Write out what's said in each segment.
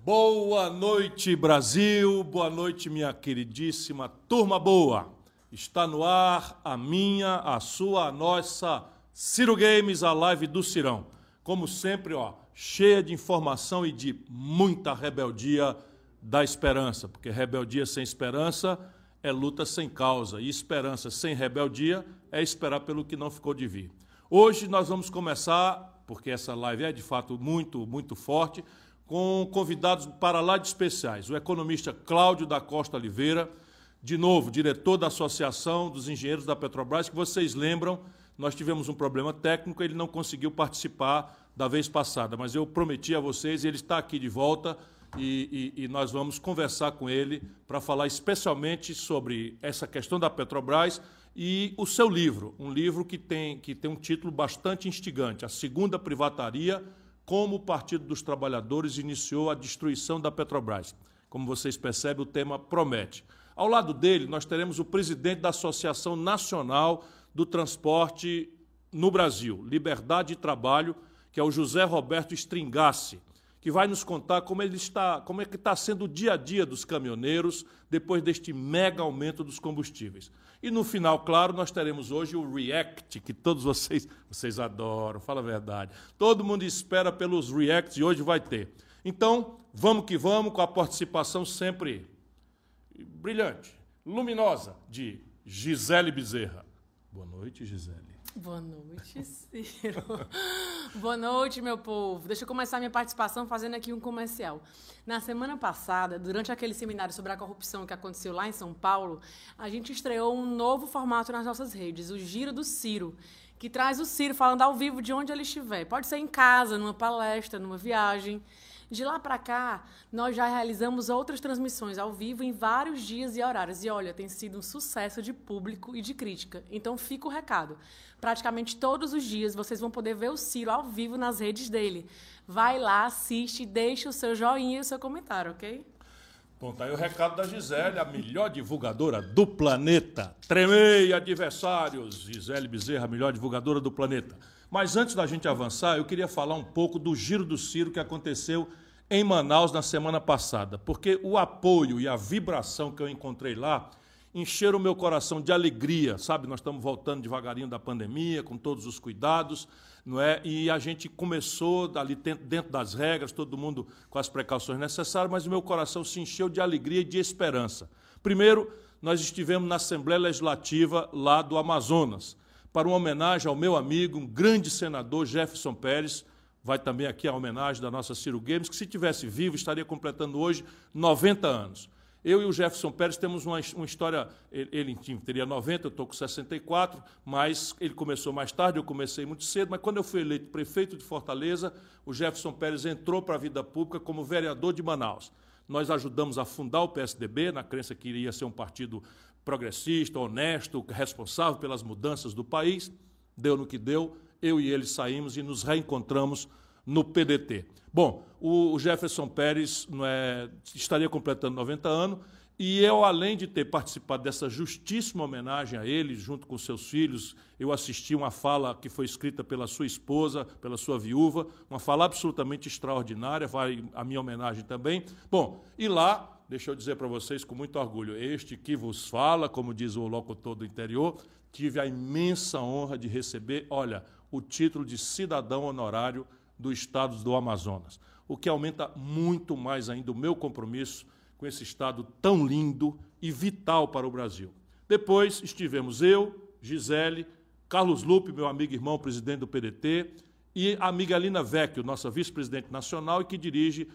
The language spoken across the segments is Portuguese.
Boa noite, Brasil. Boa noite, minha queridíssima turma boa. Está no ar a minha, a sua, a nossa Ciro Games, a live do Cirão. Como sempre, cheia de informação e de muita rebeldia da esperança, porque rebeldia sem esperança é luta sem causa, e esperança sem rebeldia é esperar pelo que não ficou de vir. Hoje nós vamos começar, porque essa live é de fato muito forte, com convidados para lá de especiais. O economista Cláudio da Costa Oliveira, de novo, diretor da Associação dos Engenheiros da Petrobras, que vocês lembram, nós tivemos um problema técnico, ele não conseguiu participar da vez passada, mas eu prometi a vocês, ele está aqui de volta e nós vamos conversar com ele para falar especialmente sobre essa questão da Petrobras e o seu livro, um livro que tem um título bastante instigante, A Segunda Privataria, como o Partido dos Trabalhadores iniciou a destruição da Petrobras. Como vocês percebem, o tema promete. Ao lado dele, nós teremos o presidente da Associação Nacional do Transporte no Brasil, Liberdade e Trabalho, que é o José Roberto Stringassi, que vai nos contar como é que está sendo o dia a dia dos caminhoneiros depois deste mega aumento dos combustíveis. E no final, claro, nós teremos hoje o React, que todos vocês adoram, fala a verdade. Todo mundo espera pelos Reacts e hoje vai ter. Então, vamos que vamos, com a participação sempre brilhante, luminosa, de Gisele Bezerra. Boa noite, Gisele. Boa noite, Ciro. Boa noite, meu povo. Deixa eu começar minha participação fazendo aqui um comercial. Na semana passada, durante aquele seminário sobre a corrupção que aconteceu lá em São Paulo, a gente estreou um novo formato nas nossas redes, o Giro do Ciro, que traz o Ciro falando ao vivo de onde ele estiver. Pode ser em casa, numa palestra, numa viagem. De lá para cá, nós já realizamos outras transmissões ao vivo em vários dias e horários. E olha, tem sido um sucesso de público e de crítica. Então fica o recado. Praticamente todos os dias vocês vão poder ver o Ciro ao vivo nas redes dele. Vai lá, assiste, deixa o seu joinha e o seu comentário, ok? Bom, tá aí o recado da Gisele, a melhor divulgadora do planeta. Tremei, adversários! Gisele Bezerra, a melhor divulgadora do planeta. Mas antes da gente avançar, eu queria falar um pouco do Giro do Ciro que aconteceu em Manaus na semana passada, porque o apoio e a vibração que eu encontrei lá encheram o meu coração de alegria, sabe? Nós estamos voltando devagarinho da pandemia, com todos os cuidados, não é? E a gente começou ali dentro das regras, todo mundo com as precauções necessárias, mas o meu coração se encheu de alegria e de esperança. Primeiro, nós estivemos na Assembleia Legislativa lá do Amazonas, para uma homenagem ao meu amigo, um grande senador, Jefferson Pérez. Vai também aqui a homenagem da nossa Ciro Games, que se tivesse vivo estaria completando hoje 90 anos. Eu e o Jefferson Pérez temos uma história, ele teria 90, eu estou com 64, mas ele começou mais tarde, eu comecei muito cedo, mas quando eu fui eleito prefeito de Fortaleza, o Jefferson Pérez entrou para a vida pública como vereador de Manaus. Nós ajudamos a fundar o PSDB, na crença que iria ser um partido progressista, honesto, responsável pelas mudanças do país. Deu no que deu, eu e ele saímos e nos reencontramos no PDT. Bom, o Jefferson Pérez estaria completando 90 anos e eu, além de ter participado dessa justíssima homenagem a ele, junto com seus filhos, eu assisti uma fala que foi escrita pela sua esposa, pela sua viúva, uma fala absolutamente extraordinária, vai a minha homenagem também. Bom, e lá, deixa eu dizer para vocês com muito orgulho, este que vos fala, como diz o locutor do interior, tive a imensa honra de receber, o título de cidadão honorário do estado do Amazonas, o que aumenta muito mais ainda o meu compromisso com esse estado tão lindo e vital para o Brasil. Depois estivemos eu, Gisele, Carlos Lupe, meu amigo e irmão, presidente do PDT, e a amiga Alina Vecchio, nossa vice-presidente nacional e que dirige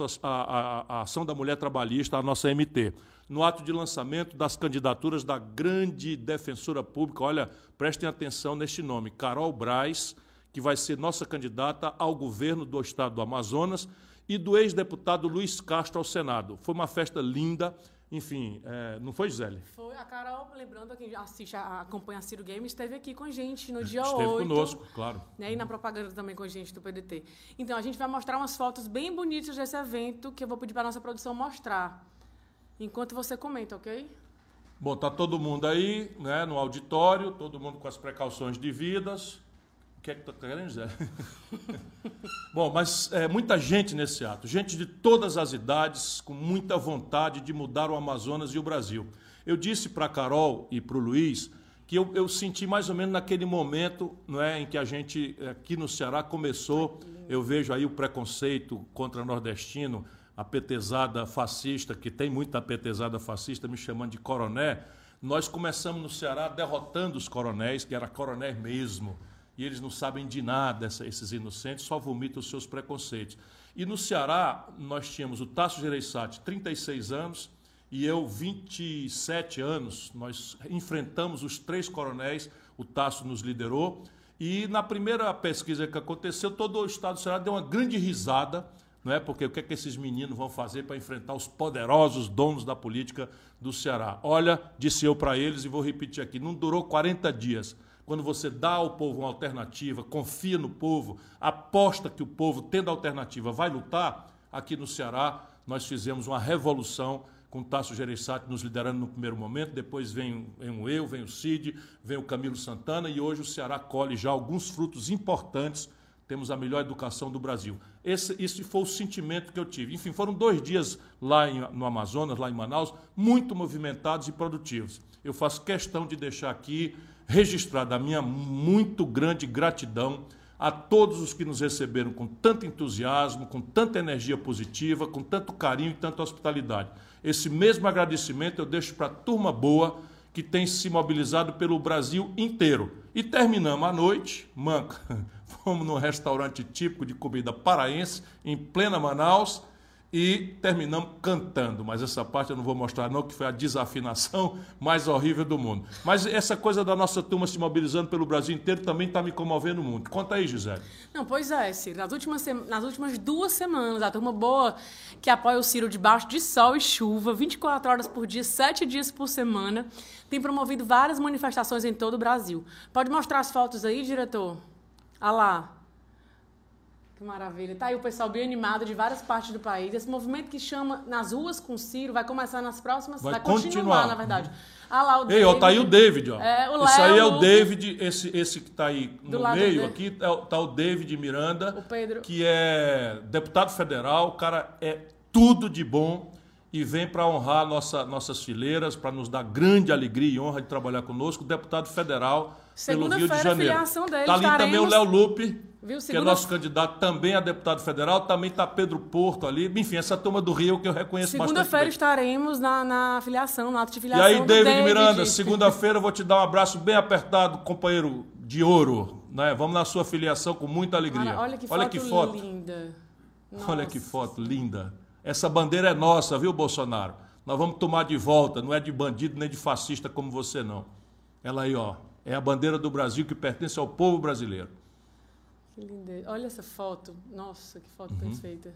a Ação da Mulher Trabalhista, a nossa MT, no ato de lançamento das candidaturas da grande defensora pública, prestem atenção neste nome, Carol Braz, que vai ser nossa candidata ao governo do estado do Amazonas, e do ex-deputado Luiz Castro ao Senado. Foi uma festa linda, enfim, não foi, Gisele? Foi, a Carol, lembrando, quem acompanha a Ciro Games, esteve aqui com a gente no dia 8. Esteve conosco, claro. Né, e na propaganda também com a gente do PDT. Então, a gente vai mostrar umas fotos bem bonitas desse evento, que eu vou pedir para a nossa produção mostrar, enquanto você comenta, ok? Bom, está todo mundo aí, né, no auditório, todo mundo com as precauções devidas. O que é que está querendo, Zé? Bom, mas muita gente nesse ato, gente de todas as idades, com muita vontade de mudar o Amazonas e o Brasil. Eu disse para a Carol e para o Luiz que eu senti mais ou menos naquele momento, não é, em que a gente, aqui no Ceará, começou, eu vejo aí o preconceito contra nordestino, a petezada fascista, que tem muita petezada fascista, me chamando de coroné. Nós começamos no Ceará derrotando os coronéis, que era coronéis mesmo, e eles não sabem de nada, esses inocentes, só vomitam os seus preconceitos. E no Ceará, nós tínhamos o Tasso Gereissati, 36 anos, e eu, 27 anos. Nós enfrentamos os 3 coronéis, o Tasso nos liderou, e na primeira pesquisa que aconteceu, todo o estado do Ceará deu uma grande risada, não é? Porque o que é que esses meninos vão fazer para enfrentar os poderosos donos da política do Ceará? Olha, disse eu para eles, e vou repetir aqui, não durou 40 dias. Quando você dá ao povo uma alternativa, confia no povo, aposta que o povo, tendo alternativa, vai lutar, aqui no Ceará nós fizemos uma revolução com o Tasso Gereissati nos liderando no primeiro momento, depois vem o Cid, vem o Camilo Santana, e hoje o Ceará colhe já alguns frutos importantes, temos a melhor educação do Brasil. Esse foi o sentimento que eu tive. Enfim, foram 2 dias lá no Amazonas, lá em Manaus, muito movimentados e produtivos. Eu faço questão de deixar aqui registrada a minha muito grande gratidão a todos os que nos receberam com tanto entusiasmo, com tanta energia positiva, com tanto carinho e tanta hospitalidade. Esse mesmo agradecimento eu deixo para a turma boa que tem se mobilizado pelo Brasil inteiro. E terminamos a noite, manca, fomos num restaurante típico de comida paraense, em plena Manaus, e terminamos cantando, mas essa parte eu não vou mostrar não, que foi a desafinação mais horrível do mundo. Mas essa coisa da nossa turma se mobilizando pelo Brasil inteiro também está me comovendo muito. Conta aí, Gisele. Não, pois é, Ciro. Nas últimas 2 semanas, a turma boa que apoia o Ciro debaixo de sol e chuva, 24 horas por dia, 7 dias por semana, tem promovido várias manifestações em todo o Brasil. Pode mostrar as fotos aí, diretor? Ah lá. Que maravilha. Tá aí o pessoal bem animado de várias partes do país. Esse movimento que chama Nas Ruas com Ciro vai começar nas próximas... Vai continuar, na verdade. Ah lá, o David. Ei, ó, tá aí o David, ó. O Léo, isso aí é o Lucas, David, esse que tá aí no meio aqui, tá o David Miranda, o Pedro, que é deputado federal, o cara é tudo de bom e vem para honrar nossas fileiras, para nos dar grande alegria e honra de trabalhar conosco, deputado federal pelo Rio de Janeiro. Está ali também o Léo Lupe, que é nosso candidato também a deputado federal, também está Pedro Porto ali, enfim, essa turma do Rio que eu reconheço bastante. Segunda-feira estaremos na filiação, no ato de filiação. E aí, David Miranda, segunda-feira eu vou te dar um abraço bem apertado, companheiro de ouro, né? Vamos na sua filiação com muita alegria. Olha que foto linda. Nossa. Olha que foto linda. Essa bandeira é nossa, viu, Bolsonaro? Nós vamos tomar de volta, não é de bandido nem de fascista como você, não. Ela aí, ó, é a bandeira do Brasil que pertence ao povo brasileiro. Que linda. Olha essa foto. Nossa, que foto perfeita.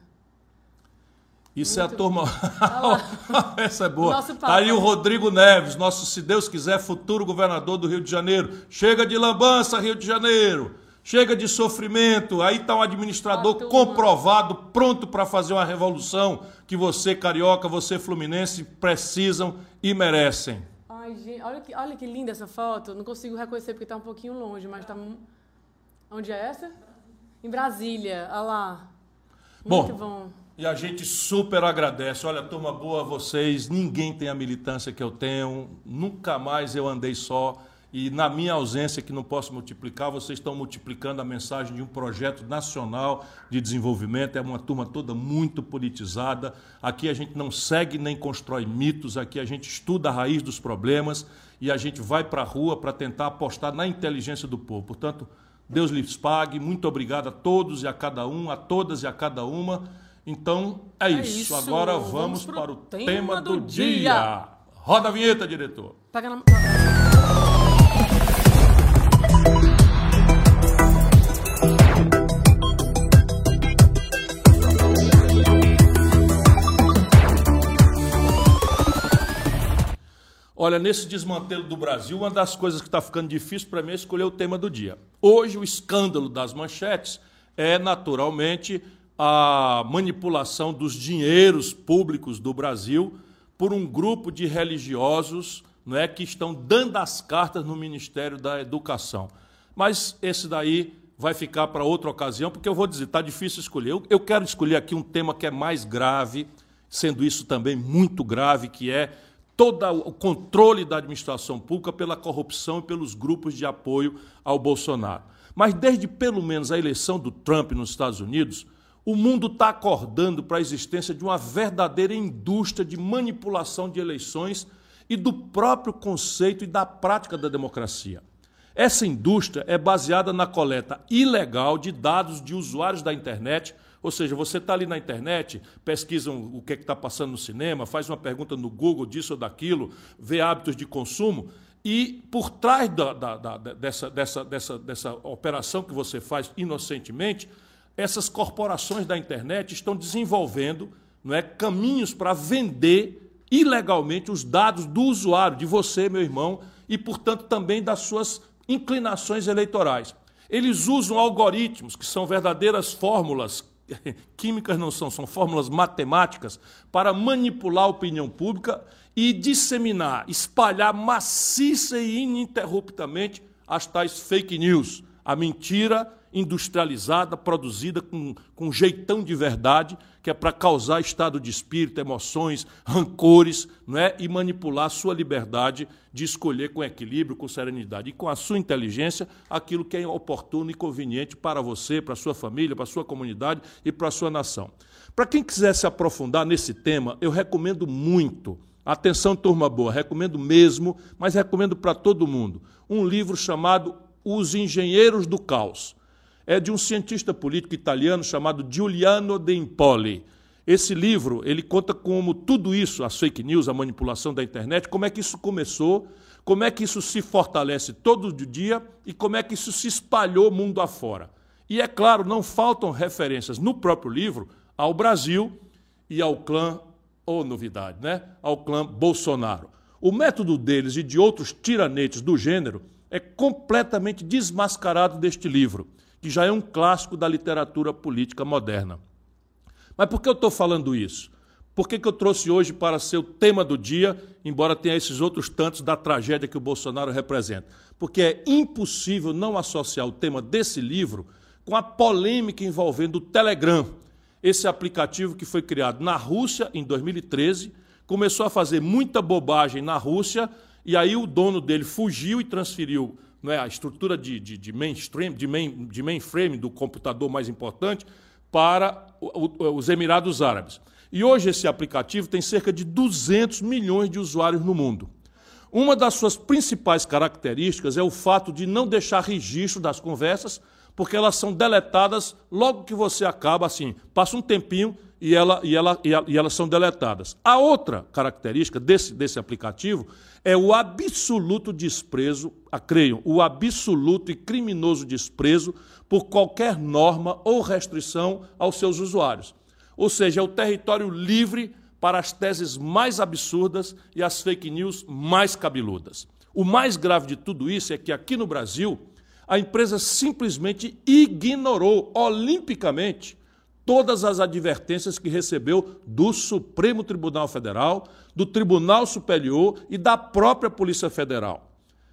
Isso muito... é a turma... Essa é boa. Tá aí o Rodrigo Neves, nosso, se Deus quiser, futuro governador do Rio de Janeiro. Chega de lambança, Rio de Janeiro. Chega de sofrimento. Aí está um administrador comprovado, pronto para fazer uma revolução que você, carioca, você, fluminense, precisam e merecem. Ai, gente, olha que linda essa foto. Não consigo reconhecer porque está um pouquinho longe, mas está... Onde é essa? Em Brasília. Olha lá. Muito bom. E a gente super agradece. Olha, turma boa, vocês. Ninguém tem a militância que eu tenho. Nunca mais eu andei só. E na minha ausência, que não posso multiplicar, vocês estão multiplicando a mensagem de um projeto nacional de desenvolvimento. É uma turma toda muito politizada. Aqui a gente não segue nem constrói mitos. Aqui a gente estuda a raiz dos problemas e a gente vai para a rua para tentar apostar na inteligência do povo. Portanto, Deus lhes pague. Muito obrigado a todos e a cada um, a todas e a cada uma. Então, é isso. Agora vamos para o tema do dia. Roda a vinheta, diretor. Pega na... Olha, nesse desmantelo do Brasil, uma das coisas que está ficando difícil para mim é escolher o tema do dia. Hoje, o escândalo das manchetes é, naturalmente, a manipulação dos dinheiros públicos do Brasil por um grupo de religiosos, não é, que estão dando as cartas no Ministério da Educação. Mas esse daí vai ficar para outra ocasião, porque eu vou dizer, está difícil escolher. Eu quero escolher aqui um tema que é mais grave, sendo isso também muito grave, que é todo o controle da administração pública pela corrupção e pelos grupos de apoio ao Bolsonaro. Mas desde pelo menos a eleição do Trump nos Estados Unidos, o mundo está acordando para a existência de uma verdadeira indústria de manipulação de eleições e do próprio conceito e da prática da democracia. Essa indústria é baseada na coleta ilegal de dados de usuários da internet, ou seja, você está ali na internet, pesquisa o que está passando no cinema, faz uma pergunta no Google disso ou daquilo, vê hábitos de consumo, e por trás dessa operação que você faz inocentemente, essas corporações da internet estão desenvolvendo, não é, caminhos para vender ilegalmente os dados do usuário, de você, meu irmão, e, portanto, também das suas inclinações eleitorais. Eles usam algoritmos, que são verdadeiras fórmulas, químicas não são, são fórmulas matemáticas, para manipular a opinião pública e disseminar, espalhar maciça e ininterruptamente as tais fake news, a mentira industrializada, produzida com jeitão de verdade, que é para causar estado de espírito, emoções, rancores, não é? E manipular a sua liberdade de escolher com equilíbrio, com serenidade e com a sua inteligência aquilo que é oportuno e conveniente para você, para a sua família, para a sua comunidade e para a sua nação. Para quem quiser se aprofundar nesse tema, eu recomendo muito, atenção turma boa, recomendo mesmo, mas recomendo para todo mundo, um livro chamado Os Engenheiros do Caos. É de um cientista político italiano chamado Giuliano De Empoli. Esse livro, ele conta como tudo isso, as fake news, a manipulação da internet, como é que isso começou, como é que isso se fortalece todo dia e como é que isso se espalhou mundo afora. E, é claro, não faltam referências no próprio livro ao Brasil e ao clã, ou novidade, né? Ao clã Bolsonaro. O método deles e de outros tiranetes do gênero é completamente desmascarado deste livro, que já é um clássico da literatura política moderna. Mas por que eu estou falando isso? Por que eu trouxe hoje para ser o tema do dia, embora tenha esses outros tantos da tragédia que o Bolsonaro representa? Porque é impossível não associar o tema desse livro com a polêmica envolvendo o Telegram, esse aplicativo que foi criado na Rússia em 2013, começou a fazer muita bobagem na Rússia, e aí o dono dele fugiu e transferiu, não é, a estrutura de mainframe do computador mais importante para os Emirados Árabes. E hoje esse aplicativo tem cerca de 200 milhões de usuários no mundo. Uma das suas principais características é o fato de não deixar registro das conversas, porque elas são deletadas logo que você acaba, assim, passa um tempinho e elas são deletadas. A outra característica desse aplicativo é o absoluto desprezo, creiam, o absoluto e criminoso desprezo por qualquer norma ou restrição aos seus usuários. Ou seja, é o território livre para as teses mais absurdas e as fake news mais cabeludas. O mais grave de tudo isso é que aqui no Brasil a empresa simplesmente ignorou olimpicamente todas as advertências que recebeu do Supremo Tribunal Federal, do Tribunal Superior e da própria Polícia Federal.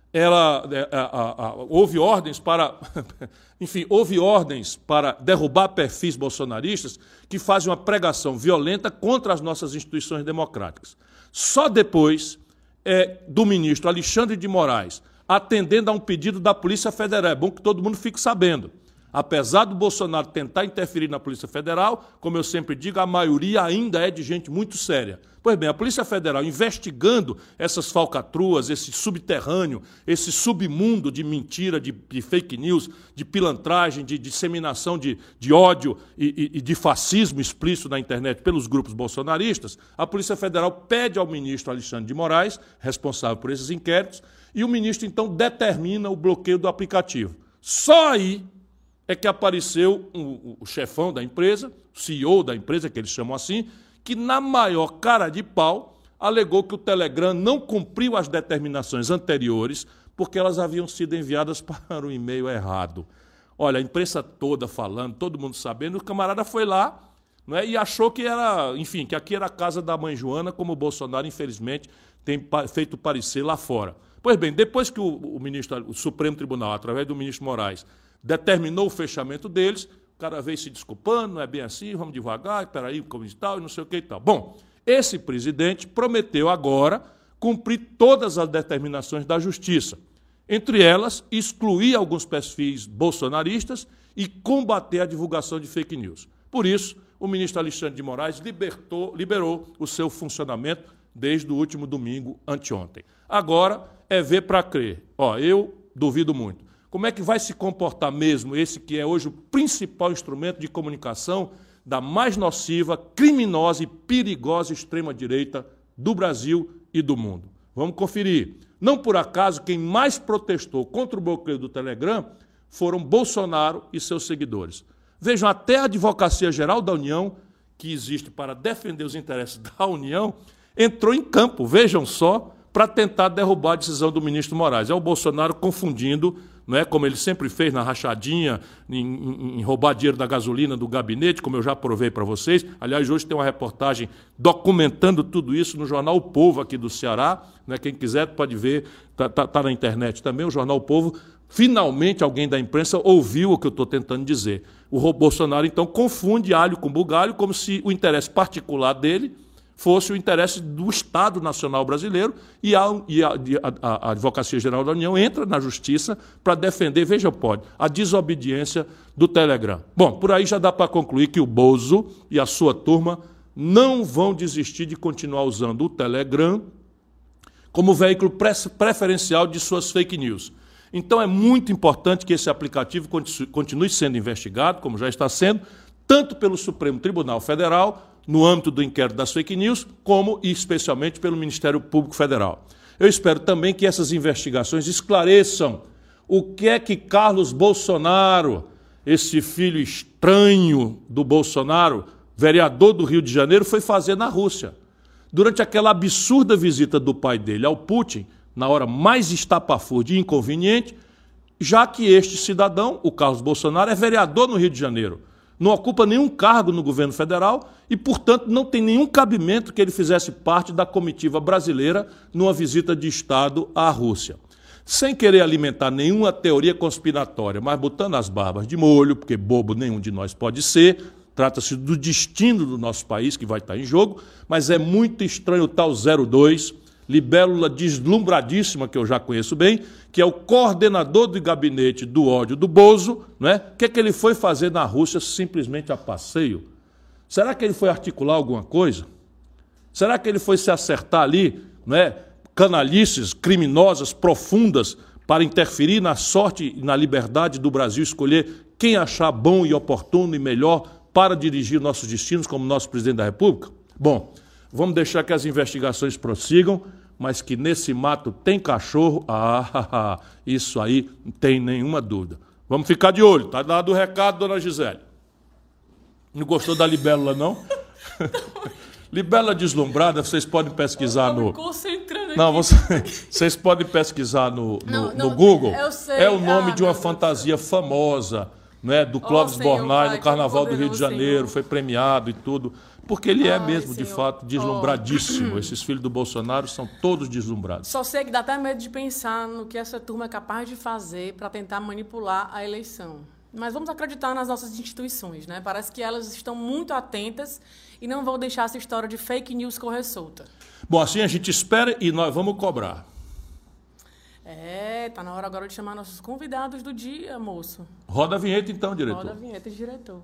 Houve ordens para, enfim, houve ordens para derrubar perfis bolsonaristas que fazem uma pregação violenta contra as nossas instituições democráticas. Só depois do ministro Alexandre de Moraes, atendendo a um pedido da Polícia Federal, é bom que todo mundo fique sabendo. Apesar do Bolsonaro tentar interferir na Polícia Federal, como eu sempre digo, a maioria ainda é de gente muito séria. Pois bem, a Polícia Federal, investigando essas falcatruas, esse subterrâneo, esse submundo de mentira, de fake news, de pilantragem, de disseminação de ódio e de fascismo explícito na internet pelos grupos bolsonaristas, a Polícia Federal pede ao ministro Alexandre de Moraes, responsável por esses inquéritos, e o ministro, então, determina o bloqueio do aplicativo. Só aí é que apareceu o chefão da empresa, o CEO da empresa, que eles chamam assim, que, na maior cara de pau, alegou que o Telegram não cumpriu as determinações anteriores porque elas haviam sido enviadas para o e-mail errado. Olha, a imprensa toda falando, todo mundo sabendo, o camarada foi lá, não é, e achou que era, enfim, que aqui era a casa da mãe Joana, como o Bolsonaro, infelizmente, tem feito parecer lá fora. Pois bem, depois que o Supremo Tribunal, através do ministro Moraes, determinou o fechamento deles, o cara veio se desculpando, não é bem assim, vamos devagar, peraí, como e tal, e não sei o que e tal. Bom, esse presidente prometeu agora cumprir todas as determinações da Justiça, entre elas, excluir alguns perfis bolsonaristas e combater a divulgação de fake news. Por isso, o ministro Alexandre de Moraes liberou o seu funcionamento desde o último domingo, anteontem. Agora é ver para crer. Eu duvido muito. Como é que vai se comportar mesmo esse que é hoje o principal instrumento de comunicação da mais nociva, criminosa e perigosa extrema-direita do Brasil e do mundo? Vamos conferir. Não por acaso, quem mais protestou contra o bloqueio do Telegram foram Bolsonaro e seus seguidores. Vejam, até a Advocacia Geral da União, que existe para defender os interesses da União, entrou em campo, vejam só, para tentar derrubar a decisão do ministro Moraes. É o Bolsonaro confundindo, não é, como ele sempre fez na rachadinha, em roubar dinheiro da gasolina do gabinete, como eu já provei para vocês. Aliás, hoje tem uma reportagem documentando tudo isso no jornal O Povo aqui do Ceará. Né? Quem quiser pode ver, está na internet também, o jornal O Povo. Finalmente alguém da imprensa ouviu o que eu estou tentando dizer. O Bolsonaro, então, confunde alho com bugalho, como se o interesse particular dele fosse o interesse do Estado Nacional Brasileiro, e a Advocacia Geral da União entra na Justiça para defender, veja, a desobediência do Telegram. Bom, por aí já dá para concluir que o Bozo e a sua turma não vão desistir de continuar usando o Telegram como veículo preferencial de suas fake news. Então é muito importante que esse aplicativo continue sendo investigado, como já está sendo, tanto pelo Supremo Tribunal Federal, no âmbito do inquérito das fake news, como e especialmente pelo Ministério Público Federal. Eu espero também que essas investigações esclareçam o que é que Carlos Bolsonaro, esse filho estranho do Bolsonaro, vereador do Rio de Janeiro, foi fazer na Rússia. Durante aquela absurda visita do pai dele ao Putin, na hora mais estapafúrdia e inconveniente, já que este cidadão, o Carlos Bolsonaro, é vereador no Rio de Janeiro, não ocupa nenhum cargo no governo federal e, portanto, não tem nenhum cabimento que ele fizesse parte da comitiva brasileira numa visita de Estado à Rússia. Sem querer alimentar nenhuma teoria conspiratória, mas botando as barbas de molho, porque bobo nenhum de nós pode ser, trata-se do destino do nosso país que vai estar em jogo, mas é muito estranho o tal 02, libélula deslumbradíssima, que eu já conheço bem, que é o coordenador do gabinete do ódio do Bozo, não é? O que é que ele foi fazer na Rússia simplesmente a passeio? Será que ele foi articular alguma coisa? Será que ele foi se acertar ali, não é? Canalices criminosas, profundas, para interferir na sorte e na liberdade do Brasil escolher quem achar bom e oportuno e melhor para dirigir nossos destinos como nosso presidente da República? Bom, vamos deixar que as investigações prossigam, mas que nesse mato tem cachorro, isso aí não tem nenhuma dúvida. Vamos ficar de olho, tá dado o recado, dona Gisele. Não gostou da libélula, não? Libélula deslumbrada, vocês podem pesquisar no... Não, vocês podem pesquisar no Google. É o nome de uma fantasia famosa, né, do Clóvis Bornai no Carnaval do Rio de Janeiro, foi premiado e tudo, porque ele é mesmo, de fato, deslumbradíssimo. Esses filhos do Bolsonaro são todos deslumbrados. Só sei que dá até medo de pensar no que essa turma é capaz de fazer para tentar manipular a eleição. Mas vamos acreditar nas nossas instituições, né? Parece que elas estão muito atentas e não vão deixar essa história de fake news correr solta. Bom, assim a gente espera e nós vamos cobrar. Tá na hora agora de chamar nossos convidados do dia, moço. Roda a vinheta então, diretor. Roda a vinheta, diretor.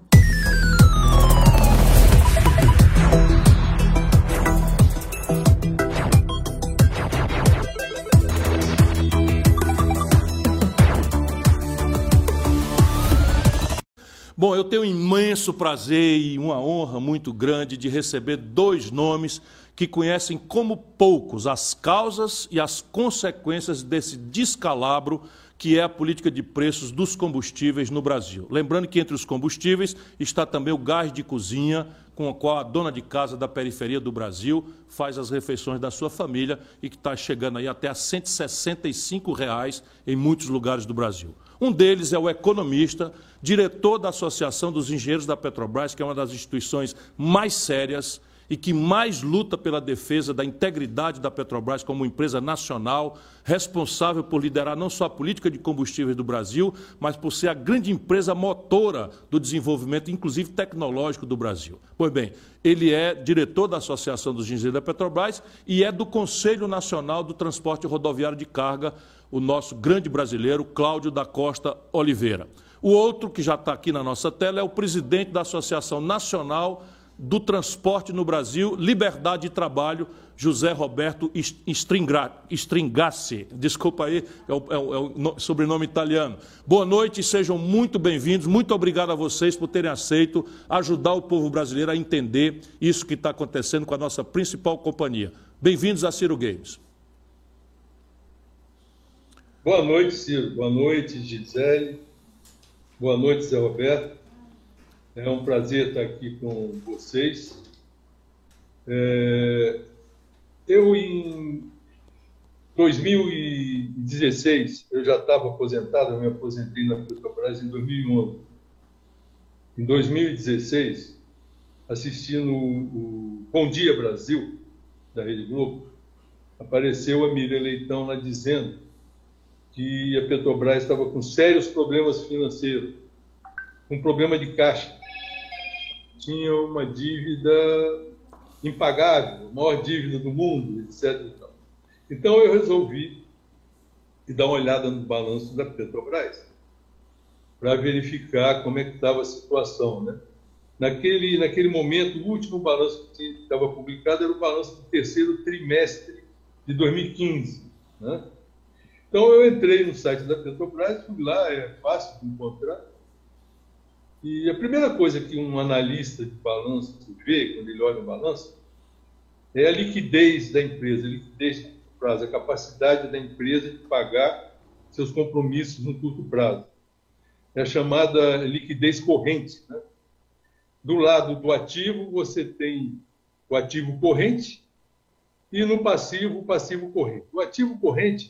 Bom, eu tenho um imenso prazer e uma honra muito grande de receber dois nomes que conhecem como poucos as causas e as consequências desse descalabro que é a política de preços dos combustíveis no Brasil. Lembrando que entre os combustíveis está também o gás de cozinha, com o qual a dona de casa da periferia do Brasil faz as refeições da sua família e que está chegando aí até a R$ 165 em muitos lugares do Brasil. Um deles é o economista, diretor da Associação dos Engenheiros da Petrobras, que é uma das instituições mais sérias e que mais luta pela defesa da integridade da Petrobras como empresa nacional, responsável por liderar não só a política de combustíveis do Brasil, mas por ser a grande empresa motora do desenvolvimento, inclusive tecnológico, do Brasil. Pois bem, ele é diretor da Associação dos Engenheiros da Petrobras e é do Conselho Nacional do Transporte Rodoviário de Carga, o nosso grande brasileiro, Cláudio da Costa Oliveira. O outro, que já está aqui na nossa tela, é o presidente da Associação Nacional do Transporte no Brasil, Liberdade de Trabalho, José Roberto Stringassi. Desculpa aí, é o sobrenome italiano. Boa noite e sejam muito bem-vindos. Muito obrigado a vocês por terem aceito ajudar o povo brasileiro a entender isso que está acontecendo com a nossa principal companhia. Bem-vindos a Ciro Games. Boa noite, Ciro. Boa noite, Gisele. Boa noite, Zé Roberto. É um prazer estar aqui com vocês. Eu, em 2016, eu já estava aposentado, eu me aposentei na Petrobras em 2011. Em 2016, assistindo o Bom Dia Brasil, da Rede Globo, apareceu a Miriam Leitão lá dizendo que a Petrobras estava com sérios problemas financeiros, com problema de caixa. Tinha uma dívida impagável, a maior dívida do mundo, etc. Então eu resolvi dar uma olhada no balanço da Petrobras para verificar como é que estava a situação, né? Naquele momento, o último balanço que estava publicado era o balanço do terceiro trimestre de 2015, né? Então eu entrei no site da Petrobras, fui lá, é fácil de encontrar. E a primeira coisa que um analista de balanço vê quando ele olha o balanço é a liquidez da empresa, a liquidez de curto prazo, a capacidade da empresa de pagar seus compromissos no curto prazo. É a chamada liquidez corrente, né? Do lado do ativo, você tem o ativo corrente e no passivo, o passivo corrente. O ativo corrente,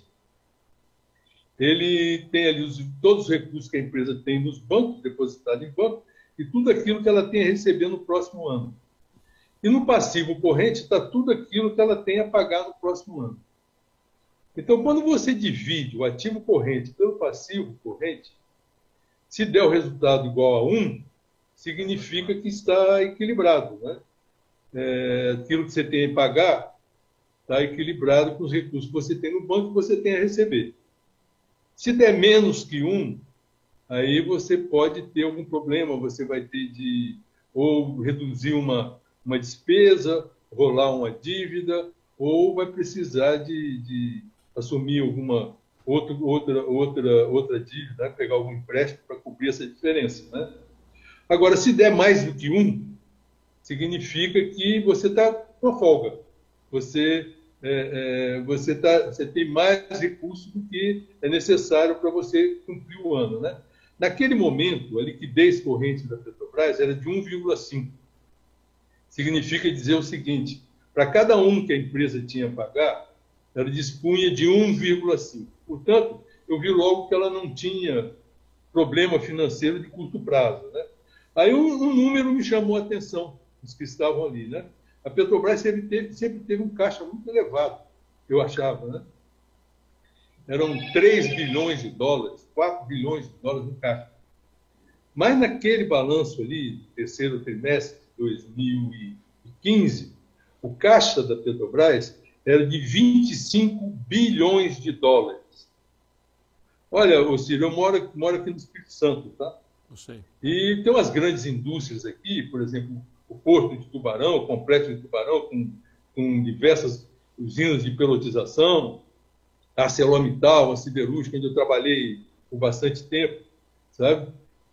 ele tem ali todos os recursos que a empresa tem nos bancos, depositado em banco, e tudo aquilo que ela tem a receber no próximo ano. E no passivo corrente está tudo aquilo que ela tem a pagar no próximo ano. Então, quando você divide o ativo corrente pelo passivo corrente, se der o resultado igual a 1, significa que está equilibrado, né? Aquilo que você tem a pagar está equilibrado com os recursos que você tem no banco e você tem a receber. Se der menos que 1, aí você pode ter algum problema, você vai ter de ou reduzir uma despesa, rolar uma dívida, ou vai precisar de assumir alguma outra dívida, né? Pegar algum empréstimo para cobrir essa diferença, né? Agora, se der mais do que 1, significa que você está com folga. Você tem mais recursos do que é necessário para você cumprir o ano, né? Naquele momento, a liquidez corrente da Petrobras era de 1,5. Significa dizer o seguinte: para cada 1 que a empresa tinha a pagar, ela dispunha de 1,5. Portanto, eu vi logo que ela não tinha problema financeiro de curto prazo, né? Aí um número me chamou a atenção, os que estavam ali, né? A Petrobras sempre teve um caixa muito elevado, eu achava, né? Eram 3 bilhões de dólares, 4 bilhões de dólares no caixa. Mas naquele balanço ali, terceiro trimestre de 2015, o caixa da Petrobras era de 25 bilhões de dólares. Olha, Ciro, eu moro aqui no Espírito Santo, tá? Eu sei. E tem umas grandes indústrias aqui, por exemplo, o Porto de Tubarão, o Complexo de Tubarão, com diversas usinas de pelotização, a ArcelorMittal, a siderúrgica, onde eu trabalhei por bastante tempo, sabe?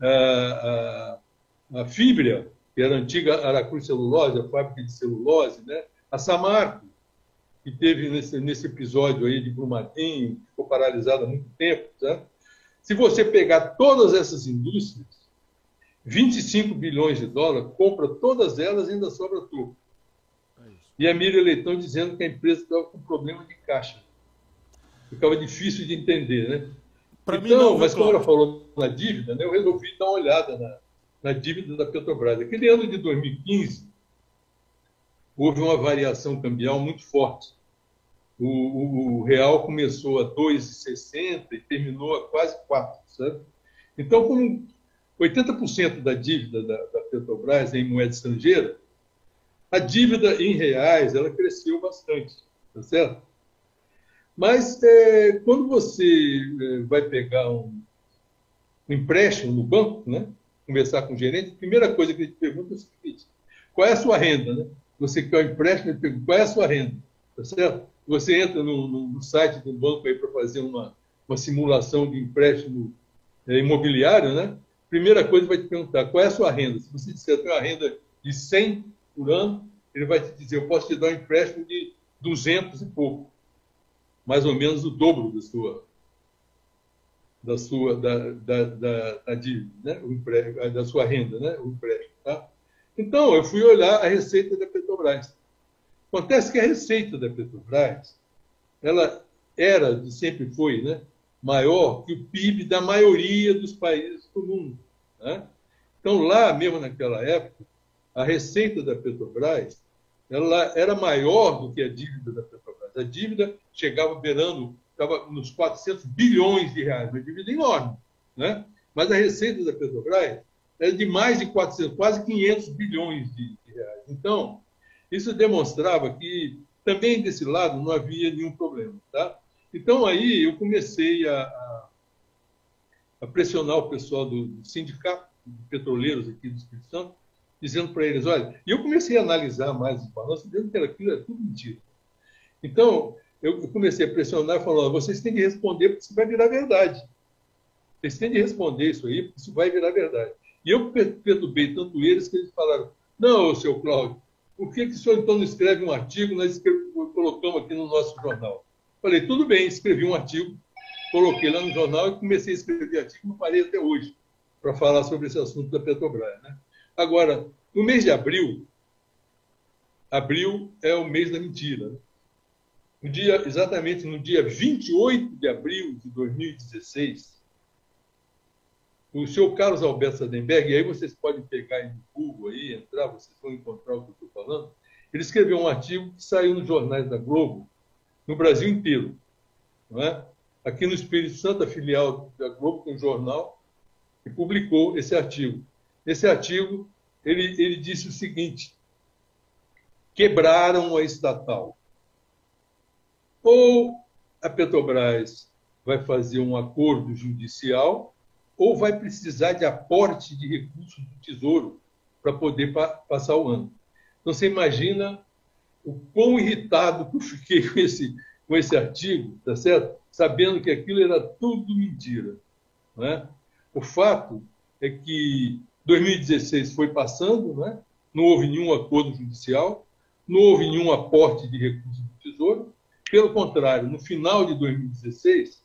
A Fibria, que era a antiga Aracruz Celulose, a fábrica de celulose, né? A Samarco, que teve nesse episódio aí de Brumadinho, ficou paralisada há muito tempo, sabe? Se você pegar todas essas indústrias, 25 bilhões de dólares, compra todas elas e ainda sobra troco. E a Miriam Leitão dizendo que a empresa estava com problema de caixa. Ficava difícil de entender, né? Mas como ela falou na dívida, né, eu resolvi dar uma olhada na dívida da Petrobras. Aquele ano de 2015, houve uma variação cambial muito forte. O real começou a 2,60 e terminou a quase 4, sabe? Então, como 80% da dívida da Petrobras é em moeda estrangeira, a dívida em reais ela cresceu bastante, tá certo? Mas quando você vai pegar um empréstimo no banco, né, conversar com o gerente, a primeira coisa que ele te pergunta é o seguinte: qual é a sua renda? Né? Você quer um empréstimo, ele pergunta qual é a sua renda, tá certo? Você entra no site do banco aí para fazer uma simulação de empréstimo imobiliário, né? Primeira coisa vai te perguntar qual é a sua renda. Se você disser que tem uma renda de 100 por ano, ele vai te dizer: eu posso te dar um empréstimo de 200 e pouco, mais ou menos o dobro da dívida, né? Da sua renda, né? O empréstimo. Tá? Então, eu fui olhar a receita da Petrobras. Acontece que a receita da Petrobras, ela era, sempre foi, né, maior que o PIB da maioria dos países do mundo. Né? Então, lá mesmo naquela época, a receita da Petrobras ela era maior do que a dívida da Petrobras. A dívida chegava beirando, estava nos 400 bilhões de reais, uma dívida enorme. Né? Mas a receita da Petrobras era de mais de 400, quase 500 bilhões de reais. Então, isso demonstrava que também desse lado não havia nenhum problema. Tá? Então, aí eu comecei a pressionar o pessoal do sindicato de petroleiros aqui do Espírito Santo, dizendo para eles: olha, e eu comecei a analisar mais os balanços, vendo que aquilo era tudo mentira. Então, eu comecei a pressionar e falar: vocês têm que responder, porque isso vai virar verdade. Vocês têm de responder isso aí, porque isso vai virar verdade. E eu perturbei tanto eles que eles falaram: não, seu Cláudio, por que o senhor então não escreve um artigo? Nós colocamos aqui no nosso jornal. Falei: tudo bem, escrevi um artigo, coloquei lá no jornal e comecei a escrever artigo, não parei até hoje, para falar sobre esse assunto da Petrobras. Né? Agora, no mês de abril é o mês da mentira. Né? Exatamente no dia 28 de abril de 2016, o senhor Carlos Alberto Sadenberg, e aí vocês podem pegar aí no Google, aí, entrar, vocês vão encontrar o que eu estou falando, ele escreveu um artigo que saiu nos jornais da Globo, no Brasil inteiro. Não é? Aqui no Espírito Santo, a filial da Globo tem um jornal que publicou esse artigo. Esse artigo, ele disse o seguinte: quebraram a estatal. Ou a Petrobras vai fazer um acordo judicial, ou vai precisar de aporte de recursos do Tesouro para poder passar o ano. Então, você imagina o quão irritado que eu fiquei com esse artigo, tá certo? Sabendo que aquilo era tudo mentira. Não é? O fato é que 2016 foi passando, né? Não houve nenhum acordo judicial, não houve nenhum aporte de recursos do Tesouro. Pelo contrário, no final de 2016,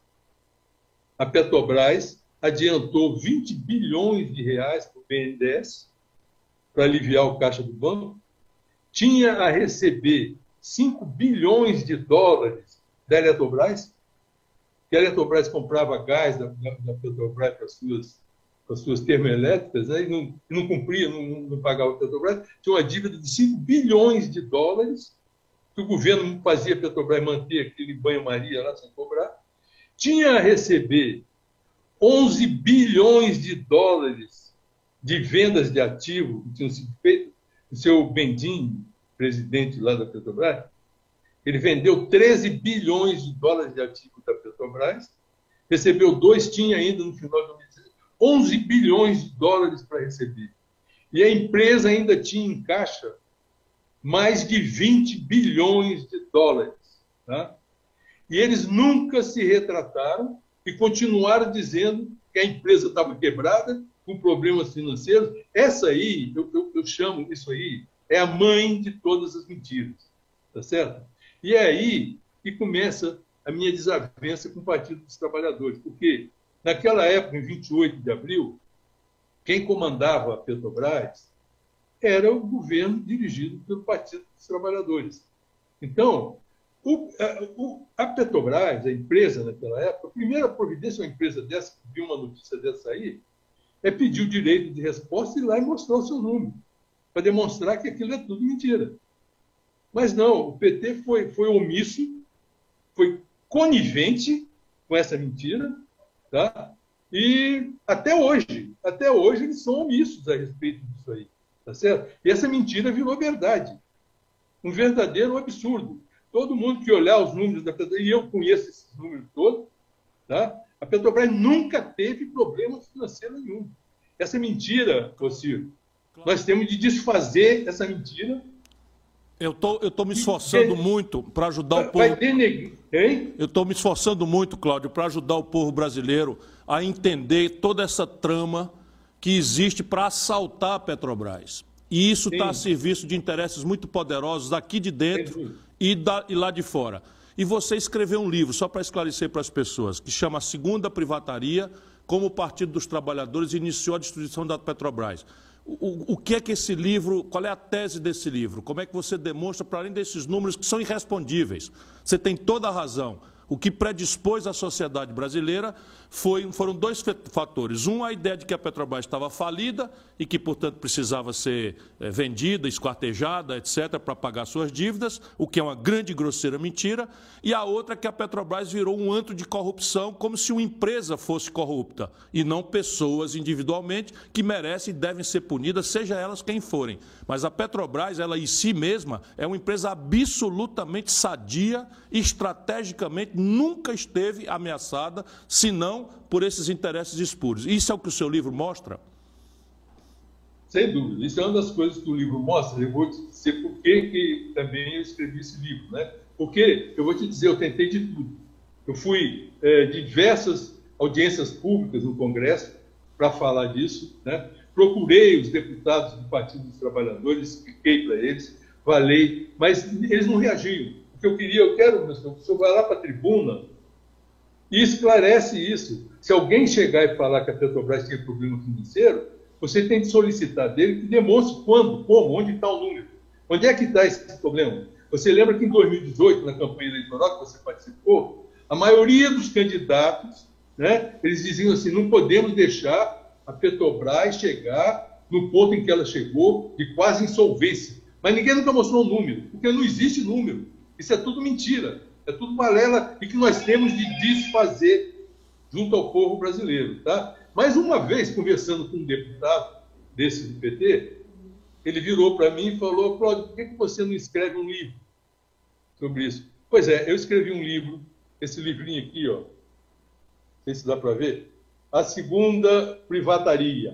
a Petrobras adiantou 20 bilhões de reais para o BNDES, para aliviar o caixa do banco, tinha a receber 5 bilhões de dólares da Eletrobras, que a Eletrobras comprava gás da Petrobras para as suas termoelétricas, né, e não cumpria, não pagava a Petrobras, tinha uma dívida de 5 bilhões de dólares, que o governo fazia a Petrobras manter aquele banho-maria lá sem cobrar, tinha a receber 11 bilhões de dólares de vendas de ativos que tinham sido feitas. O seu Bendim, presidente lá da Petrobras, ele vendeu 13 bilhões de dólares de ativos da Petrobras, recebeu 2, tinha ainda no final de 2016, 11 bilhões de dólares para receber. E a empresa ainda tinha em caixa mais de 20 bilhões de dólares. Tá? E eles nunca se retrataram e continuaram dizendo que a empresa estava quebrada, com problemas financeiros. Essa aí, eu chamo isso aí, é a mãe de todas as mentiras. Tá certo? E é aí que começa a minha desavença com o Partido dos Trabalhadores. Porque, naquela época, em 28 de abril, quem comandava a Petrobras era o governo dirigido pelo Partido dos Trabalhadores. Então, a Petrobras, a empresa naquela época, a primeira providência uma empresa dessa, que viu uma notícia dessa aí, é pedir o direito de resposta e ir lá e mostrar o seu número, para demonstrar que aquilo é tudo mentira. Mas não, o PT foi omisso, foi conivente com essa mentira, tá? E até hoje eles são omissos a respeito disso aí, tá certo? E essa mentira virou verdade, um verdadeiro absurdo. Todo mundo que olhar os números da Petrobras, e eu conheço esses números todos, tá? A Petrobras nunca teve problema financeiro nenhum. Essa mentira, Ciro, nós temos de desfazer essa mentira. Eu tô me esforçando muito para ajudar o povo. Eu estou me esforçando muito, Cláudio, para ajudar o povo brasileiro a entender toda essa trama que existe para assaltar a Petrobras. E isso está a serviço de interesses muito poderosos daqui de dentro e lá de fora. E você escreveu um livro, só para esclarecer para as pessoas, que chama Segunda Privataria, como o Partido dos Trabalhadores iniciou a destruição da Petrobras. O que é que esse livro, qual é a tese desse livro? Como é que você demonstra, para além desses números que são irrespondíveis? Você tem toda a razão. O que predispôs a sociedade brasileira foram dois fatores. Um, a ideia de que a Petrobras estava falida e que, portanto, precisava ser vendida, esquartejada, etc., para pagar suas dívidas, o que é uma grande e grosseira mentira. E a outra é que a Petrobras virou um antro de corrupção, como se uma empresa fosse corrupta, e não pessoas individualmente que merecem e devem ser punidas, seja elas quem forem. Mas a Petrobras, ela em si mesma, é uma empresa absolutamente sadia, estrategicamente, nunca esteve ameaçada, senão por esses interesses espúrios. Isso é o que o seu livro mostra? Sem dúvida. Isso é uma das coisas que o livro mostra. Eu vou te dizer por que também eu escrevi esse livro, né? Porque, eu vou te dizer, eu tentei de tudo. Eu fui diversas audiências públicas no Congresso para falar disso, né? Procurei os deputados do Partido dos Trabalhadores, expliquei para eles, falei, mas eles não reagiam. O que eu quero, meu senhor, que o senhor vai lá para a tribuna e esclarece isso. Se alguém chegar e falar que a Petrobras tem problema financeiro, você tem que solicitar dele que demonstre quando, como, onde está o número. Onde é que está esse problema? Você lembra que em 2018, na campanha eleitoral que você participou, a maioria dos candidatos, né, eles diziam assim, não podemos deixar a Petrobras chegar no ponto em que ela chegou, de quase insolvência. Mas ninguém nunca mostrou um número, porque não existe número. Isso é tudo mentira, é tudo balela e que nós temos de desfazer junto ao povo brasileiro, tá? Mais uma vez, conversando com um deputado desse do PT, ele virou para mim e falou, Cláudio, por que você não escreve um livro sobre isso? Pois é, eu escrevi um livro, esse livrinho aqui, ó, não sei se dá para ver, A Segunda Privataria,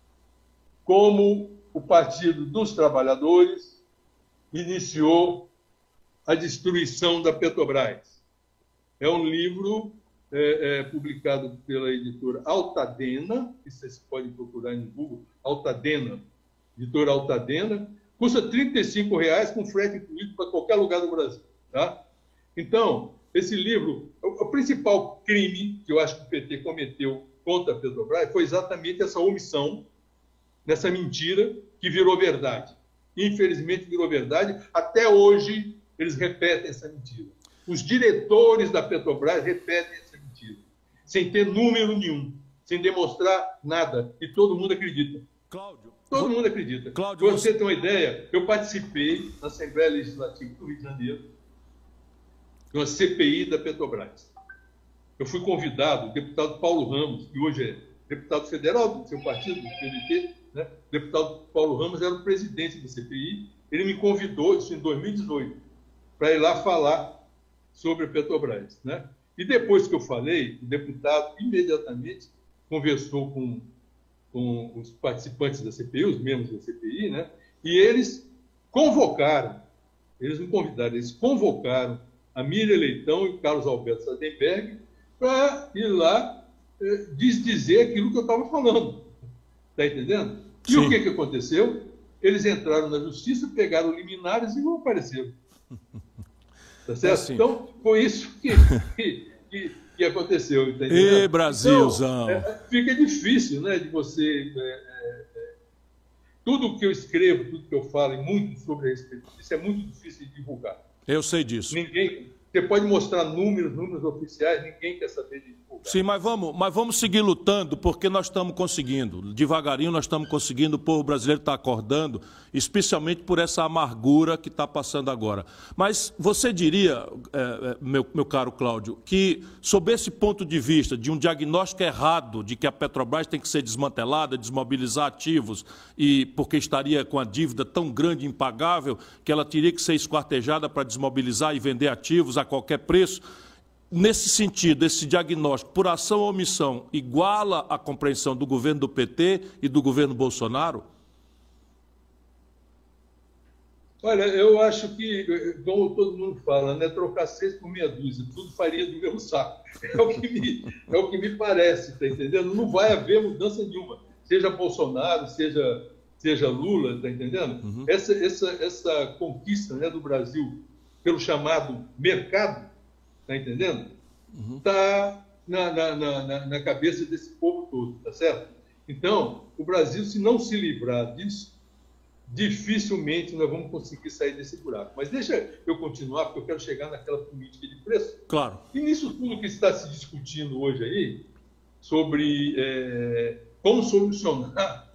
como o Partido dos Trabalhadores iniciou a destruição da Petrobras. É um livro publicado pela editora Altadena, que vocês podem procurar no Google, Altadena, editora Altadena, custa R$ 35,00 com frete incluído para qualquer lugar do Brasil. Tá? Então, esse livro, o principal crime que eu acho que o PT cometeu contra a Petrobras foi exatamente essa omissão, nessa mentira que virou verdade. Infelizmente virou verdade. Até hoje, eles repetem essa mentira. Os diretores da Petrobras repetem essa mentira, sem ter número nenhum, sem demonstrar nada. E todo mundo acredita. Cláudio, todo mundo acredita. Cláudio, para você ter uma ideia, eu participei na Assembleia Legislativa do Rio de Janeiro, de uma CPI da Petrobras. Eu fui convidado, o deputado Paulo Ramos, que hoje é deputado federal do seu partido, do PDT, né? O deputado Paulo Ramos era o presidente da CPI. Ele me convidou, isso em 2018, para ir lá falar sobre a Petrobras, né? E depois que eu falei, o deputado imediatamente conversou com os participantes da CPI, os membros da CPI, né? E eles convocaram, eles não convidaram, eles convocaram a Miriam Leitão e o Carlos Alberto Sardenberg para ir lá dizer aquilo que eu estava falando. Está entendendo? E Sim. O que aconteceu? Eles entraram na justiça, pegaram liminares e não apareceram. Tá certo? Assim. Então, foi isso que aconteceu. Tá entendendo? E Brasilzão! Então, fica difícil, né, de você... tudo que eu escrevo, tudo que eu falo, e muito sobre a respeito disso, é muito difícil de divulgar. Eu sei disso. Você pode mostrar números oficiais, ninguém quer saber de divulgar. Sim, mas vamos seguir lutando, porque nós estamos conseguindo. Devagarinho nós estamos conseguindo, o povo brasileiro está acordando, especialmente por essa amargura que está passando agora. Mas você diria, meu caro Cláudio, que sob esse ponto de vista de um diagnóstico errado de que a Petrobras tem que ser desmantelada, desmobilizar ativos, e porque estaria com a dívida tão grande e impagável que ela teria que ser esquartejada para desmobilizar e vender ativos a qualquer preço, nesse sentido, esse diagnóstico, por ação ou omissão, iguala a compreensão do governo do PT e do governo Bolsonaro? Olha, eu acho que, como todo mundo fala, né, trocar 6 por meia dúzia, tudo faria do mesmo saco. É o que me parece, tá entendendo? Não vai haver mudança nenhuma, seja Bolsonaro, seja Lula, tá entendendo? Uhum. Essa conquista, né, do Brasil pelo chamado mercado, tá entendendo? Está na cabeça desse povo todo, tá certo? Então, o Brasil, se não se livrar disso, dificilmente nós vamos conseguir sair desse buraco. Mas deixa eu continuar, porque eu quero chegar naquela política de preço. Claro. E nisso tudo que está se discutindo hoje aí, sobre como solucionar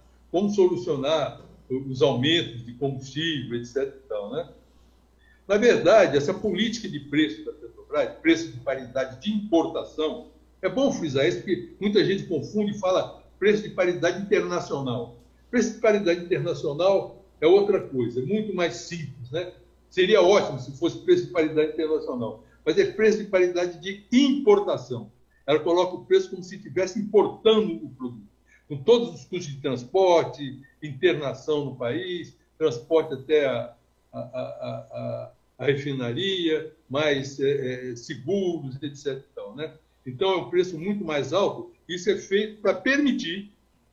os aumentos de combustível, etc. e tal, né? Na verdade, essa política de preço da Petrobras, preço de paridade de importação, é bom frisar isso, porque muita gente confunde e fala preço de paridade internacional. Preço de paridade internacional é outra coisa, é muito mais simples, né? Seria ótimo se fosse preço de paridade internacional, mas é preço de paridade de importação. Ela coloca o preço como se estivesse importando o produto, com todos os custos de transporte, internação no país, transporte até a refinaria, mais seguros, etc. Né? Então, é um preço muito mais alto. Isso é feito para permitir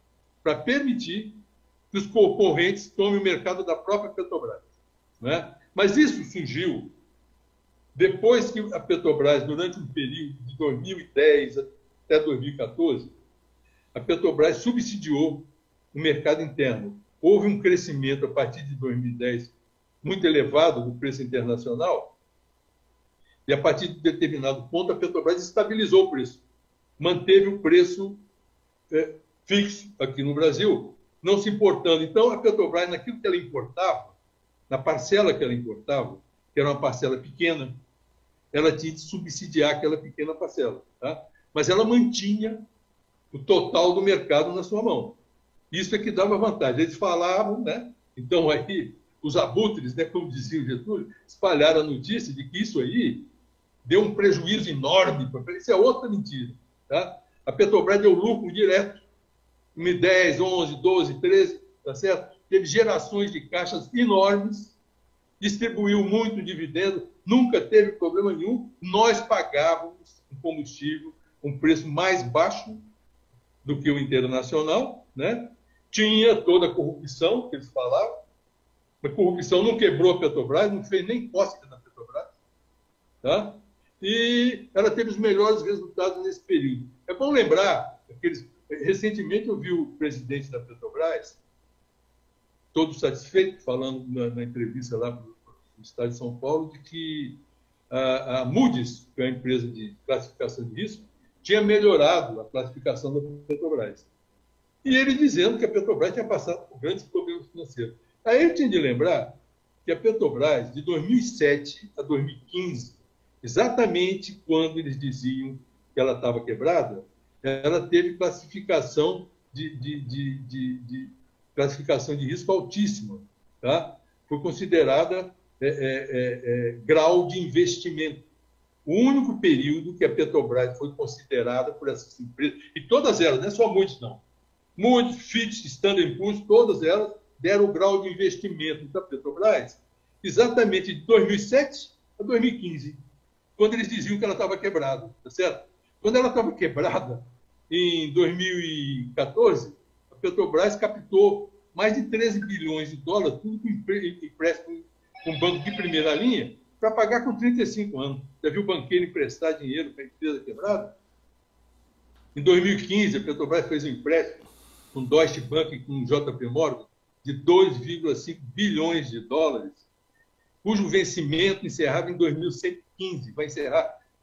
que os concorrentes tomem o mercado da própria Petrobras. Né? Mas isso surgiu depois que a Petrobras, durante um período de 2010 até 2014, a Petrobras subsidiou o mercado interno. Houve um crescimento a partir de 2010 muito elevado do preço internacional, e a partir de determinado ponto a Petrobras estabilizou o preço, manteve o preço fixo aqui no Brasil, não se importando. Então, a Petrobras, naquilo que ela importava, na parcela que ela importava, que era uma parcela pequena, ela tinha de subsidiar aquela pequena parcela. Tá? Mas ela mantinha o total do mercado na sua mão. Isso é que dava vantagem. Eles falavam, né? Então, aí, os abutres, né, como dizia o Getúlio, espalharam a notícia de que isso aí deu um prejuízo enorme. Isso é outra mentira. Tá? A Petrobras deu lucro direto. 2010, 11, 12, 13, tá certo? Teve gerações de caixas enormes, distribuiu muito dividendo, nunca teve problema nenhum. Nós pagávamos um combustível com um preço mais baixo do que o internacional, né? Tinha toda a corrupção que eles falavam. A corrupção não quebrou a Petrobras, não fez nem cócega na Petrobras, tá? E ela teve os melhores resultados nesse período. É bom lembrar aqueles. Recentemente eu vi o presidente da Petrobras, todo satisfeito, falando na entrevista lá no estado de São Paulo, de que a Moody's, que é a empresa de classificação de risco, tinha melhorado a classificação da Petrobras. E ele dizendo que a Petrobras tinha passado por grandes problemas financeiros. Aí eu tinha de lembrar que a Petrobras, de 2007 a 2015, exatamente quando eles diziam que ela estava quebrada, ela teve classificação classificação de risco altíssima. Tá? Foi considerada grau de investimento. O único período que a Petrobras foi considerada por essas empresas, e todas elas, não é só Moody's, não. Moody's, Fitch, Standard & Poor's, todas elas deram o grau de investimento da Petrobras exatamente de 2007 a 2015, quando eles diziam que ela estava quebrada, tá certo? Quando ela estava quebrada, em 2014, a Petrobras captou mais de 13 bilhões de dólares, tudo com empréstimo com banco de primeira linha, para pagar com 35 anos. Já viu o banqueiro emprestar dinheiro para a empresa quebrada? Em 2015, a Petrobras fez um empréstimo com Deutsche Bank e com JP Morgan de 2,5 bilhões de dólares, cujo vencimento encerrava em 2115, vai encerrar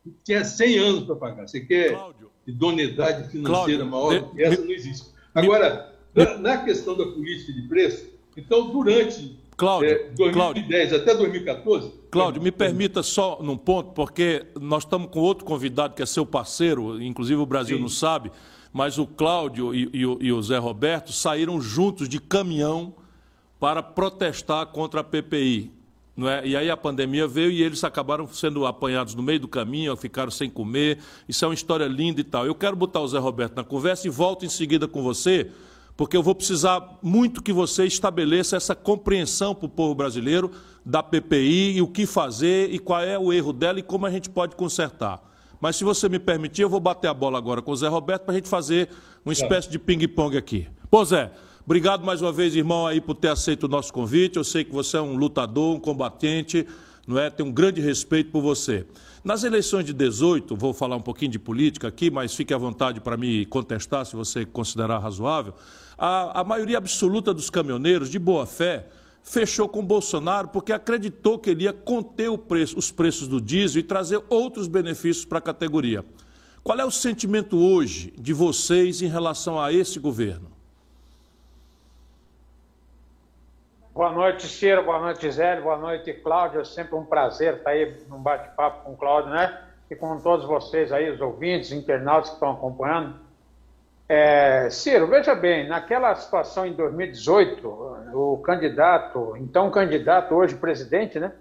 tinha 100 anos para pagar. Você quer Cláudio, idoneidade financeira maior do que essa? Não existe. Agora, na questão da política de preço, então, durante 2010 até 2014... Cláudio, me permita só num ponto, porque nós estamos com outro convidado que é seu parceiro, inclusive o Brasil não sabe, mas o Cláudio e o Zé Roberto saíram juntos de caminhão para protestar contra a PPI. Não é? E aí a pandemia veio e eles acabaram sendo apanhados no meio do caminho, ficaram sem comer. Isso é uma história linda e tal. Eu quero botar o Zé Roberto na conversa e volto em seguida com você, porque eu vou precisar muito que você estabeleça essa compreensão para o povo brasileiro da PPI e o que fazer e qual é o erro dela e como a gente pode consertar. Mas se você me permitir, eu vou bater a bola agora com o Zé Roberto para a gente fazer uma espécie de ping-pong aqui. Pô, Zé, obrigado mais uma vez, irmão, aí por ter aceito o nosso convite. Eu sei que você é um lutador, um combatente, não é? Tenho um grande respeito por você. Nas eleições de 18, vou falar um pouquinho de política aqui, mas fique à vontade para me contestar, se você considerar razoável. A maioria absoluta dos caminhoneiros, de boa fé, fechou com o Bolsonaro porque acreditou que ele ia conter os preços do diesel e trazer outros benefícios para a categoria. Qual é o sentimento hoje de vocês em relação a esse governo? Boa noite, Ciro. Boa noite, Zé. Boa noite, Cláudio. É sempre um prazer estar aí num bate-papo com o Cláudio, né? E com todos vocês aí, os ouvintes, internautas que estão acompanhando. Ciro, veja bem, naquela situação em 2018, o candidato, então candidato, hoje presidente, né?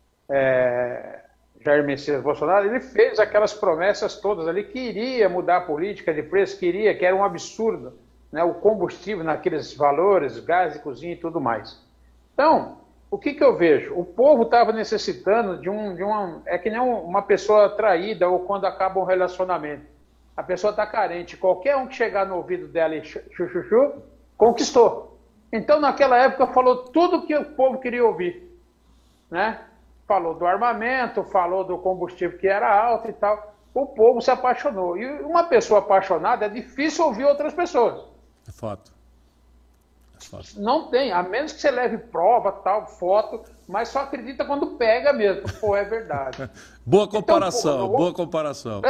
Jair Messias Bolsonaro, ele fez aquelas promessas todas ali, que iria mudar a política de preço, que era um absurdo, né? O combustível naqueles valores, gás de cozinha e tudo mais. Então, o que eu vejo? O povo estava necessitando de é que nem uma pessoa traída ou quando acaba um relacionamento. A pessoa está carente. Qualquer um que chegar no ouvido dela e chuchuchu, conquistou. Então, naquela época, falou tudo que o povo queria ouvir, né? Falou do armamento, falou do combustível que era alto e tal. O povo se apaixonou. E uma pessoa apaixonada é difícil ouvir outras pessoas. É fato. Não tem, a menos que você leve prova, tal, foto, mas só acredita quando pega mesmo. Pô, é verdade. Boa comparação, então, boa comparação.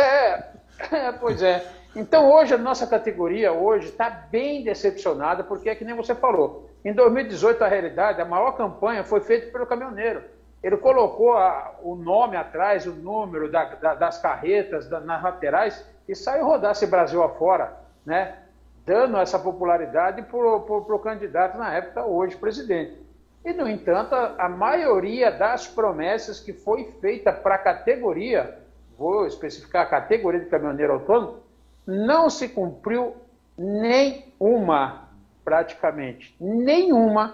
Pois é. Então hoje a nossa categoria está bem decepcionada, porque é que nem você falou. Em 2018, a realidade, a maior campanha foi feita pelo caminhoneiro. Ele colocou o nome atrás, o número das carretas nas laterais e saiu rodar esse Brasil afora, né? Dando essa popularidade para o candidato na época, hoje presidente. E, no entanto, a maioria das promessas que foi feita para a categoria, vou especificar a categoria de caminhoneiro autônomo, não se cumpriu nenhuma, praticamente. Nenhuma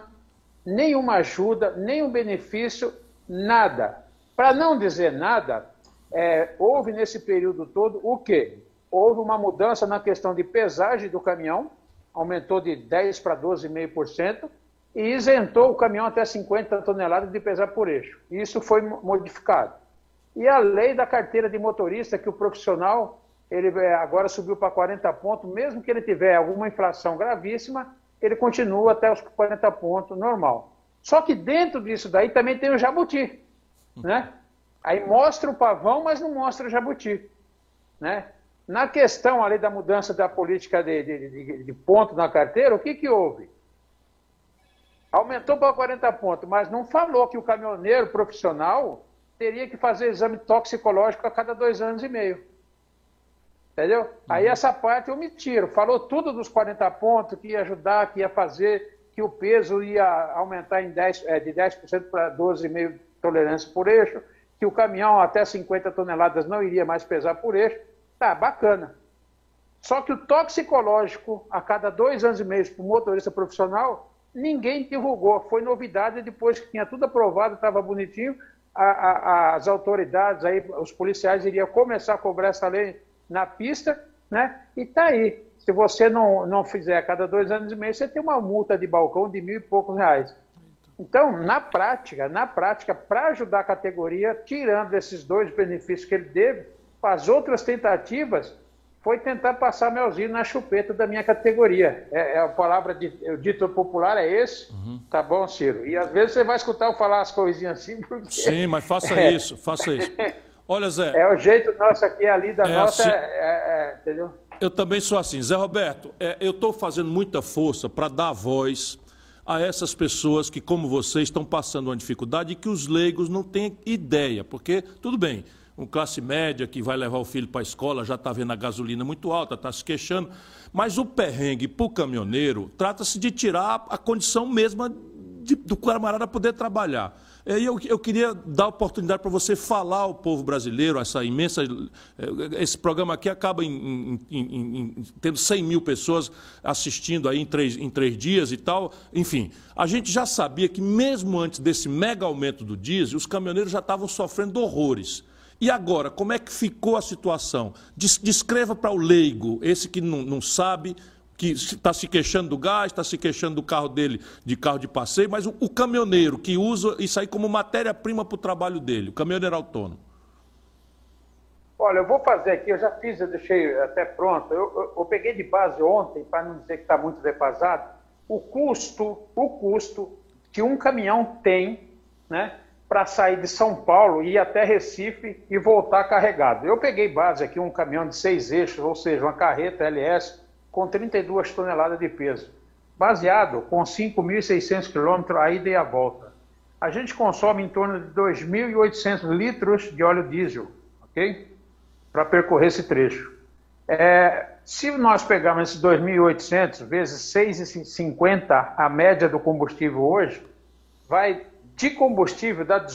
ajuda, nenhum benefício, nada. Para não dizer nada, houve nesse período todo o quê? Houve uma mudança na questão de pesagem do caminhão, aumentou de 10% para 12,5%, e isentou o caminhão até 50 toneladas de pesar por eixo. Isso foi modificado. E a lei da carteira de motorista, que o profissional ele agora subiu para 40 pontos, mesmo que ele tiver alguma infração gravíssima, ele continua até os 40 pontos normal. Só que dentro disso daí também tem o jabuti, né? Aí mostra o pavão, mas não mostra o jabuti, né? Na questão ali da mudança da política de ponto na carteira, o que houve? Aumentou para 40 pontos, mas não falou que o caminhoneiro profissional teria que fazer exame toxicológico a cada 2 anos e meio. Entendeu? Aí essa parte omitiram. Falou tudo dos 40 pontos, que ia ajudar, que ia fazer, que o peso ia aumentar de 10% para 12,5% tolerância por eixo, que o caminhão até 50 toneladas não iria mais pesar por eixo. Tá, bacana. Só que o toxicológico, a cada 2 anos e meio para o motorista profissional, ninguém divulgou. Foi novidade depois que tinha tudo aprovado, estava bonitinho. As autoridades, aí, os policiais iriam começar a cobrar essa lei na pista, né? E está aí. Se você não fizer a cada 2 anos e meio, você tem uma multa de balcão de R$1.000 e poucos. Então, na prática, para ajudar a categoria, tirando esses 2 benefícios que ele teve, as outras tentativas foi tentar passar melzinho na chupeta da minha categoria. A palavra, o dito popular é esse, tá bom, Ciro? E às vezes você vai escutar eu falar as coisinhas assim, porque... Sim, mas faça isso, faça isso. Olha, Zé... É o jeito nosso aqui, ali da nossa, assim, entendeu? Eu também sou assim. Zé Roberto, eu estou fazendo muita força para dar voz a essas pessoas que, como vocês, estão passando uma dificuldade e que os leigos não têm ideia. Porque, tudo bem, um classe média que vai levar o filho para a escola já está vendo a gasolina muito alta, está se queixando. Mas o perrengue para o caminhoneiro trata-se de tirar a condição mesma do camarada poder trabalhar. Eu queria dar a oportunidade para você falar ao povo brasileiro, esse programa aqui acaba tendo 100 mil pessoas assistindo aí em três dias e tal. Enfim, a gente já sabia que mesmo antes desse mega aumento do diesel, os caminhoneiros já estavam sofrendo horrores. E agora, como é que ficou a situação? Descreva para o leigo, esse que não sabe, que está se queixando do gás, está se queixando do carro dele, de carro de passeio, mas o caminhoneiro que usa isso aí como matéria-prima para o trabalho dele, o caminhoneiro autônomo. Olha, eu vou fazer aqui, eu já fiz, eu deixei até pronto, eu peguei de base ontem, para não dizer que está muito defasado, o custo que um caminhão tem, né, para sair de São Paulo e ir até Recife e voltar carregado. Eu peguei base aqui, um caminhão de 6 eixos, ou seja, uma carreta LS, com 32 toneladas de peso, baseado com 5.600 quilômetros a ida e a volta. A gente consome em torno de 2.800 litros de óleo diesel, ok? Para percorrer esse trecho. Se nós pegarmos esses 2.800 vezes 6,50 a média do combustível hoje, vai de combustível dar R$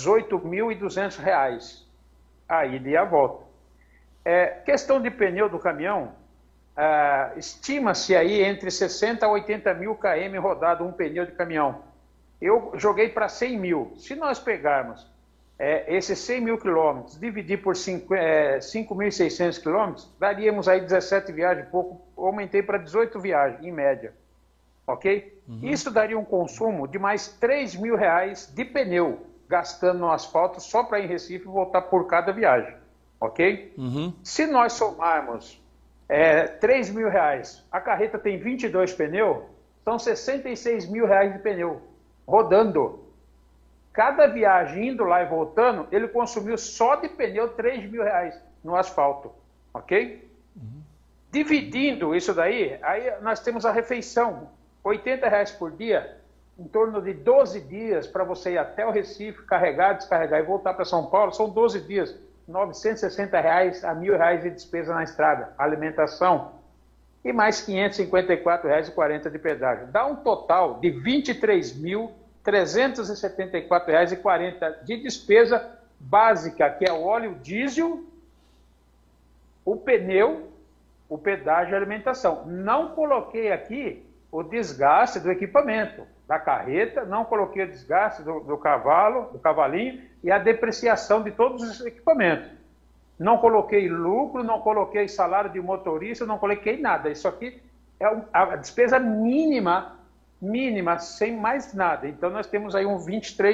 18.200 a ida e a volta. Questão de pneu do caminhão, estima-se aí entre 60 a 80 mil km rodado um pneu de caminhão. Eu joguei para 100 mil. Se nós pegarmos esses 100 mil quilômetros, dividir por 5.600 quilômetros, daríamos aí 17 viagens, pouco, aumentei para 18 viagens, em média. Ok? Uhum. Isso daria um consumo de mais R$3.000 de pneu, gastando no asfalto só para ir em Recife e voltar por cada viagem. Ok? Uhum. Se nós somarmos R$3.000, a carreta tem 22 pneus, são R$66.000 de pneu, rodando. Cada viagem indo lá e voltando, ele consumiu só de pneu R$3.000 no asfalto, ok? Uhum. Dividindo isso daí, aí nós temos a refeição, R$80 por dia, em torno de 12 dias para você ir até o Recife, carregar, descarregar e voltar para São Paulo, são 12 dias. R$960 a R$1.000 de despesa na estrada, alimentação, e mais R$554,40 de pedágio. Dá um total de R$23.374,40 de despesa básica, que é o óleo diesel, o pneu, o pedágio e a alimentação. Não coloquei aqui o desgaste do equipamento, da carreta, não coloquei o desgaste do cavalinho e a depreciação de todos os equipamentos. Não coloquei lucro, não coloquei salário de motorista, não coloquei nada. Isso aqui é a despesa mínima, sem mais nada. Então nós temos aí uns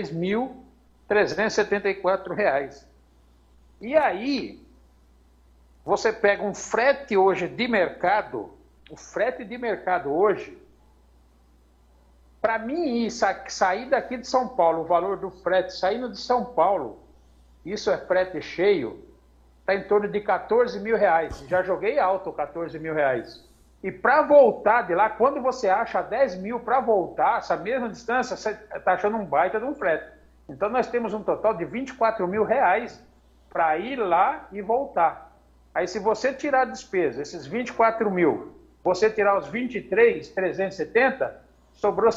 R$23.374. E aí, você pega um frete hoje de mercado, o frete de mercado hoje, para mim sair daqui de São Paulo, o valor do frete saindo de São Paulo, isso é frete cheio, está em torno de R$14.000. Já joguei alto R$14.000. E para voltar de lá, quando você acha 10 mil para voltar, essa mesma distância, você está achando um baita de um frete. Então nós temos um total de R$24.000 para ir lá e voltar. Aí se você tirar a despesa, esses 24 mil, você tirar os 23.370, sobrou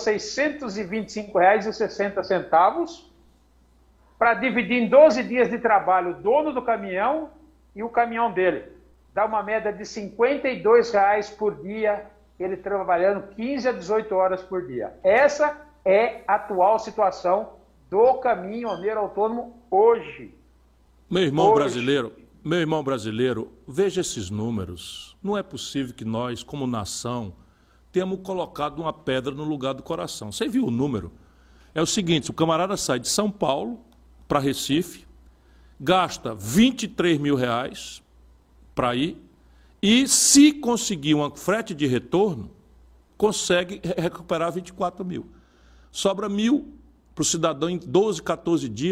R$625,60 para dividir em 12 dias de trabalho o dono do caminhão e o caminhão dele. Dá uma média de R$52 por dia, ele trabalhando 15 a 18 horas por dia. Essa é a atual situação do caminhoneiro autônomo hoje. Meu irmão brasileiro, veja esses números. Não é possível que nós, como nação, temos colocado uma pedra no lugar do coração. Você viu o número? É o seguinte, o camarada sai de São Paulo para Recife, gasta R$23.000 para ir, e se conseguir um frete de retorno, consegue recuperar 24 mil. Sobra 1.000 para o cidadão em 12, 14 dias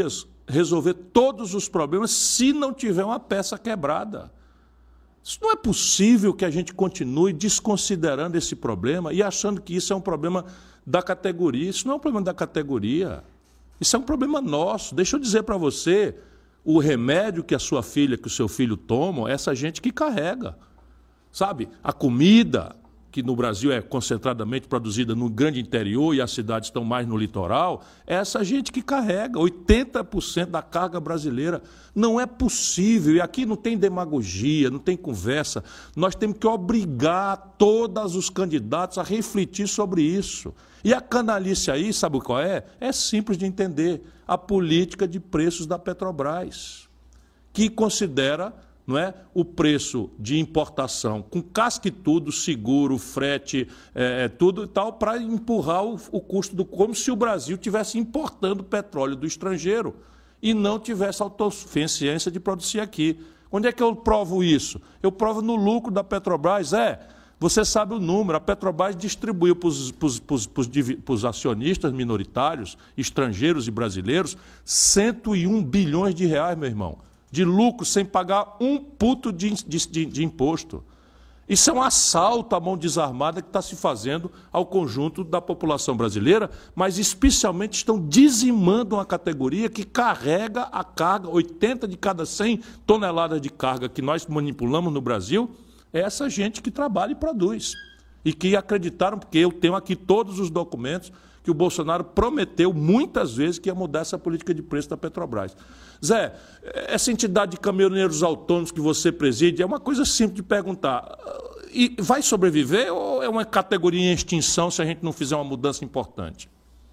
resolver todos os problemas se não tiver uma peça quebrada. Isso não é possível que a gente continue desconsiderando esse problema e achando que isso é um problema da categoria. Isso não é um problema da categoria. Isso é um problema nosso. Deixa eu dizer para você, o remédio que a sua filha, que o seu filho tomam, é essa gente que carrega. Sabe? A comida, que no Brasil é concentradamente produzida no grande interior e as cidades estão mais no litoral, é essa gente que carrega 80% da carga brasileira. Não é possível, e aqui não tem demagogia, não tem conversa, nós temos que obrigar todos os candidatos a refletir sobre isso. E a canalice aí, sabe qual é? É simples de entender, a política de preços da Petrobras, que considera, não é, o preço de importação com casca e tudo, seguro, frete, tudo e tal, para empurrar o custo do... Como se o Brasil estivesse importando petróleo do estrangeiro e não tivesse autossuficiência de produzir aqui. Onde é que eu provo isso? Eu provo no lucro da Petrobras. Você sabe o número, a Petrobras distribuiu para os acionistas minoritários, estrangeiros e brasileiros, 101 bilhões de reais, meu irmão, de lucro sem pagar um puto de imposto. Isso é um assalto à mão desarmada que está se fazendo ao conjunto da população brasileira, mas especialmente estão dizimando uma categoria que carrega a carga, 80 de cada 100 toneladas de carga que nós manipulamos no Brasil, é essa gente que trabalha e produz. E que acreditaram, porque eu tenho aqui todos os documentos que o Bolsonaro prometeu muitas vezes que ia mudar essa política de preço da Petrobras. Zé, essa entidade de caminhoneiros autônomos que você preside, é uma coisa simples de perguntar. E vai sobreviver ou é uma categoria em extinção se a gente não fizer uma mudança importante?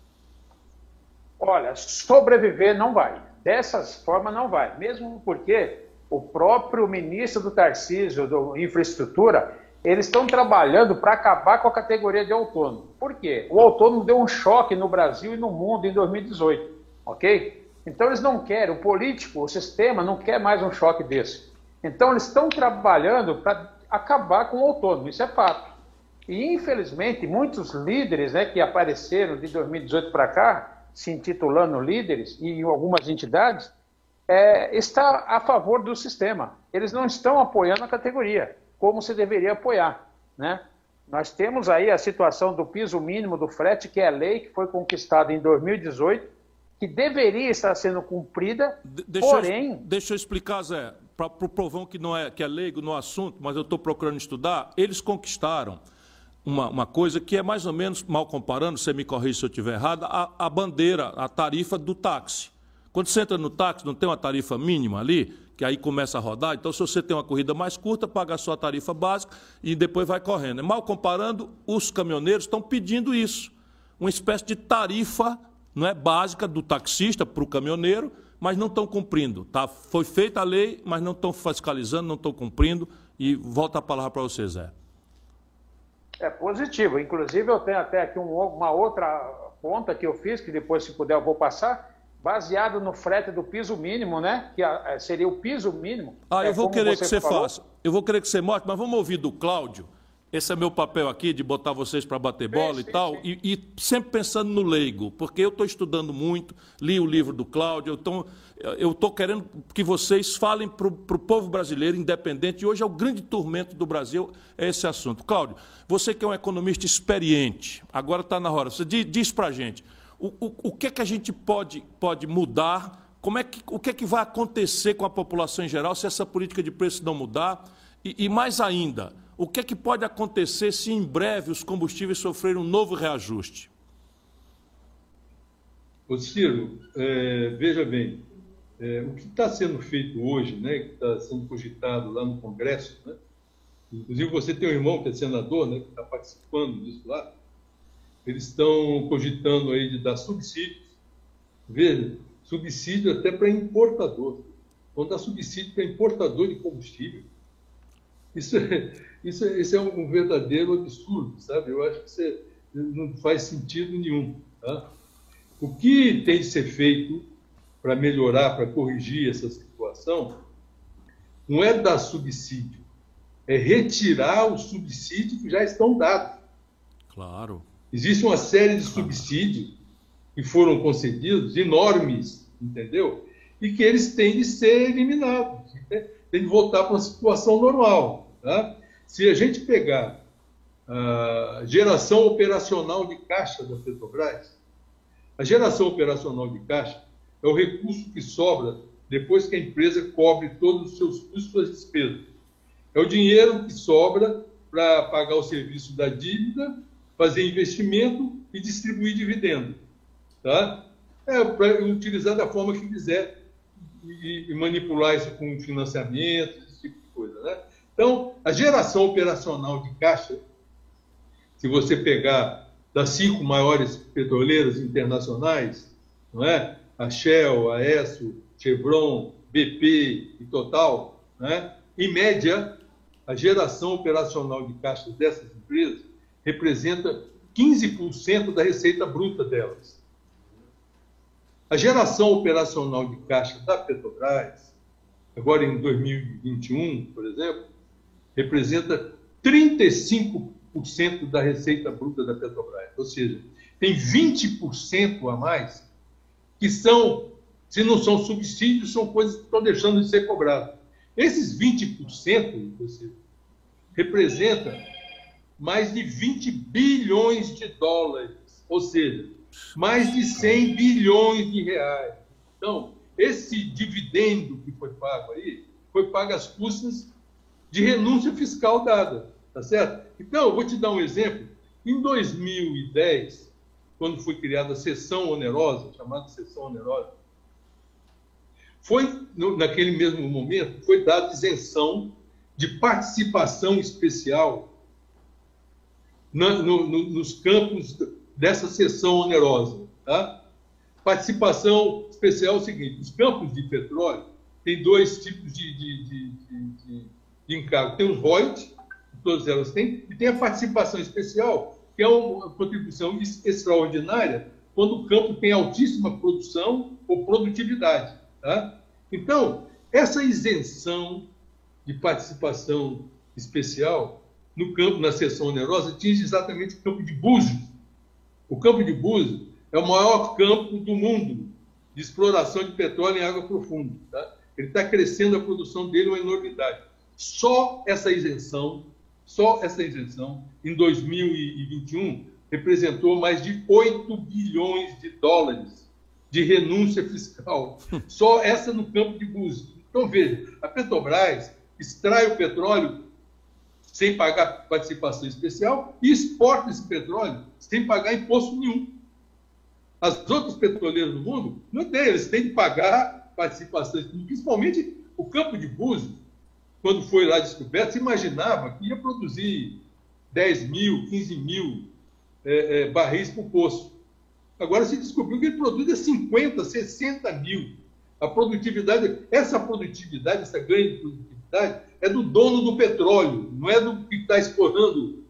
Olha, sobreviver não vai. Dessas formas não vai. Mesmo porque o próprio ministro do Tarcísio, do Infraestrutura, eles estão trabalhando para acabar com a categoria de autônomo. Por quê? O autônomo deu um choque no Brasil e no mundo em 2018, ok? Então eles não querem, o político, o sistema não quer mais um choque desse. Então eles estão trabalhando para acabar com o autônomo, isso é fato. E infelizmente muitos líderes, né, que apareceram de 2018 para cá, se intitulando líderes, e em algumas entidades, está a favor do sistema. Eles não estão apoiando a categoria como se deveria apoiar, né? Nós temos aí a situação do piso mínimo do frete, que é a lei que foi conquistada em 2018, que deveria estar sendo cumprida, porém... Deixa eu explicar, Zé, para o povão que é leigo no assunto, mas eu estou procurando estudar, eles conquistaram uma coisa que é mais ou menos, mal comparando, você me corrige se eu estiver errado, a bandeira, a tarifa do táxi. Quando você entra no táxi, não tem uma tarifa mínima ali, que aí começa a rodar? Então, se você tem uma corrida mais curta, paga a sua tarifa básica e depois vai correndo. Mal comparando, os caminhoneiros estão pedindo isso, uma espécie de tarifa, não é, básica do taxista para o caminhoneiro, mas não estão cumprindo. Tá? Foi feita a lei, mas não estão fiscalizando, não estão cumprindo. E volta a palavra para você, Zé. É positivo. Inclusive, eu tenho até aqui uma outra conta que eu fiz, que depois, se puder, eu vou passar, baseado no frete do piso mínimo, né? Que seria o piso mínimo. Eu vou querer que você faça. Eu vou querer que você mostre, mas vamos ouvir do Cláudio. Esse é meu papel aqui, de botar vocês para bater bola e tal, e sempre pensando no leigo, porque eu estou estudando muito, li o livro do Cláudio, eu estou querendo que vocês falem para o povo brasileiro independente, e hoje é o grande tormento do Brasil, é esse assunto. Cláudio, você que é um economista experiente, agora está na hora, você diz para a gente, o que é que a gente pode mudar, o que é que vai acontecer com a população em geral se essa política de preço não mudar, e mais ainda, o que é que pode acontecer se em breve os combustíveis sofrerem um novo reajuste? Ô Ciro, veja bem, o que está sendo feito hoje, né, que está sendo cogitado lá no Congresso, né, inclusive você tem um irmão que é senador, né, que está participando disso lá, eles estão cogitando aí de dar subsídios, veja, subsídio até para importador, vão dar subsídio para importador de combustível. Isso é um verdadeiro absurdo, sabe? Eu acho que isso não faz sentido nenhum. Tá? O que tem de ser feito para melhorar, para corrigir essa situação, não é dar subsídio, é retirar os subsídios que já estão dados. Claro. Existe uma série de subsídios que foram concedidos, enormes, entendeu? e que eles têm de ser eliminados, têm de voltar para uma situação normal. Tá? Se a gente pegar a geração operacional de caixa da Petrobras, a geração operacional de caixa é o recurso que sobra depois que a empresa cobre todos os seus custos e suas despesas. É o dinheiro que sobra para pagar o serviço da dívida, fazer investimento e distribuir dividendo. Tá? Para utilizar da forma que quiser e manipular isso com financiamento, esse tipo de coisa. Né? Então, a geração operacional de caixa, se você pegar das 5 maiores petroleiras internacionais, não é? A Shell, a Esso, Chevron, BP e Total, né? Em média, a geração operacional de caixa dessas empresas representa 15% da receita bruta delas. A geração operacional de caixa da Petrobras, agora em 2021, por exemplo, representa 35% da receita bruta da Petrobras. Ou seja, tem 20% a mais que são, se não são subsídios, são coisas que estão deixando de ser cobradas. Esses 20% representa mais de 20 bilhões de dólares, ou seja, mais de 100 bilhões de reais. Então, esse dividendo que foi pago aí, foi pago às custas de renúncia fiscal dada, tá certo? Então, eu vou te dar um exemplo. Em 2010, quando foi criada a seção onerosa, chamada seção onerosa, naquele mesmo momento, foi dada isenção de participação especial nos campos dessa seção onerosa. Tá? Participação especial é o seguinte: os campos de petróleo têm 2 tipos de encargo. Tem os royalties, que todas elas têm, e tem a participação especial, que é uma contribuição extraordinária quando o campo tem altíssima produção ou produtividade. Tá? Então, essa isenção de participação especial no campo, na seção onerosa, atinge exatamente o campo de Búzios. O campo de Búzios é o maior campo do mundo de exploração de petróleo em água profunda. Tá? Ele está crescendo a produção dele uma enormidade. Só essa isenção, em 2021, representou mais de 8 bilhões de dólares de renúncia fiscal. Só essa no campo de Búzios. Então, veja, a Petrobras extrai o petróleo sem pagar participação especial e exporta esse petróleo sem pagar imposto nenhum. As outras petroleiras do mundo não têm, eles têm de pagar participação, principalmente o campo de Búzios, quando foi lá descoberto, se imaginava que ia produzir 10 mil, 15 mil barris por poço. Agora se descobriu que ele produz 50, 60 mil. A produtividade, essa ganho de produtividade, é do dono do petróleo, não é do que está explorando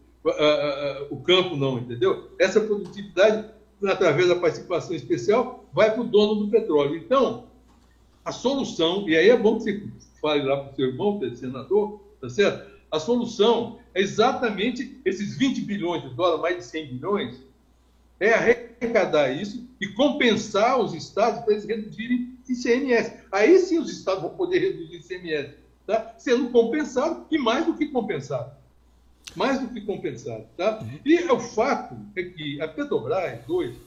o campo, não, entendeu? Essa produtividade, através da participação especial, vai para o dono do petróleo. Então, a solução, e aí é bom que você fale lá para o seu irmão, que é senador, tá certo? A solução é exatamente esses 20 bilhões de dólares, mais de 100 bilhões, é arrecadar isso e compensar os estados para eles reduzirem ICMS. Aí sim os estados vão poder reduzir ICMS, tá? Sendo compensado e mais do que compensado. Mais do que compensado, tá? E o fato é que a Petrobras, hoje,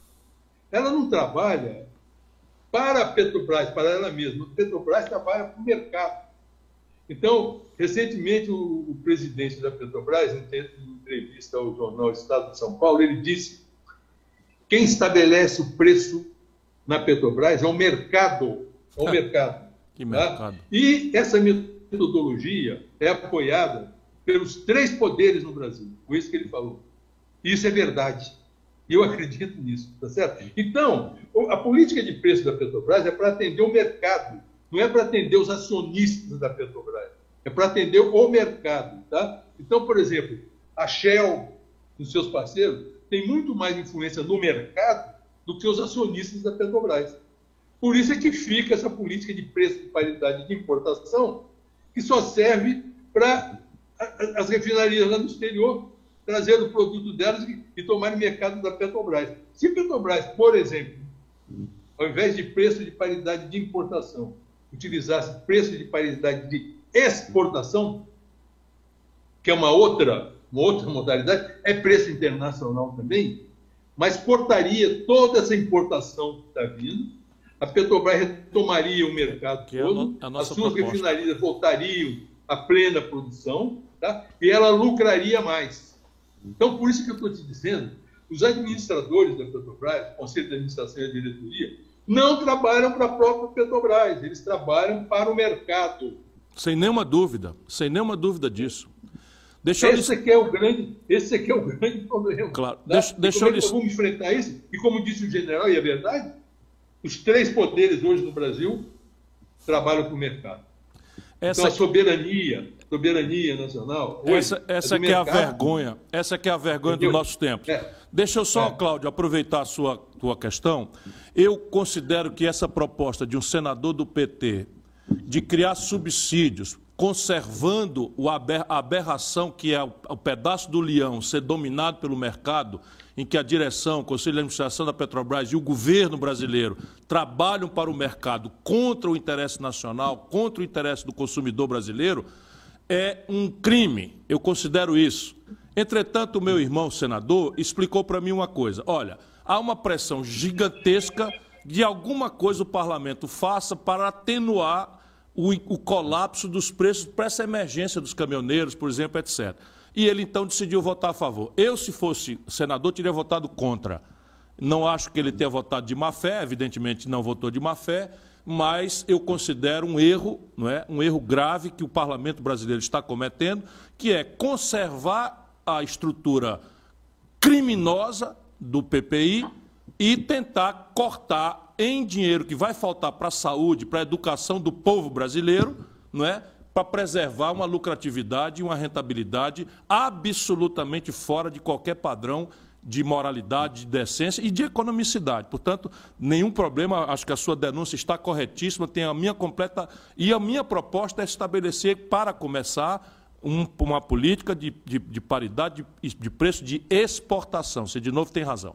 ela não trabalha para a Petrobras, para ela mesma. A Petrobras trabalha para o mercado. Então, recentemente, o presidente da Petrobras, em entrevista ao jornal Estado de São Paulo, ele disse: quem estabelece o preço na Petrobras é o mercado. É o mercado. Que mercado? Tá? E essa metodologia é apoiada pelos 3 poderes no Brasil. Foi isso que ele falou. Isso é verdade. E eu acredito nisso, tá certo? Então, a política de preço da Petrobras é para atender o mercado, não é para atender os acionistas da Petrobras, é para atender o mercado, tá? Então, por exemplo, a Shell, os seus parceiros, tem muito mais influência no mercado do que os acionistas da Petrobras. Por isso é que fica essa política de preço de paridade de importação, que só serve para as refinarias lá no exterior trazer o produto delas e tomar o mercado da Petrobras. Se a Petrobras, por exemplo, ao invés de preço de paridade de importação, utilizasse preço de paridade de exportação, que é uma outra modalidade, é preço internacional também, mas cortaria toda essa importação que está vindo, a Petrobras retomaria o mercado todo, as suas refinarias voltariam à plena produção, tá? E ela lucraria mais. Então, por isso que eu estou te dizendo, os administradores da Petrobras, o Conselho de Administração e a diretoria, não trabalham para a própria Petrobras, eles trabalham para o mercado. Sem nenhuma dúvida disso. Esse aqui é o grande problema. Claro. Tá? Vamos enfrentar isso? E como disse o general, e é verdade, os 3 poderes hoje no Brasil trabalham para o mercado. Então a soberania nacional... Essa que é a vergonha. Essa que é a vergonha do nosso tempo. Deixa eu só, Cláudio, aproveitar a tua questão. Eu considero que essa proposta de um senador do PT de criar subsídios, conservando a aberração que é o pedaço do leão ser dominado pelo mercado, em que a direção, o Conselho de Administração da Petrobras e o governo brasileiro trabalham para o mercado contra o interesse nacional, contra o interesse do consumidor brasileiro, é um crime. Eu considero isso. Entretanto, o meu irmão senador explicou para mim uma coisa. Olha, há uma pressão gigantesca de alguma coisa o parlamento faça para atenuar o colapso dos preços para essa emergência dos caminhoneiros, por exemplo, etc. E ele, então, decidiu votar a favor. Eu, se fosse senador, teria votado contra. Não acho que ele tenha votado de má fé, evidentemente não votou de má fé, mas eu considero um erro, não é? Um erro grave que o parlamento brasileiro está cometendo, que é conservar a estrutura criminosa do PPI e tentar cortar em dinheiro que vai faltar para a saúde, para a educação do povo brasileiro, não é? Para preservar uma lucratividade e uma rentabilidade absolutamente fora de qualquer padrão de moralidade, de decência e de economicidade. Portanto, nenhum problema, acho que a sua denúncia está corretíssima, tem a minha completa... E a minha proposta é estabelecer, para começar, uma política de paridade de preço de exportação. Você, de novo, tem razão.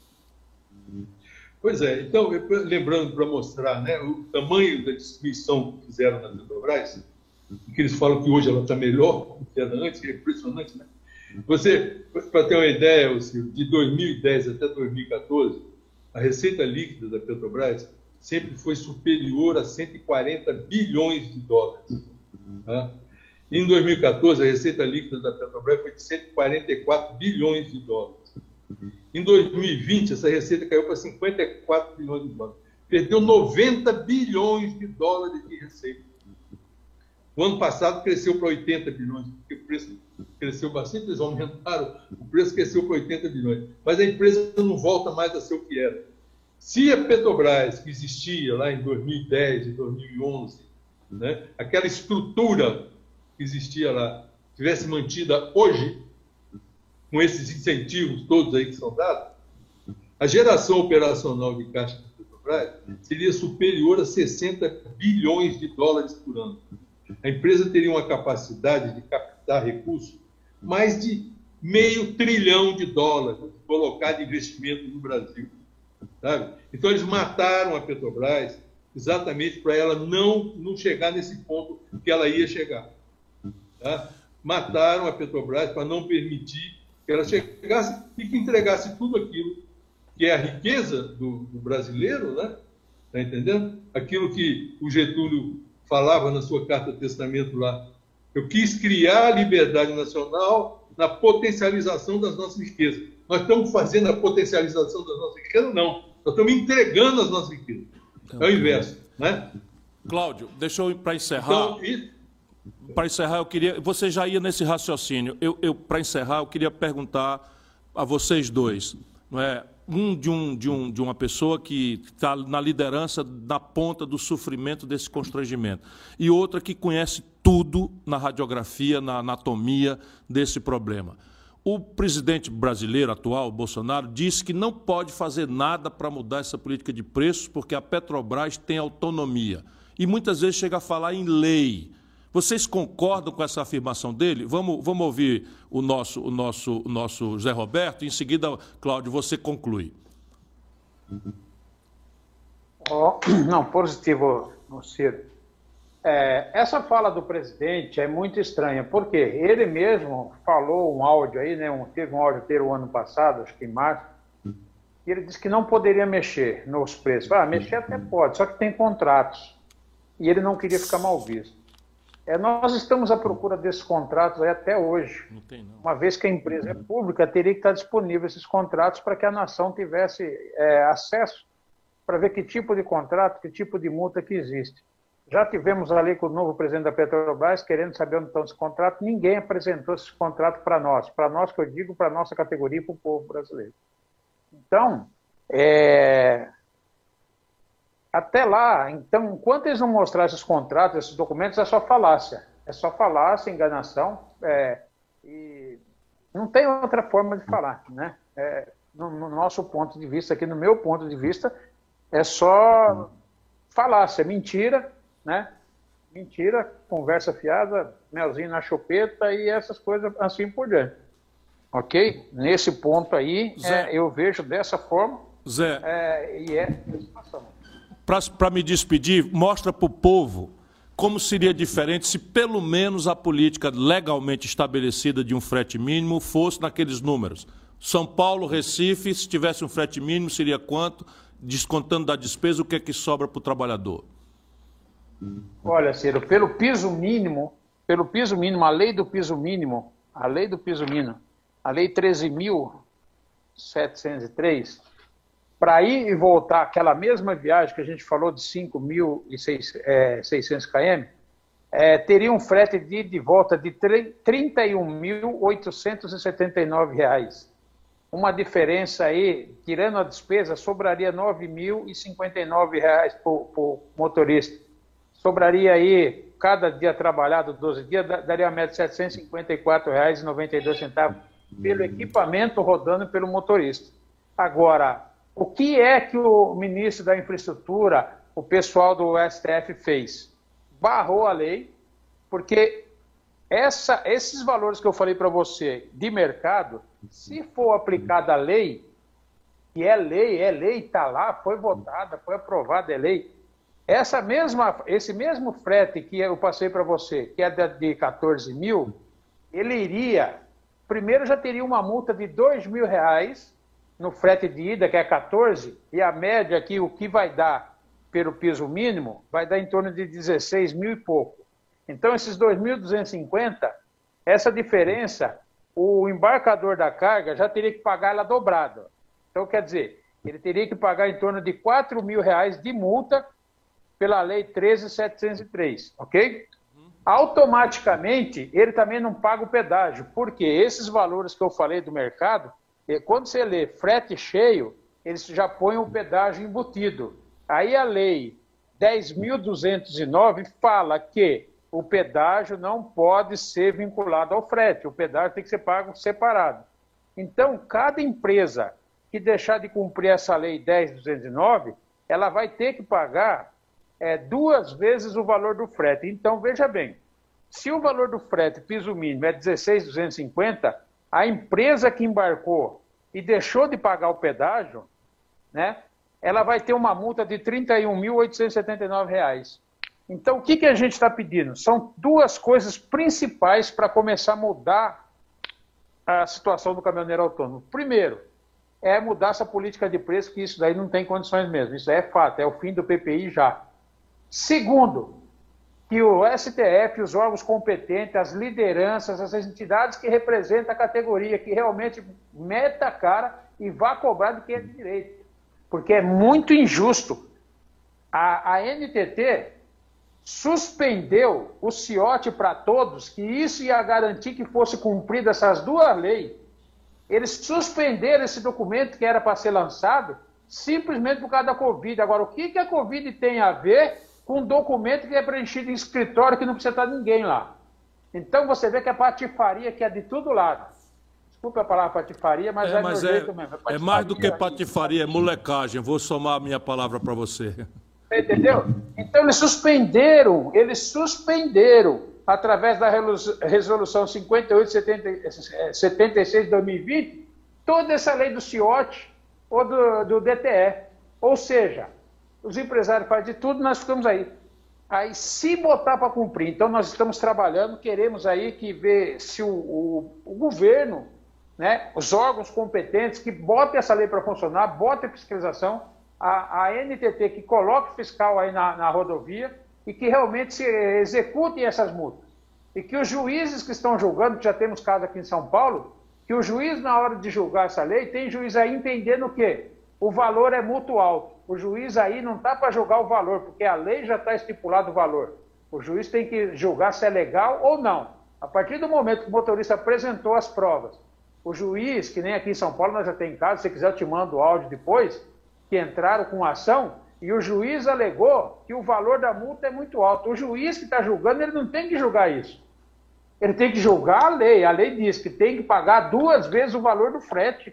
Pois é, então, lembrando para mostrar, né, o tamanho da destruição que fizeram na Petrobras, que eles falam que hoje ela está melhor do que era antes, é impressionante, né? Você, para ter uma ideia, de 2010 até 2014, a receita líquida da Petrobras sempre foi superior a 140 bilhões de dólares. Tá? Em 2014, a receita líquida da Petrobras foi de 144 bilhões de dólares. Em 2020, essa receita caiu para 54 bilhões de dólares. Perdeu 90 bilhões de dólares de receita. O ano passado cresceu para 80 bilhões, porque o preço cresceu bastante, eles aumentaram, o preço cresceu para 80 bilhões. Mas a empresa não volta mais a ser o que era. Se a Petrobras, que existia lá em 2010 e 2011, né, aquela estrutura que existia lá, tivesse mantida hoje, com esses incentivos todos aí que são dados, a geração operacional de caixa da Petrobras seria superior a 60 bilhões de dólares por ano. A empresa teria uma capacidade de captar recursos mais de $500 bilhão colocar de investimento no Brasil. Sabe? Então, eles mataram a Petrobras exatamente para ela não chegar nesse ponto que ela ia chegar. Tá? Mataram a Petrobras para não permitir que ela chegasse e que entregasse tudo aquilo que é a riqueza do brasileiro, né? Tá entendendo? Aquilo que o Getúlio falava na sua carta testamento lá. Eu quis criar a liberdade nacional na potencialização das nossas riquezas. Nós estamos fazendo a potencialização das nossas riquezas? Não. Nós estamos entregando as nossas riquezas. É o inverso, né? Cláudio, deixa eu ir para encerrar. Para encerrar, eu queria... Você já ia nesse raciocínio. Para encerrar, eu queria perguntar a vocês dois, não é? De uma pessoa que está na liderança, na ponta do sofrimento desse constrangimento, e outra que conhece tudo na radiografia, na anatomia desse problema. O presidente brasileiro atual, Bolsonaro, disse que não pode fazer nada para mudar essa política de preços, porque a Petrobras tem autonomia. E muitas vezes chega a falar em lei. Vocês concordam com essa afirmação dele? Vamos ouvir o nosso Zé Roberto, e em seguida, Cláudio, você conclui. Não, positivo, Ciro. Essa fala do presidente é muito estranha, porque ele mesmo falou um áudio aí, né? Teve um áudio dele o ano passado, acho que em março, e ele disse que não poderia mexer nos preços. Mexer até pode, só que tem contratos. E ele não queria ficar mal visto. Nós estamos à procura desses contratos aí até hoje. Não tem, não. Uma vez que a empresa é pública, teria que estar disponível esses contratos para que a nação tivesse acesso para ver que tipo de contrato, que tipo de multa que existe. Já tivemos ali com o novo presidente da Petrobras querendo saber onde estão esses contratos. Ninguém apresentou esses contratos para nós. Para nós, que eu digo, para a nossa categoria e para o povo brasileiro. Então, até lá, então, enquanto eles não mostrarem esses contratos, esses documentos, é só falácia. É só falácia, enganação, e não tem outra forma de falar, né? No nosso ponto de vista, aqui no meu ponto de vista, é só falácia, mentira, né? Mentira, conversa fiada, melzinho na chupeta e essas coisas assim por diante. Ok? Nesse ponto aí, eu vejo dessa forma. Zé, E a situação. Para me despedir, mostra para o povo como seria diferente se pelo menos a política legalmente estabelecida de um frete mínimo fosse naqueles números. São Paulo, Recife, se tivesse um frete mínimo, seria quanto? Descontando da despesa, o que é que sobra para o trabalhador? Olha, Ciro, pelo piso mínimo, a lei do piso mínimo, a lei 13.703, para ir e voltar aquela mesma viagem que a gente falou de 5.600 km, teria um frete de ida e volta de R$ 31.879. Uma diferença aí, tirando a despesa, sobraria R$ 9.059 para o motorista. Sobraria aí, cada dia trabalhado, 12 dias, daria a média de R$ 754,92 pelo equipamento rodando pelo motorista. Agora, o que é que o ministro da Infraestrutura, o pessoal do STF fez? Barrou a lei, porque esses valores que eu falei para você de mercado, se for aplicada a lei, que é lei, está lá, foi votada, foi aprovada, é lei. Esse mesmo frete que eu passei para você, que é de 14 mil, ele iria, primeiro já teria uma multa de R$ 2.000 no frete de ida, que é 14, e a média aqui, o que vai dar pelo piso mínimo, vai dar em torno de 16 mil e pouco. Então, esses 2.250, essa diferença, o embarcador da carga já teria que pagar ela dobrada. Então, quer dizer, ele teria que pagar em torno de R$ 4.000 de multa pela lei 13.703, ok? Automaticamente, ele também não paga o pedágio, porque esses valores que eu falei do mercado, quando você lê frete cheio, eles já põem o pedágio embutido. Aí a lei 10.209 fala que o pedágio não pode ser vinculado ao frete, o pedágio tem que ser pago separado. Então, cada empresa que deixar de cumprir essa lei 10.209, ela vai ter que pagar 2 vezes o valor do frete. Então, veja bem, se o valor do frete, piso mínimo, é 16.250, a empresa que embarcou e deixou de pagar o pedágio, né, ela vai ter uma multa de R$ 31.879. Então, o que a gente está pedindo? São 2 coisas principais para começar a mudar a situação do caminhoneiro autônomo. Primeiro, é mudar essa política de preço, que isso daí não tem condições mesmo. Isso é fato, é o fim do PPI já. Segundo, que o STF, os órgãos competentes, as lideranças, as entidades que representam a categoria, que realmente meta a cara e vá cobrar de quem é de direito. Porque é muito injusto. A NTT suspendeu o CIOT para todos, que isso ia garantir que fosse cumprida essas 2 leis. Eles suspenderam esse documento que era para ser lançado simplesmente por causa da Covid. Agora, o que a Covid tem a ver com um documento que é preenchido em escritório que não precisa estar ninguém lá? Então, você vê que a patifaria que é de todo lado. Desculpa a palavra patifaria, mas é meu jeito mesmo. É mais do que patifaria, é molecagem. Vou somar a minha palavra para você. Entendeu? Então, eles suspenderam, através da resolução 5876 de 2020, toda essa lei do CIOT ou do DTE. Ou seja, os empresários fazem de tudo, nós ficamos aí. Aí, se botar para cumprir, então nós estamos trabalhando, queremos aí que ver se o governo, né, os órgãos competentes que botem essa lei para funcionar, botem a fiscalização, a NTT que coloque fiscal aí na rodovia e que realmente se executem essas multas. E que os juízes que estão julgando, que já temos caso aqui em São Paulo, que o juiz, na hora de julgar essa lei, tem juiz aí entendendo o quê? O valor é muito alto. O juiz aí não está para julgar o valor, porque a lei já está estipulado o valor. O juiz tem que julgar se é legal ou não. A partir do momento que o motorista apresentou as provas, o juiz, que nem aqui em São Paulo nós já tem caso, se você quiser eu te mando o áudio depois, que entraram com ação, e o juiz alegou que o valor da multa é muito alto. O juiz que está julgando, ele não tem que julgar isso. Ele tem que julgar a lei. A lei diz que tem que pagar 2 vezes o valor do frete.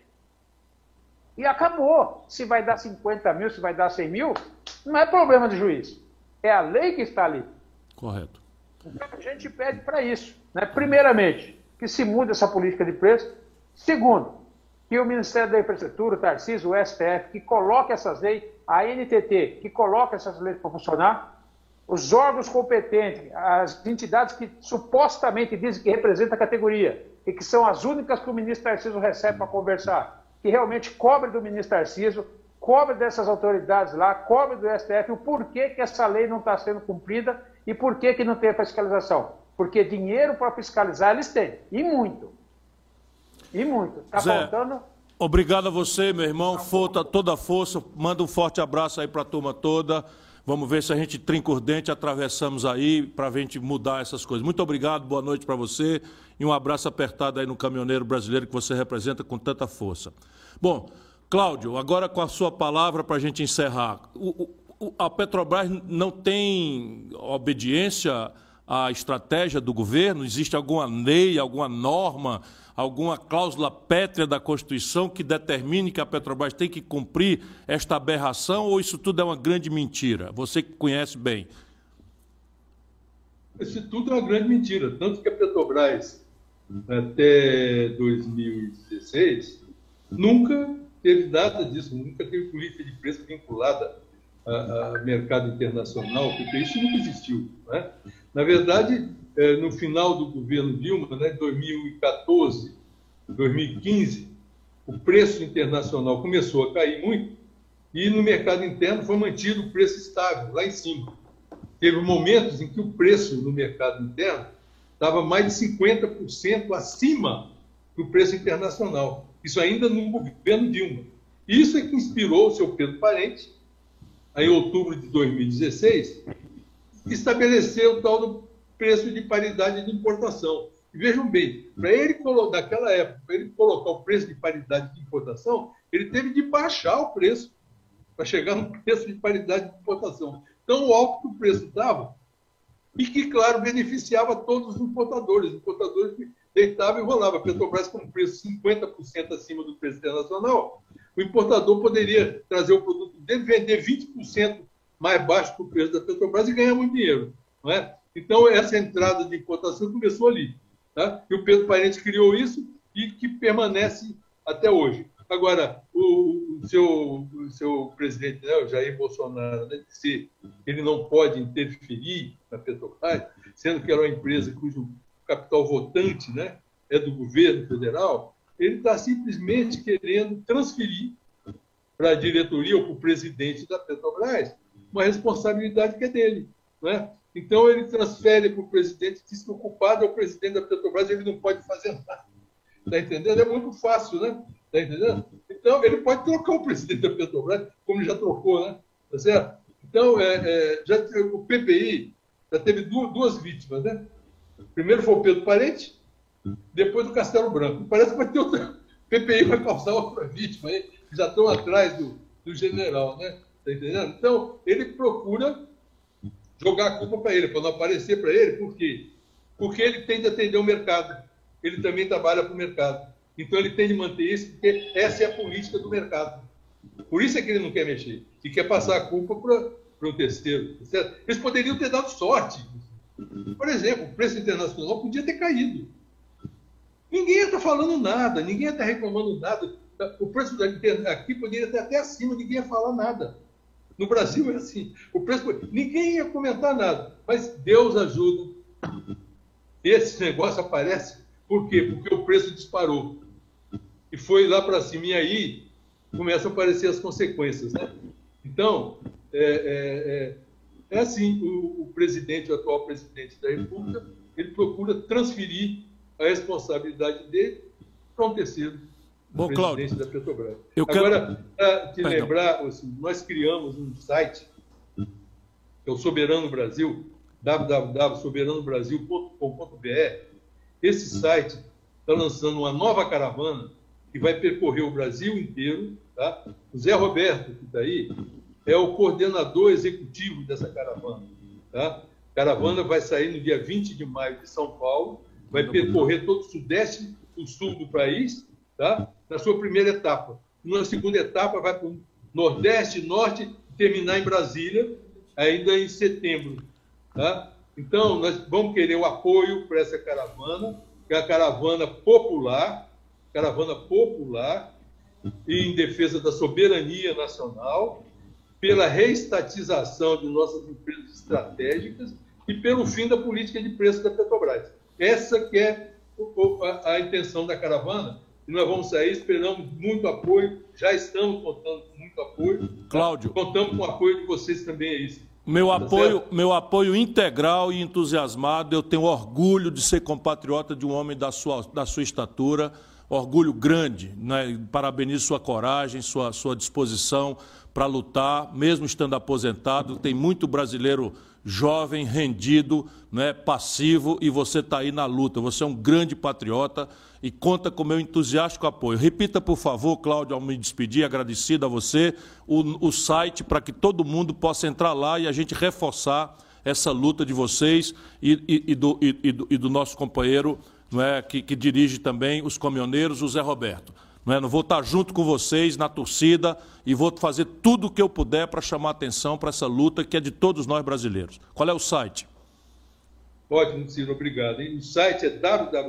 E acabou. Se vai dar 50 mil, se vai dar 100 mil, não é problema do juiz. É a lei que está ali. Correto. Então, a gente pede para isso, né? Primeiramente, que se mude essa política de preço. Segundo, que o Ministério da Infraestrutura, o Tarcísio, o STF, que coloque essas leis, a NTT, que coloque essas leis para funcionar, os órgãos competentes, as entidades que supostamente dizem que representam a categoria e que são as únicas que o ministro Tarcísio recebe para conversar, que realmente cobre do ministro Tarcísio, cobre dessas autoridades lá, cobre do STF, o porquê que essa lei não está sendo cumprida e por que não tem a fiscalização. Porque dinheiro para fiscalizar eles têm, e muito. E muito. Está faltando... Obrigado a você, meu irmão. Toda a força. Manda um forte abraço aí para a turma toda. Vamos ver se a gente trinca os dentes, atravessamos aí para a gente mudar essas coisas. Muito obrigado, boa noite para você e um abraço apertado aí no caminhoneiro brasileiro que você representa com tanta força. Bom, Cláudio, agora com a sua palavra para a gente encerrar. A Petrobras não tem obediência à estratégia do governo? Existe alguma lei, alguma norma, alguma cláusula pétrea da Constituição que determine que a Petrobras tem que cumprir esta aberração ou isso tudo é uma grande mentira? Você que conhece bem. Isso tudo é uma grande mentira. Tanto que a Petrobras, até 2016, nunca teve nada disso, nunca teve política de preço vinculada a mercado internacional, porque isso nunca existiu, né? Na verdade, no final do governo Dilma, né, 2014, 2015, o preço internacional começou a cair muito e no mercado interno foi mantido o preço estável, lá em cima. Teve momentos em que o preço no mercado interno estava mais de 50% acima do preço internacional. Isso ainda no governo Dilma. Isso é que inspirou o seu Pedro Parente, em outubro de 2016, estabelecer o tal do preço de paridade de importação. E vejam bem, para ele, naquela época, para ele colocar o preço de paridade de importação, ele teve de baixar o preço para chegar no preço de paridade de importação. Tão alto que o preço estava e que, claro, beneficiava todos os importadores. Os importadores que deitavam e rolavam. A Petrobras com um preço 50% acima do preço internacional, o importador poderia trazer o produto dele, vender 20% mais baixo que o preço da Petrobras e ganhar muito dinheiro, não é? Então, essa entrada de importação começou ali, tá? E o Pedro Parente criou isso e que permanece até hoje. Agora, o seu presidente, né, o Jair Bolsonaro, né, disse que ele não pode interferir na Petrobras, sendo que era uma empresa cujo capital votante, né, é do governo federal, ele está simplesmente querendo transferir para a diretoria ou para o presidente da Petrobras uma responsabilidade que é dele, não é? Então, ele transfere para o presidente, diz que o culpado é o presidente da Petrobras, ele não pode fazer nada. Está entendendo? É muito fácil, né? Está entendendo? Então, ele pode trocar o presidente da Petrobras, como ele já trocou, né? Tá certo? Então, o PPI já teve duas vítimas, né? Primeiro foi o Pedro Parente, depois o Castelo Branco. Parece que vai ter outra. O PPI vai causar outra vítima aí, que já estão atrás do general, né? Está entendendo? Então, ele procura jogar a culpa para ele, para não aparecer para ele. Por quê? Porque ele tem de atender o mercado. Ele também trabalha para o mercado. Então, ele tem de manter isso, porque essa é a política do mercado. Por isso é que ele não quer mexer. E quer passar a culpa para o terceiro. Certo? Eles poderiam ter dado sorte. Por exemplo, o preço internacional podia ter caído. Ninguém está falando nada, ninguém está reclamando nada. O preço aqui poderia estar até acima, ninguém ia falar nada. No Brasil é assim. O preço, ninguém ia comentar nada, mas Deus ajuda. Esse negócio aparece, por quê? Porque o preço disparou. E foi lá para cima. E aí começam a aparecer as consequências, né? Então, é assim, o presidente, o atual presidente da República, ele procura transferir a responsabilidade dele para um terceiro, o presidente da Petrobras. Agora, para te lembrar, assim, nós criamos um site, que é o Soberano Brasil, www.soberanobrasil.com.br. Esse site está lançando uma nova caravana que vai percorrer o Brasil inteiro. Tá? O Zé Roberto, que está aí, é o coordenador executivo dessa caravana. Tá? A caravana vai sair no dia 20 de maio de São Paulo, vai percorrer todo o sudeste e o sul do país, tá? Na sua primeira etapa. Na segunda etapa, vai para o nordeste, norte, e terminar em Brasília, ainda em setembro. Tá? Então, nós vamos querer o apoio para essa caravana, que é a caravana popular, e em defesa da soberania nacional, pela reestatização de nossas empresas estratégicas e pelo fim da política de preço da Petrobras. Essa que é a intenção da caravana, e nós vamos sair, esperamos muito apoio, já estamos contando com muito apoio. Cláudio. Contamos com o apoio de vocês também, é isso. Meu apoio integral e entusiasmado. Eu tenho orgulho de ser compatriota de um homem da sua estatura, orgulho grande, né? Parabenizo sua coragem, sua disposição para lutar, mesmo estando aposentado. Tem muito brasileiro jovem, rendido, né? Passivo, e você está aí na luta. Você é um grande patriota e conta com o meu entusiástico apoio. Repita, por favor, Cláudio, ao me despedir, agradecido a você, o site para que todo mundo possa entrar lá e a gente reforçar essa luta de vocês e do nosso companheiro, não é, que dirige também os caminhoneiros, o Zé Roberto. Não vou estar junto com vocês na torcida e vou fazer tudo o que eu puder para chamar atenção para essa luta que é de todos nós brasileiros. Qual é o site? Ótimo, Ciro, obrigado. O site é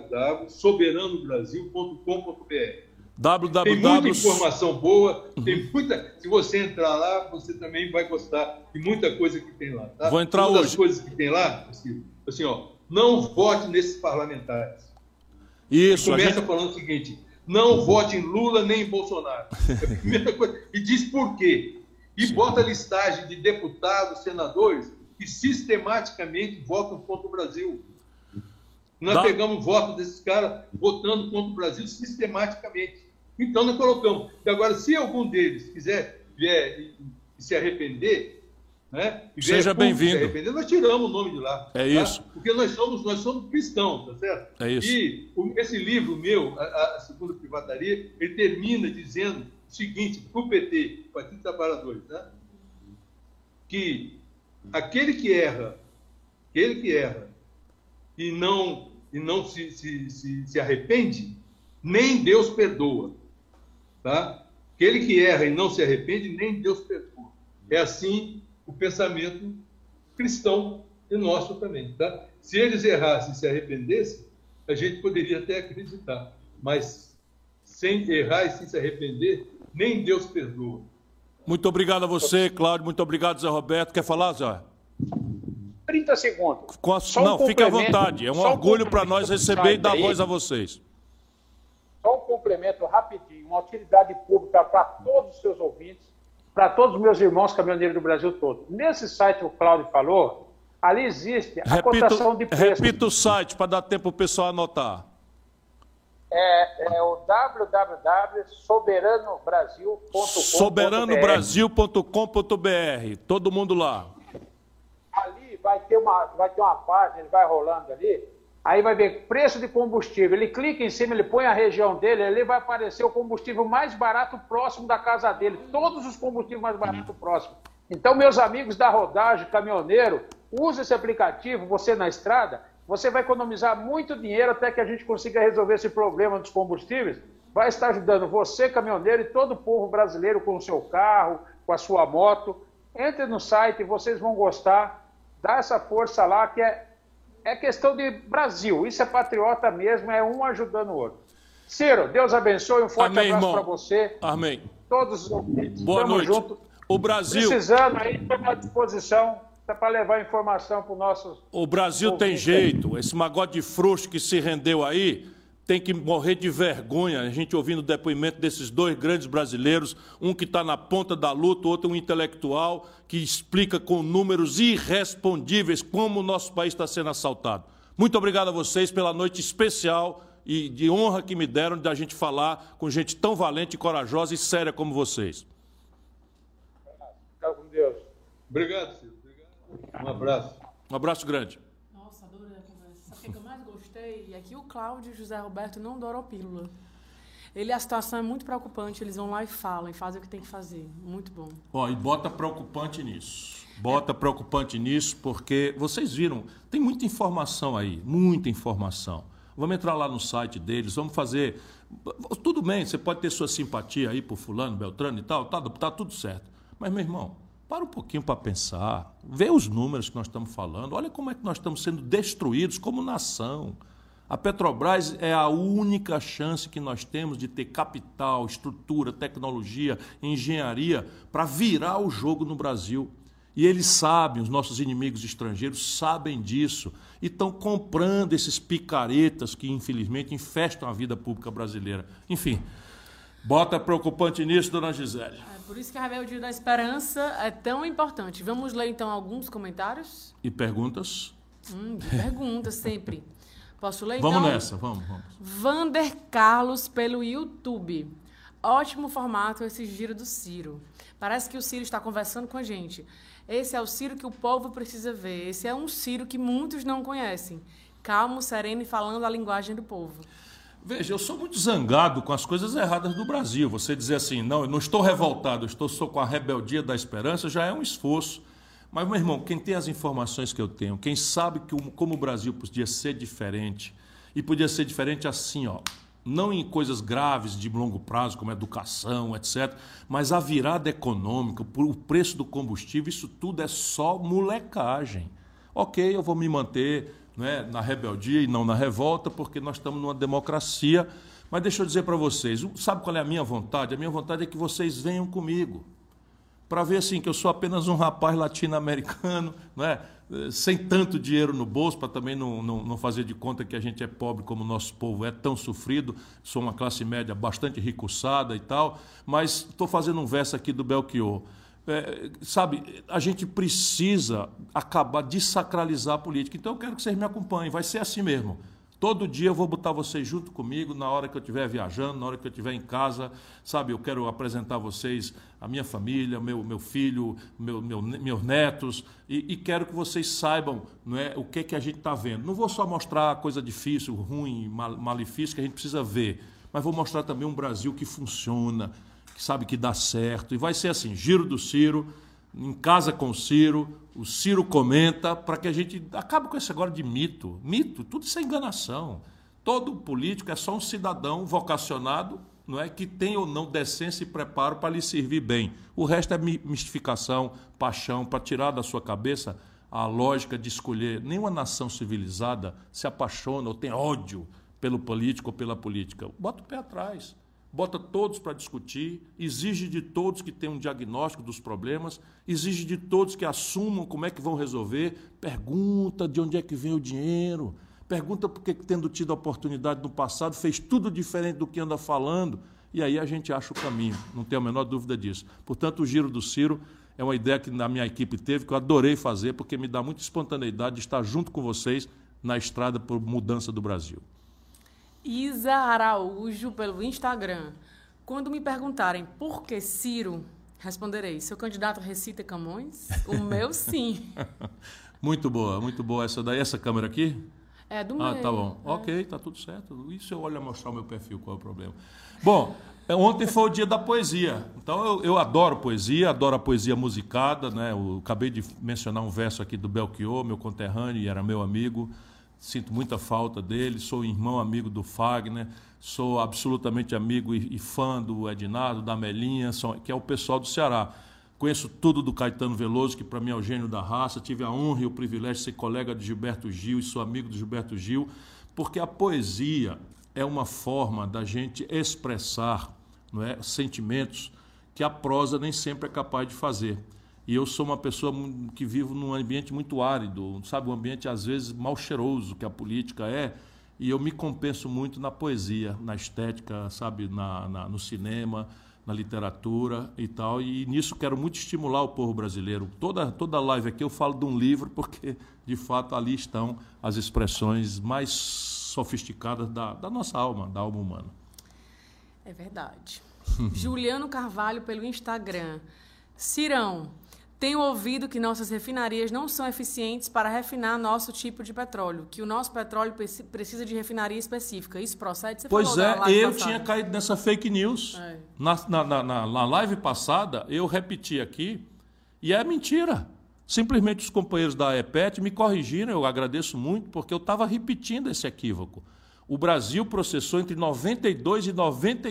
www.soberanobrasil.com.br. Tem muita informação boa, tem muita. Se você entrar lá, você também vai gostar de muita coisa que tem lá. Tá? Vou entrar Uma hoje. das coisas que tem lá, Ciro, assim, ó, não vote nesses parlamentares. Isso. Começa falando o seguinte: não vote em Lula nem em Bolsonaro. É a primeira coisa. E diz por quê. E Sim. bota a listagem de deputados, senadores que sistematicamente votam contra o Brasil. Nós pegamos votos desses caras votando contra o Brasil sistematicamente. Então nós colocamos. E agora, se algum deles quiser vier e se arrepender, né? Seja bem-vindo. Nós tiramos o nome de lá. É isso. Tá? Porque nós somos cristãos, tá certo? É isso. E esse livro meu, a Segunda Privataria, ele termina dizendo o seguinte, para o PT, Partido dos Trabalhadores, né? Que aquele que erra e não se arrepende, nem Deus perdoa. Tá? Aquele que erra e não se arrepende, nem Deus perdoa. É assim o pensamento cristão e nosso também. Tá? Se eles errassem e se arrependessem, a gente poderia até acreditar. Mas sem errar e sem se arrepender, nem Deus perdoa. Muito obrigado a você, Cláudio. Muito obrigado, Zé Roberto. Quer falar, Zé? 30 segundos. Não, fique à vontade. É um orgulho para nós receber e dar voz a vocês. Só um complemento rapidinho. Uma utilidade pública para todos os seus ouvintes, para todos os meus irmãos caminhoneiros do Brasil todo. Nesse site que o Cláudio falou, ali existe a cotação de preços. Repita o site para dar tempo para o pessoal anotar. É o www.soberanobrasil.com.br. Soberanobrasil.com.br. Todo mundo lá. Ali vai ter uma página, ele vai rolando ali, aí vai ver preço de combustível. Ele clica em cima, ele põe a região dele, ali vai aparecer o combustível mais barato próximo da casa dele. Todos os combustíveis mais baratos próximos. Então, meus amigos da rodagem, caminhoneiro, use esse aplicativo, você na estrada, você vai economizar muito dinheiro até que a gente consiga resolver esse problema dos combustíveis. Vai estar ajudando você, caminhoneiro, e todo o povo brasileiro com o seu carro, com a sua moto. Entre no site, vocês vão gostar. Dá essa força lá, que é questão de Brasil. Isso é patriota mesmo, é um ajudando o outro. Ciro, Deus abençoe, um forte abraço para você. Amém. Todos os ouvintes. Boa noite. Junto. O Brasil... Precisando aí, estou à disposição para levar informação para os nossos... O Brasil tem jeito. Esse magote de frouxo que se rendeu aí tem que morrer de vergonha. A gente ouvindo o depoimento desses dois grandes brasileiros, um que está na ponta da luta, outro um intelectual, que explica com números irrespondíveis como o nosso país está sendo assaltado. Muito obrigado a vocês pela noite especial e de honra que me deram de a gente falar com gente tão valente, corajosa e séria como vocês. Fica com Deus. Obrigado, Ciro. Um abraço. Um abraço grande. Nossa, adorei a conversa. Sabe o que eu mais gostei? É que o Cláudio e o José Roberto não douram pílula. A situação é muito preocupante, eles vão lá e falam, e fazem o que tem que fazer. Muito bom. Ó, e bota preocupante nisso. Bota preocupante nisso, porque vocês viram, tem muita informação aí, muita informação. Vamos entrar lá no site deles, vamos fazer... Tudo bem, você pode ter sua simpatia aí por fulano, Beltrano e tal, tá tudo certo. Mas, meu irmão, para um pouquinho para pensar, vê os números que nós estamos falando, olha como é que nós estamos sendo destruídos como nação. A Petrobras é a única chance que nós temos de ter capital, estrutura, tecnologia, engenharia para virar o jogo no Brasil. E eles sabem, os nossos inimigos estrangeiros sabem disso e estão comprando esses picaretas que, infelizmente, infestam a vida pública brasileira. Enfim, bota preocupante nisso, dona Gisele. É por isso que a Rebeldia da Esperança é tão importante. Vamos ler, então, alguns comentários? E perguntas? Perguntas, sempre. Posso ler, então? Vamos então? nessa, vamos. Vander Carlos, pelo YouTube. Ótimo formato esse giro do Ciro. Parece que o Ciro está conversando com a gente. Esse é o Ciro que o povo precisa ver. Esse é um Ciro que muitos não conhecem. Calmo, sereno e falando a linguagem do povo. Veja, eu sou muito zangado com as coisas erradas do Brasil. Você dizer assim, não, eu não estou revoltado, eu estou só com a rebeldia da esperança, já é um esforço. Mas, meu irmão, quem tem as informações que eu tenho, quem sabe como o Brasil podia ser diferente, e podia ser diferente assim, ó, não em coisas graves de longo prazo, como educação, etc., mas a virada econômica, o preço do combustível, isso tudo é só molecagem. Ok, eu vou me manter, né, na rebeldia e não na revolta, porque nós estamos numa democracia, mas deixa eu dizer para vocês, sabe qual é a minha vontade? A minha vontade é que vocês venham comigo, para ver assim, que eu sou apenas um rapaz latino-americano, né, sem tanto dinheiro no bolso, para também não fazer de conta que a gente é pobre como o nosso povo é tão sofrido, sou uma classe média bastante ricuçada e tal, mas estou fazendo um verso aqui do Belchior. Sabe, a gente precisa acabar de sacralizar a política, então eu quero que vocês me acompanhem, vai ser assim mesmo. Todo dia eu vou botar vocês junto comigo, na hora que eu estiver viajando, na hora que eu estiver em casa, sabe? Eu quero apresentar a vocês a minha família, meu filho, meus netos, e quero que vocês saibam, não é, o que a gente está vendo. Não vou só mostrar coisa difícil, ruim, malefício que a gente precisa ver, mas vou mostrar também um Brasil que funciona, que sabe que dá certo. E vai ser assim, giro do Ciro, em casa com o Ciro comenta, para que a gente acabe com esse agora de mito, tudo isso é enganação. Todo político é só um cidadão vocacionado, não é, que tem ou não decência e preparo para lhe servir bem. O resto é mistificação, paixão, para tirar da sua cabeça a lógica de escolher. Nenhuma nação civilizada se apaixona ou tem ódio pelo político ou pela política. Bota o pé atrás. Bota todos para discutir, exige de todos que tenham um diagnóstico dos problemas, exige de todos que assumam como é que vão resolver, pergunta de onde é que vem o dinheiro, pergunta por que, tendo tido a oportunidade no passado, fez tudo diferente do que anda falando, e aí a gente acha o caminho, não tenho a menor dúvida disso. Portanto, o Giro do Ciro é uma ideia que a minha equipe teve, que eu adorei fazer, porque me dá muita espontaneidade de estar junto com vocês na estrada por mudança do Brasil. Isa Araújo, pelo Instagram. Quando me perguntarem por que Ciro, responderei, seu candidato recita Camões? O meu, sim. Muito boa essa daí. Essa câmera aqui? É, do meu. Ah, tá bom. É. Ok, tá tudo certo. Isso eu olho a mostrar o meu perfil, qual é o problema. Bom, ontem foi o dia da poesia. Então eu adoro poesia, adoro a poesia musicada, né? Eu acabei de mencionar um verso aqui do Belchior, meu conterrâneo, e era meu amigo. Sinto muita falta dele, sou irmão amigo do Fagner, sou absolutamente amigo e fã do Ednardo, da Melinha, que é o pessoal do Ceará. Conheço tudo do Caetano Veloso, que para mim é o gênio da raça, tive a honra e o privilégio de ser colega de Gilberto Gil e sou amigo do Gilberto Gil, porque a poesia é uma forma da gente expressar, não é, sentimentos que a prosa nem sempre é capaz de fazer. E eu sou uma pessoa que vivo num ambiente muito árido, sabe? Um ambiente, às vezes, mal cheiroso, que a política é. E eu me compenso muito na poesia, na estética, sabe? No cinema, na literatura e tal. E nisso quero muito estimular o povo brasileiro. Toda live aqui eu falo de um livro, porque, de fato, ali estão as expressões mais sofisticadas da nossa alma, da alma humana. É verdade. Juliano Carvalho, pelo Instagram. Cirão, tenho ouvido que nossas refinarias não são eficientes para refinar nosso tipo de petróleo, que o nosso petróleo precisa de refinaria específica. Isso procede? Você Pois falou é, na live eu passada. tinha caído nessa fake news. É. Na live passada, eu repeti aqui, e é mentira. Simplesmente os companheiros da EPET me corrigiram, eu agradeço muito, porque eu estava repetindo esse equívoco. O Brasil processou entre 92% e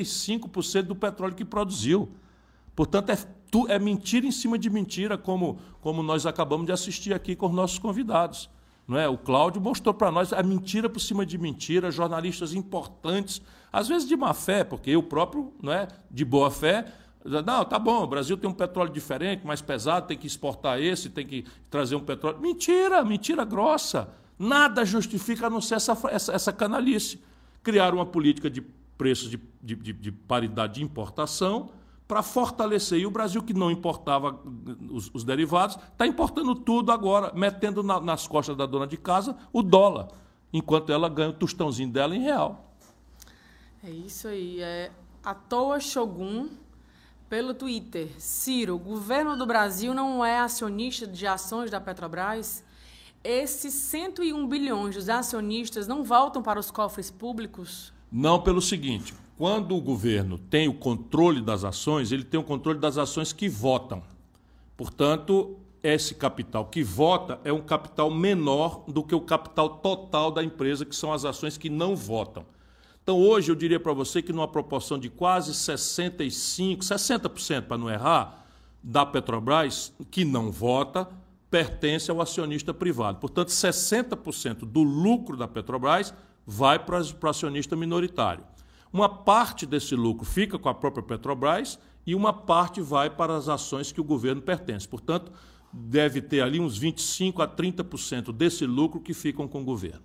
95% do petróleo que produziu. Portanto, é mentira em cima de mentira, como nós acabamos de assistir aqui com os nossos convidados. Não é? O Cláudio mostrou para nós a mentira por cima de mentira, jornalistas importantes, às vezes de má fé, porque eu próprio, não é, de boa fé, não, tá bom, o Brasil tem um petróleo diferente, mais pesado, tem que exportar esse, tem que trazer um petróleo. Mentira grossa. Nada justifica a não ser essa canalice. Criaram uma política de preços de paridade de importação para fortalecer. E o Brasil, que não importava os derivados, está importando tudo agora, metendo nas costas da dona de casa o dólar, enquanto ela ganha o tostãozinho dela em real. É isso aí. É à toa Shogun, pelo Twitter. Ciro, o governo do Brasil não é acionista de ações da Petrobras? Esses 101 bilhões dos acionistas não voltam para os cofres públicos? Não, pelo seguinte, quando o governo tem o controle das ações, ele tem o controle das ações que votam. Portanto, esse capital que vota é um capital menor do que o capital total da empresa, que são as ações que não votam. Então, hoje, eu diria para você que numa proporção de quase 60%, para não errar, da Petrobras, que não vota, pertence ao acionista privado. Portanto, 60% do lucro da Petrobras vai para o acionista minoritário. Uma parte desse lucro fica com a própria Petrobras e uma parte vai para as ações que o governo pertence. Portanto, deve ter ali uns 25% a 30% desse lucro que ficam com o governo.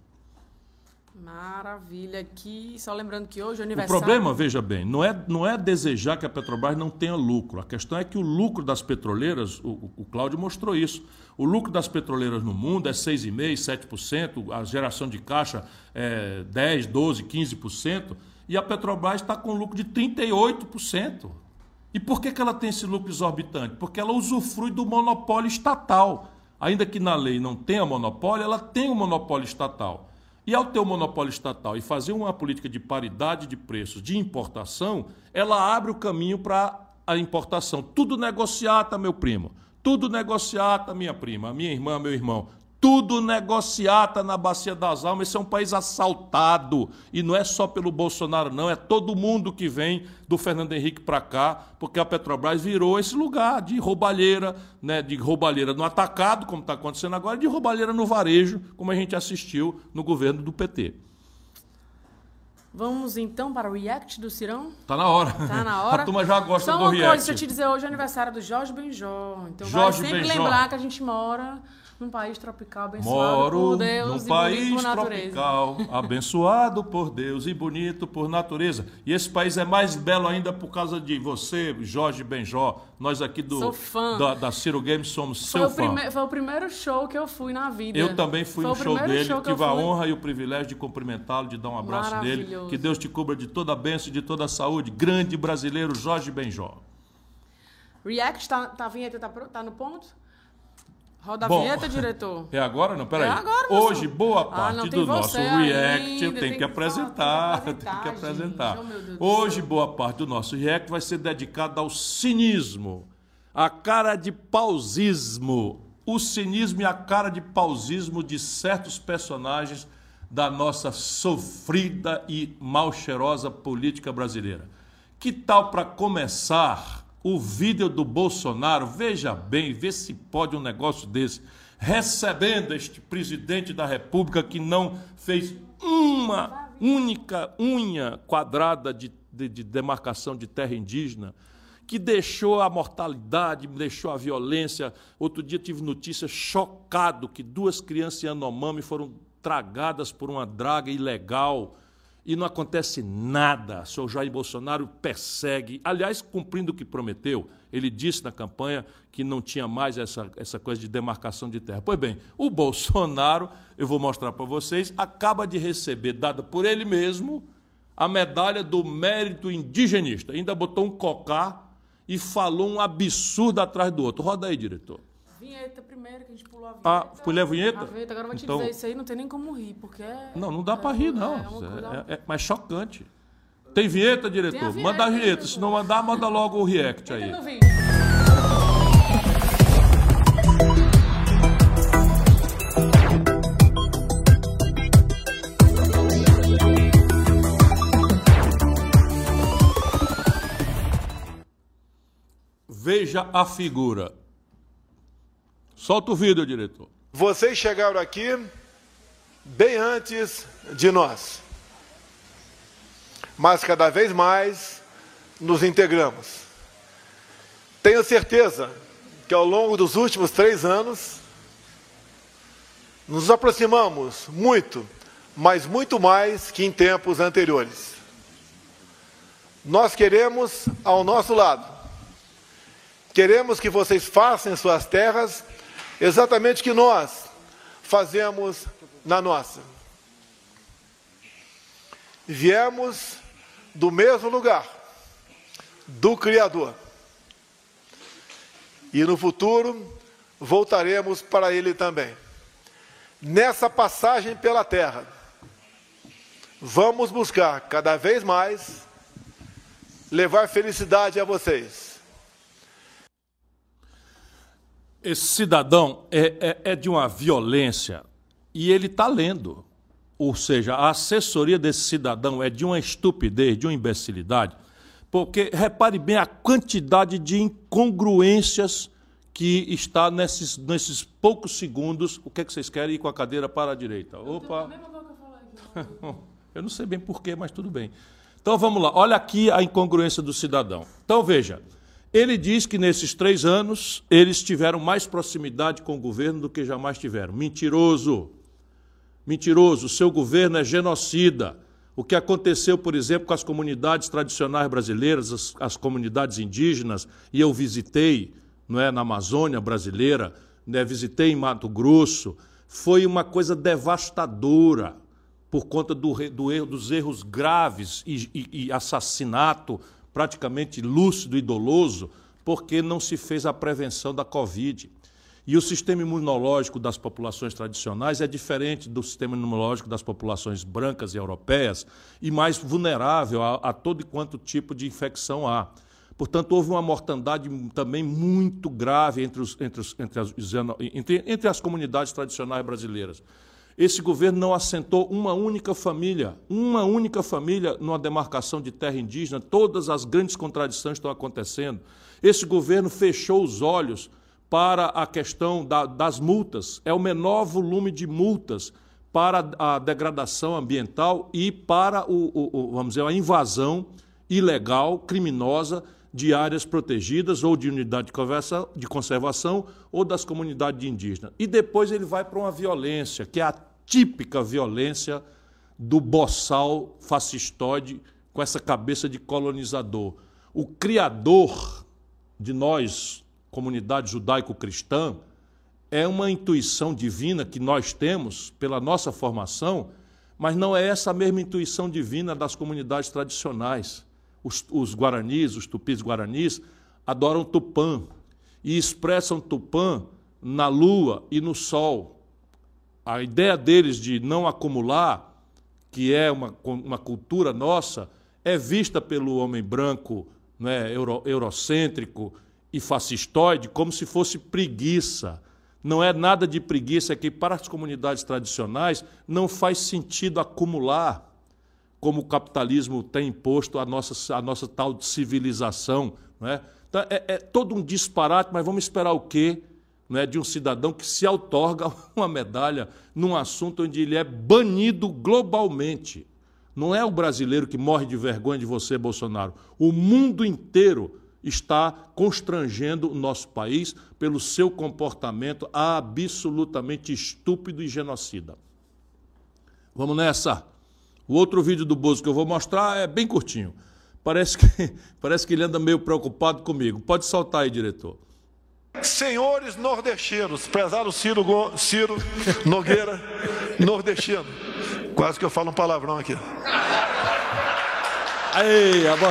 Maravilha. Aqui, só lembrando que hoje é O aniversário... problema, veja bem, não é desejar que a Petrobras não tenha lucro. A questão é que o lucro das petroleiras, o Cláudio mostrou isso, o lucro das petroleiras no mundo é 6,5%, 7%, a geração de caixa é 10%, 12%, 15%, e a Petrobras está com lucro de 38%. E por que ela tem esse lucro exorbitante? Porque ela usufrui do monopólio estatal. Ainda que na lei não tenha monopólio, ela tem um monopólio estatal. E ao ter o monopólio estatal e fazer uma política de paridade de preços de importação, ela abre o caminho para a importação. Tudo negociata, meu primo. Tudo negociata, minha prima, minha irmã, meu irmão. Tudo negociata na Bacia das Almas. Esse é um país assaltado. E não é só pelo Bolsonaro, não. É todo mundo que vem do Fernando Henrique para cá, porque a Petrobras virou esse lugar de roubalheira, né? De roubalheira no atacado, como está acontecendo agora, e de roubalheira no varejo, como a gente assistiu no governo do PT. Vamos então para o react do Cirão? Tá na hora. Tá na hora. A turma já gosta Só do uma react. coisa, se eu te dizer, hoje é aniversário do Jorge Benjó. Então Jorge vale sempre Benjó. lembrar que a gente mora num país tropical abençoado Moro por Deus num e bonito país por natureza. tropical, abençoado por Deus e bonito por natureza. E esse país é mais belo ainda por causa de você, Jorge Benjó. Nós aqui Sou fã. da Ciro Games somos seu fã. Foi o primeiro show que eu fui na vida. Eu também fui no show dele, que eu tive a fui. honra e o privilégio de cumprimentá-lo, de dar um abraço nele. Maravilhoso. Que Deus te cubra de toda a bênção e de toda a saúde. Grande brasileiro Jorge Benjó. React, a vinheta tá no ponto? Roda a Bom, vinheta, diretor. É agora? Não, peraí. É agora, moço. Hoje, boa parte não do tem nosso você react ainda, eu tenho que apresentar. Eu tenho que apresentar. gente. Oh, meu Deus do Hoje, céu. boa parte do nosso react vai ser dedicada ao cinismo, a cara de pausismo. O cinismo e a cara de pausismo de certos personagens da nossa sofrida e mal cheirosa política brasileira. Que tal, para começar, o vídeo do Bolsonaro? Veja bem, vê se pode um negócio desse, recebendo este presidente da República que não fez uma única unha quadrada de demarcação de terra indígena, que deixou a mortalidade, deixou a violência. Outro dia tive notícia chocado que 2 crianças Yanomami foram tragadas por uma draga ilegal e não acontece nada. O senhor Jair Bolsonaro persegue, aliás, cumprindo o que prometeu. Ele disse na campanha que não tinha mais essa coisa de demarcação de terra. Pois bem, o Bolsonaro, eu vou mostrar para vocês, acaba de receber, dada por ele mesmo, a medalha do mérito indigenista. Ainda botou um cocá e falou um absurdo atrás do outro. Roda aí, diretor. Vinheta primeiro, que a gente pulou a vinheta. Ah, pulei a vinheta? Agora eu vou te Então... dizer, isso aí não tem nem como rir, porque Não dá para rir, não. É mais chocante. Tem vinheta, diretor? Tem a vinheta, manda a vinheta. diretor. Se não mandar, manda logo o react aí. Eu não vi. Veja a figura. Solta o vídeo, diretor. Vocês chegaram aqui bem antes de nós. Mas cada vez mais nos integramos. Tenho certeza que ao longo dos últimos 3 anos nos aproximamos muito, mas muito mais que em tempos anteriores. Nós queremos ao nosso lado. Queremos que vocês façam em suas terras exatamente o que nós fazemos na nossa. Viemos do mesmo lugar, do Criador. E no futuro voltaremos para Ele também. Nessa passagem pela terra, vamos buscar cada vez mais levar felicidade a vocês. Esse cidadão é de uma violência e ele está lendo. Ou seja, a assessoria desse cidadão é de uma estupidez, de uma imbecilidade, porque repare bem a quantidade de incongruências que está nesses poucos segundos. O que é que vocês querem? Ir com a cadeira para a direita. Opa! Eu não sei bem porquê, mas tudo bem. Então vamos lá. Olha aqui a incongruência do cidadão. Então veja. Ele diz que nesses 3 anos eles tiveram mais proximidade com o governo do que jamais tiveram. Mentiroso. Mentiroso. O seu governo é genocida. O que aconteceu, por exemplo, com as comunidades tradicionais brasileiras, as comunidades indígenas, e eu visitei, não é, na Amazônia brasileira, né, visitei em Mato Grosso, foi uma coisa devastadora por conta dos erros graves e assassinato praticamente lúcido e doloso, porque não se fez a prevenção da Covid. E o sistema imunológico das populações tradicionais é diferente do sistema imunológico das populações brancas e europeias e mais vulnerável a todo e quanto tipo de infecção há. Portanto, houve uma mortandade também muito grave entre as comunidades tradicionais brasileiras. Esse governo não assentou uma única família numa demarcação de terra indígena. Todas as grandes contradições estão acontecendo. Esse governo fechou os olhos para a questão das multas. É o menor volume de multas para a degradação ambiental e para vamos dizer, a invasão ilegal, criminosa, de áreas protegidas ou de unidade de conservação ou das comunidades indígenas. E depois ele vai para uma violência, que é a típica violência do boçal fascistoide com essa cabeça de colonizador. O criador de nós, comunidade judaico-cristã, é uma intuição divina que nós temos pela nossa formação, mas não é essa mesma intuição divina das comunidades tradicionais. Os guaranis, os tupis-guaranis, adoram Tupã e expressam Tupã na lua e no sol. A ideia deles de não acumular, que é uma cultura nossa, é vista pelo homem branco, né, eurocêntrico e fascistoide como se fosse preguiça. Não é nada de preguiça, é que para as comunidades tradicionais não faz sentido acumular, como o capitalismo tem imposto a nossa tal civilização. Não é? Então, é todo um disparate, mas vamos esperar o quê, não é, de um cidadão que se outorga uma medalha num assunto onde ele é banido globalmente. Não é o brasileiro que morre de vergonha de você, Bolsonaro. O mundo inteiro está constrangendo o nosso país pelo seu comportamento absolutamente estúpido e genocida. Vamos nessa. O outro vídeo do Bozo que eu vou mostrar é bem curtinho. Parece que ele anda meio preocupado comigo. Pode soltar aí, diretor. Senhores nordestinos, prezado Ciro Nogueira, nordestino. Quase que eu falo um palavrão aqui. Aí, a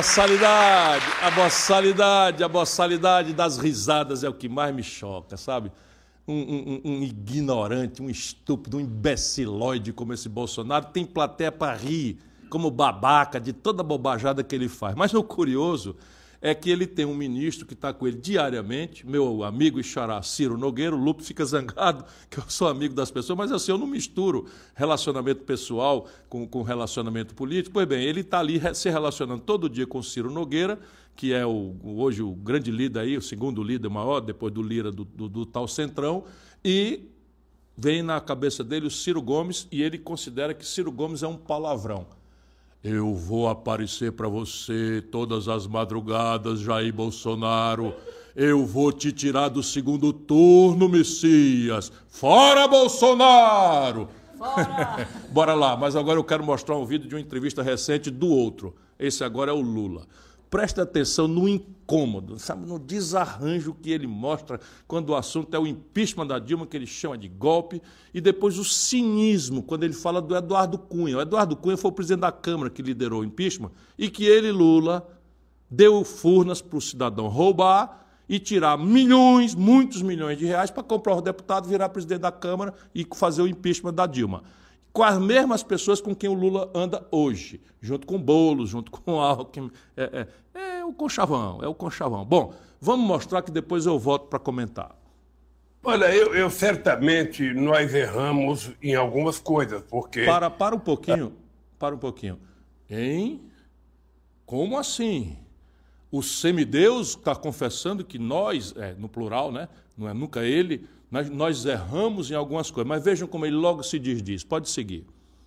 boçalidade das risadas é o que mais me choca, sabe? Um ignorante, um estúpido, um imbecilóide como esse Bolsonaro tem plateia para rir, como babaca de toda bobajada que ele faz. Mas o curioso é que ele tem um ministro que está com ele diariamente, meu amigo e xará Ciro Nogueira. O Lupe fica zangado que eu sou amigo das pessoas, mas assim, eu não misturo relacionamento pessoal com relacionamento político. Pois bem, ele está ali se relacionando todo dia com o Ciro Nogueira, que é hoje o grande líder aí, o segundo líder maior, depois do Lira, do tal Centrão, e vem na cabeça dele o Ciro Gomes, e ele considera que Ciro Gomes é um palavrão. Eu vou aparecer para você todas as madrugadas, Jair Bolsonaro. Eu vou te tirar do segundo turno, Messias. Fora, Bolsonaro! Fora! Bora lá, mas agora eu quero mostrar um vídeo de uma entrevista recente do outro. Esse agora é o Lula. Presta atenção no incômodo, sabe, no desarranjo que ele mostra quando o assunto é o impeachment da Dilma, que ele chama de golpe, e depois o cinismo, quando ele fala do Eduardo Cunha. O Eduardo Cunha foi o presidente da Câmara que liderou o impeachment e que ele, Lula, deu furnas para o cidadão roubar e tirar milhões, muitos milhões de reais para comprar o deputado, virar presidente da Câmara e fazer o impeachment da Dilma. Com as mesmas pessoas com quem o Lula anda hoje, junto com Boulos, junto com Alckmin. É o conchavão. Bom, vamos mostrar que depois eu volto para comentar. Olha, eu certamente nós erramos em algumas coisas, porque... Para um pouquinho. Hein? Como assim? O semideus está confessando que nós, no plural, né? Não é nunca ele... Nós erramos em algumas coisas, mas vejam como ele logo se diz. Pode seguir.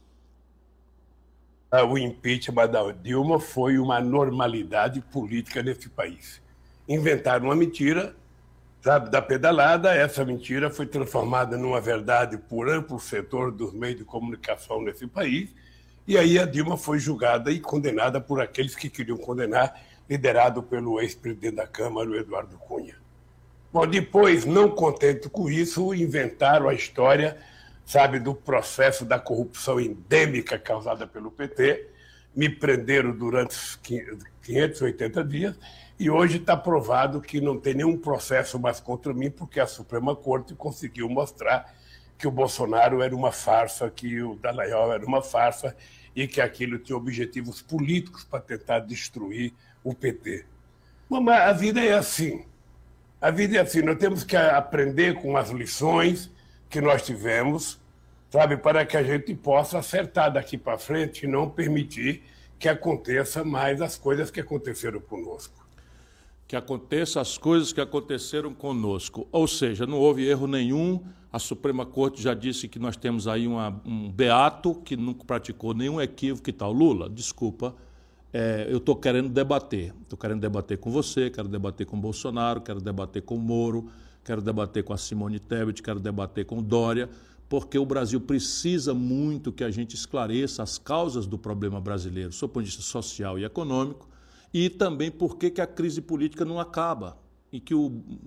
O impeachment da Dilma foi uma normalidade política nesse país. Inventaram uma mentira, sabe, da pedalada. Essa mentira foi transformada numa verdade por amplo setor dos meios de comunicação nesse país. E aí a Dilma foi julgada e condenada por aqueles que queriam condenar, liderado pelo ex-presidente da Câmara, o Eduardo Cunha. Bom, depois, não contente com isso, inventaram a história, sabe, do processo da corrupção endêmica causada pelo PT, me prenderam durante 580 dias e hoje está provado que não tem nenhum processo mais contra mim porque a Suprema Corte conseguiu mostrar que o Bolsonaro era uma farsa, que o Dallagnol era uma farsa e que aquilo tinha objetivos políticos para tentar destruir o PT. Bom, mas a vida é assim. A vida é assim, nós temos que aprender com as lições que nós tivemos, sabe, para que a gente possa acertar daqui para frente e não permitir que aconteça mais as coisas que aconteceram conosco. Que aconteça as coisas que aconteceram conosco. Ou seja, não houve erro nenhum. A Suprema Corte já disse que nós temos aí um beato que nunca praticou nenhum equívoco e tal. Lula, desculpa. Eu estou querendo debater. Estou querendo debater com você, quero debater com o Bolsonaro, quero debater com o Moro, quero debater com a Simone Tebet, quero debater com o Dória, porque o Brasil precisa muito que a gente esclareça as causas do problema brasileiro, do ponto de vista social e econômico, e também por que a crise política não acaba, e que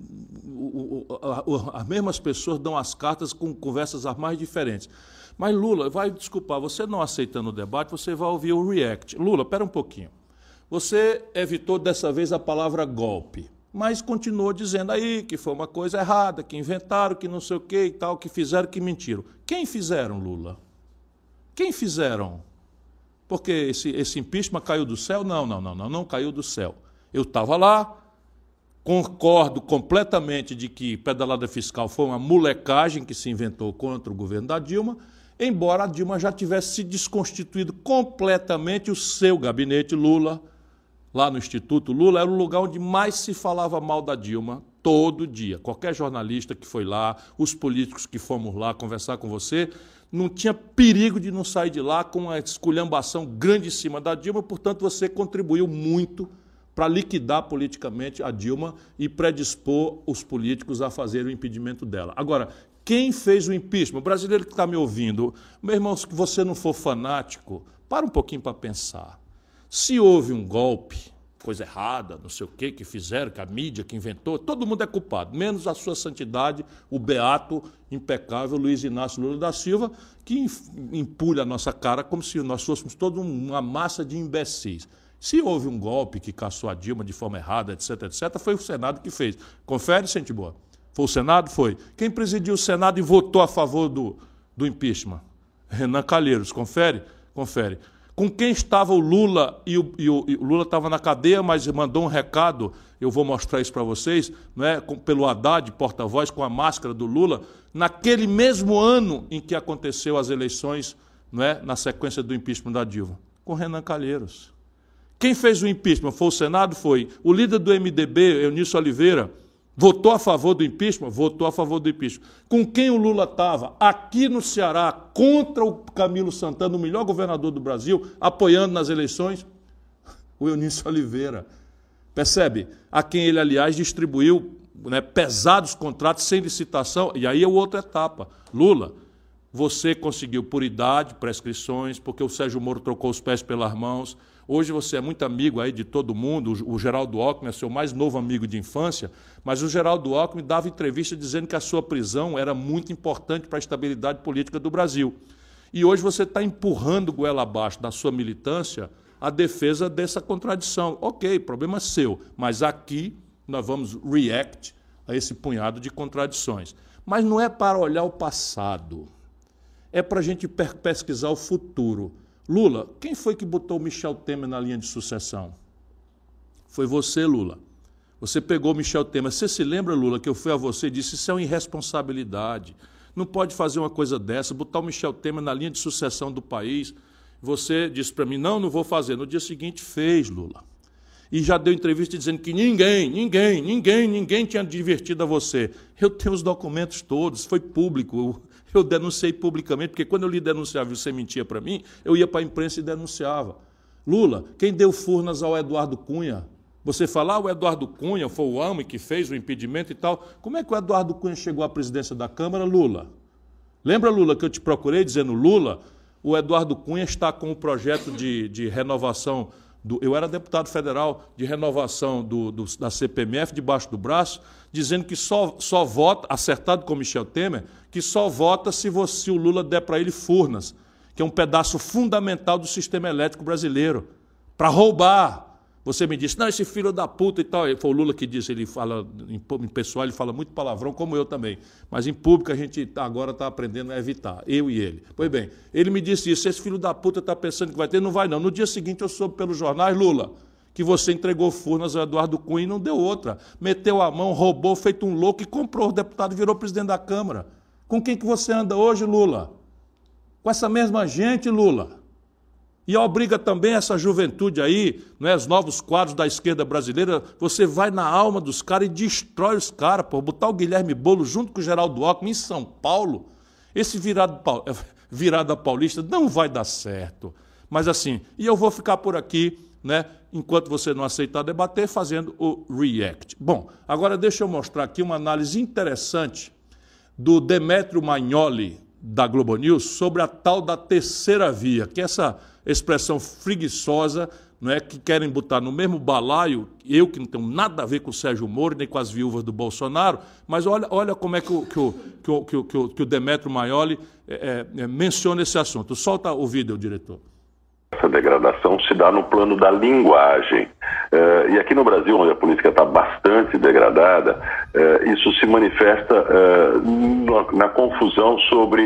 as mesmas pessoas dão as cartas com conversas as mais diferentes. Mas Lula, vai desculpar, você não aceitando o debate, você vai ouvir o react. Lula, espera um pouquinho. Você evitou dessa vez a palavra golpe, mas continuou dizendo aí que foi uma coisa errada, que inventaram, que não sei o que e tal, que fizeram, que mentiram. Quem fizeram, Lula? Quem fizeram? Porque esse impeachment caiu do céu? Não caiu do céu. Eu estava lá, concordo completamente de que pedalada fiscal foi uma molecagem que se inventou contra o governo da Dilma, embora a Dilma já tivesse se desconstituído completamente. O seu gabinete, Lula, lá no Instituto Lula, era o lugar onde mais se falava mal da Dilma todo dia. Qualquer jornalista que foi lá, os políticos que fomos lá conversar com você, não tinha perigo de não sair de lá com uma esculhambação grande em cima da Dilma, portanto você contribuiu muito para liquidar politicamente a Dilma e predispor os políticos a fazer o impedimento dela. Agora, quem fez o impeachment? O brasileiro que está me ouvindo, meu irmão, se você não for fanático, para um pouquinho para pensar. Se houve um golpe, coisa errada, não sei o que fizeram, que a mídia que inventou, todo mundo é culpado, menos a sua santidade, o beato, impecável Luiz Inácio Lula da Silva, que empulha a nossa cara como se nós fôssemos toda uma massa de imbecis. Se houve um golpe que caçou a Dilma de forma errada, etc., foi o Senado que fez. Confere, gente boa? Foi o Senado? Foi. Quem presidiu o Senado e votou a favor do impeachment? Renan Calheiros. Confere? Confere. Com quem estava o Lula, e o Lula estava na cadeia, mas mandou um recado, eu vou mostrar isso para vocês, né, pelo Haddad, porta-voz, com a máscara do Lula, naquele mesmo ano em que aconteceu as eleições, né, na sequência do impeachment da Dilma, com Renan Calheiros. Quem fez o impeachment? Foi o Senado? Foi. O líder do MDB, Eunício Oliveira, votou a favor do impeachment? Votou a favor do impeachment. Com quem o Lula estava? Aqui no Ceará, contra o Camilo Santana, o melhor governador do Brasil, apoiando nas eleições? O Eunício Oliveira. Percebe? A quem ele, aliás, distribuiu, né, pesados contratos sem licitação. E aí é outra etapa. Lula, você conseguiu por idade, prescrições, porque o Sérgio Moro trocou os pés pelas mãos. Hoje você é muito amigo aí de todo mundo, o Geraldo Alckmin é seu mais novo amigo de infância, mas o Geraldo Alckmin dava entrevista dizendo que a sua prisão era muito importante para a estabilidade política do Brasil. E hoje você está empurrando goela abaixo da sua militância a defesa dessa contradição. Ok, problema seu, mas aqui nós vamos react a esse punhado de contradições. Mas não é para olhar o passado, é para a gente pesquisar o futuro. Lula, quem foi que botou o Michel Temer na linha de sucessão? Foi você, Lula. Você pegou o Michel Temer. Você se lembra, Lula, que eu fui a você e disse, isso é uma irresponsabilidade. Não pode fazer uma coisa dessa, botar o Michel Temer na linha de sucessão do país. Você disse para mim, não vou fazer. No dia seguinte, fez, Lula. E já deu entrevista dizendo que ninguém tinha divertido a você. Eu tenho os documentos todos, foi público. Eu denunciei publicamente, porque quando eu lhe denunciava e você mentia para mim, eu ia para a imprensa e denunciava. Lula, quem deu Furnas ao Eduardo Cunha? Você fala, o Eduardo Cunha foi o homem que fez o impedimento e tal. Como é que o Eduardo Cunha chegou à presidência da Câmara, Lula? Lembra, Lula, que eu te procurei dizendo, Lula, o Eduardo Cunha está com o projeto de renovação, eu era deputado federal, de renovação da CPMF debaixo do braço, dizendo que só vota, acertado com Michel Temer, que só vota se o Lula der para ele Furnas, que é um pedaço fundamental do sistema elétrico brasileiro, para roubar. Você me disse, não, esse filho da puta e tal. Foi o Lula que disse, ele fala, em pessoal, ele fala muito palavrão, como eu também. Mas em público a gente agora está aprendendo a evitar, eu e ele. Pois bem, ele me disse isso, esse filho da puta está pensando que vai ter, não vai não. No dia seguinte eu soube pelos jornais, Lula, que você entregou Furnas ao Eduardo Cunha e não deu outra. Meteu a mão, roubou, feito um louco e comprou o deputado e virou presidente da Câmara. Com quem que você anda hoje, Lula? Com essa mesma gente, Lula. E obriga também essa juventude aí, né, os novos quadros da esquerda brasileira, você vai na alma dos caras e destrói os caras, pô. Botar o Guilherme Boulos junto com o Geraldo Alckmin em São Paulo, esse virada paulista não vai dar certo. Mas assim, e eu vou ficar por aqui, né, enquanto você não aceitar debater, fazendo o react. Bom, agora deixa eu mostrar aqui uma análise interessante do Demetrio Magnoli, da Globo News, sobre a tal da terceira via, que é essa expressão preguiçosa, não é, que querem botar no mesmo balaio, eu que não tenho nada a ver com o Sérgio Moro, nem com as viúvas do Bolsonaro, mas olha como é que o Demetrio Magnoli menciona esse assunto. Solta o vídeo, diretor. Essa degradação se dá no plano da linguagem. E aqui no Brasil, onde a política está bastante degradada, isso se manifesta na confusão sobre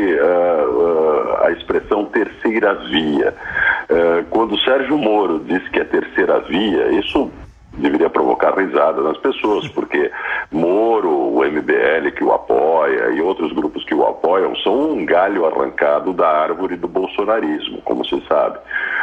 a expressão terceira via. Quando o Sérgio Moro disse que é terceira via, isso deveria provocar risada nas pessoas, porque Moro, o MBL que o apoia e outros grupos que o apoiam são um galho arrancado da árvore do bolsonarismo, como se sabe.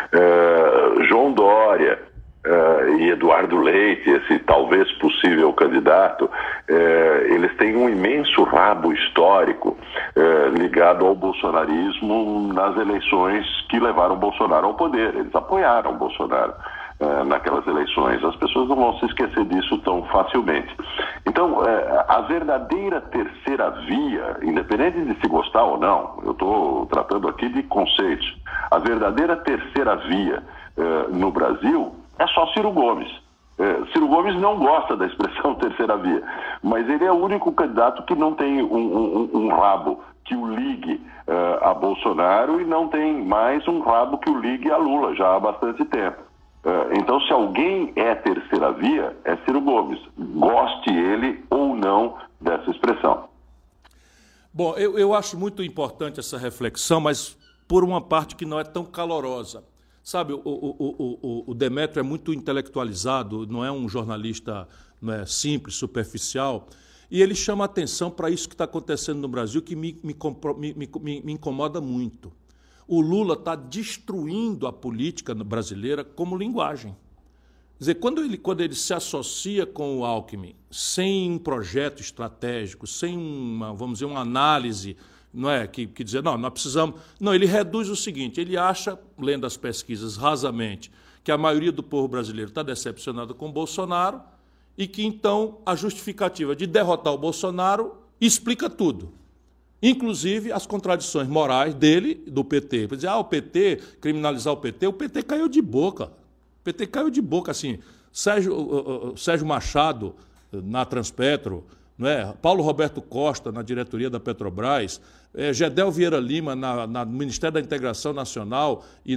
João Dória e Eduardo Leite, esse talvez possível candidato, eles têm um imenso rabo histórico ligado ao bolsonarismo nas eleições que levaram Bolsonaro ao poder. Eles apoiaram Bolsonaro. naquelas eleições. As pessoas não vão se esquecer disso tão facilmente. Então, a verdadeira terceira via, independente de se gostar ou não, eu estou tratando aqui de conceitos, a verdadeira terceira via no Brasil é só Ciro Gomes. Ciro Gomes não gosta da expressão terceira via, mas ele é o único candidato que não tem um rabo que o ligue a Bolsonaro e não tem mais um rabo que o ligue a Lula já há bastante tempo. Então, se alguém é terceira via, é Ciro Gomes, goste ele ou não dessa expressão. Bom, eu acho muito importante essa reflexão, mas por uma parte que não é tão calorosa. Sabe, o Demétrio é muito intelectualizado, não é um jornalista, não é, simples, superficial, e ele chama a atenção para isso que está acontecendo no Brasil, que me incomoda muito. O Lula está destruindo a política brasileira como linguagem. Quer dizer, quando ele se associa com o Alckmin, sem um projeto estratégico, sem vamos dizer, uma análise, não é, que dizer, não, nós precisamos... Não, ele reduz o seguinte, ele acha, lendo as pesquisas rasamente, que a maioria do povo brasileiro está decepcionado com o Bolsonaro e que, então, a justificativa de derrotar o Bolsonaro explica tudo. Inclusive as contradições morais dele, do PT. Para dizer, o PT, criminalizar o PT caiu de boca. O PT caiu de boca, assim. Sérgio Machado, na Transpetro, não é? Paulo Roberto Costa, na diretoria da Petrobras, Gedel Vieira Lima, no Ministério da Integração Nacional e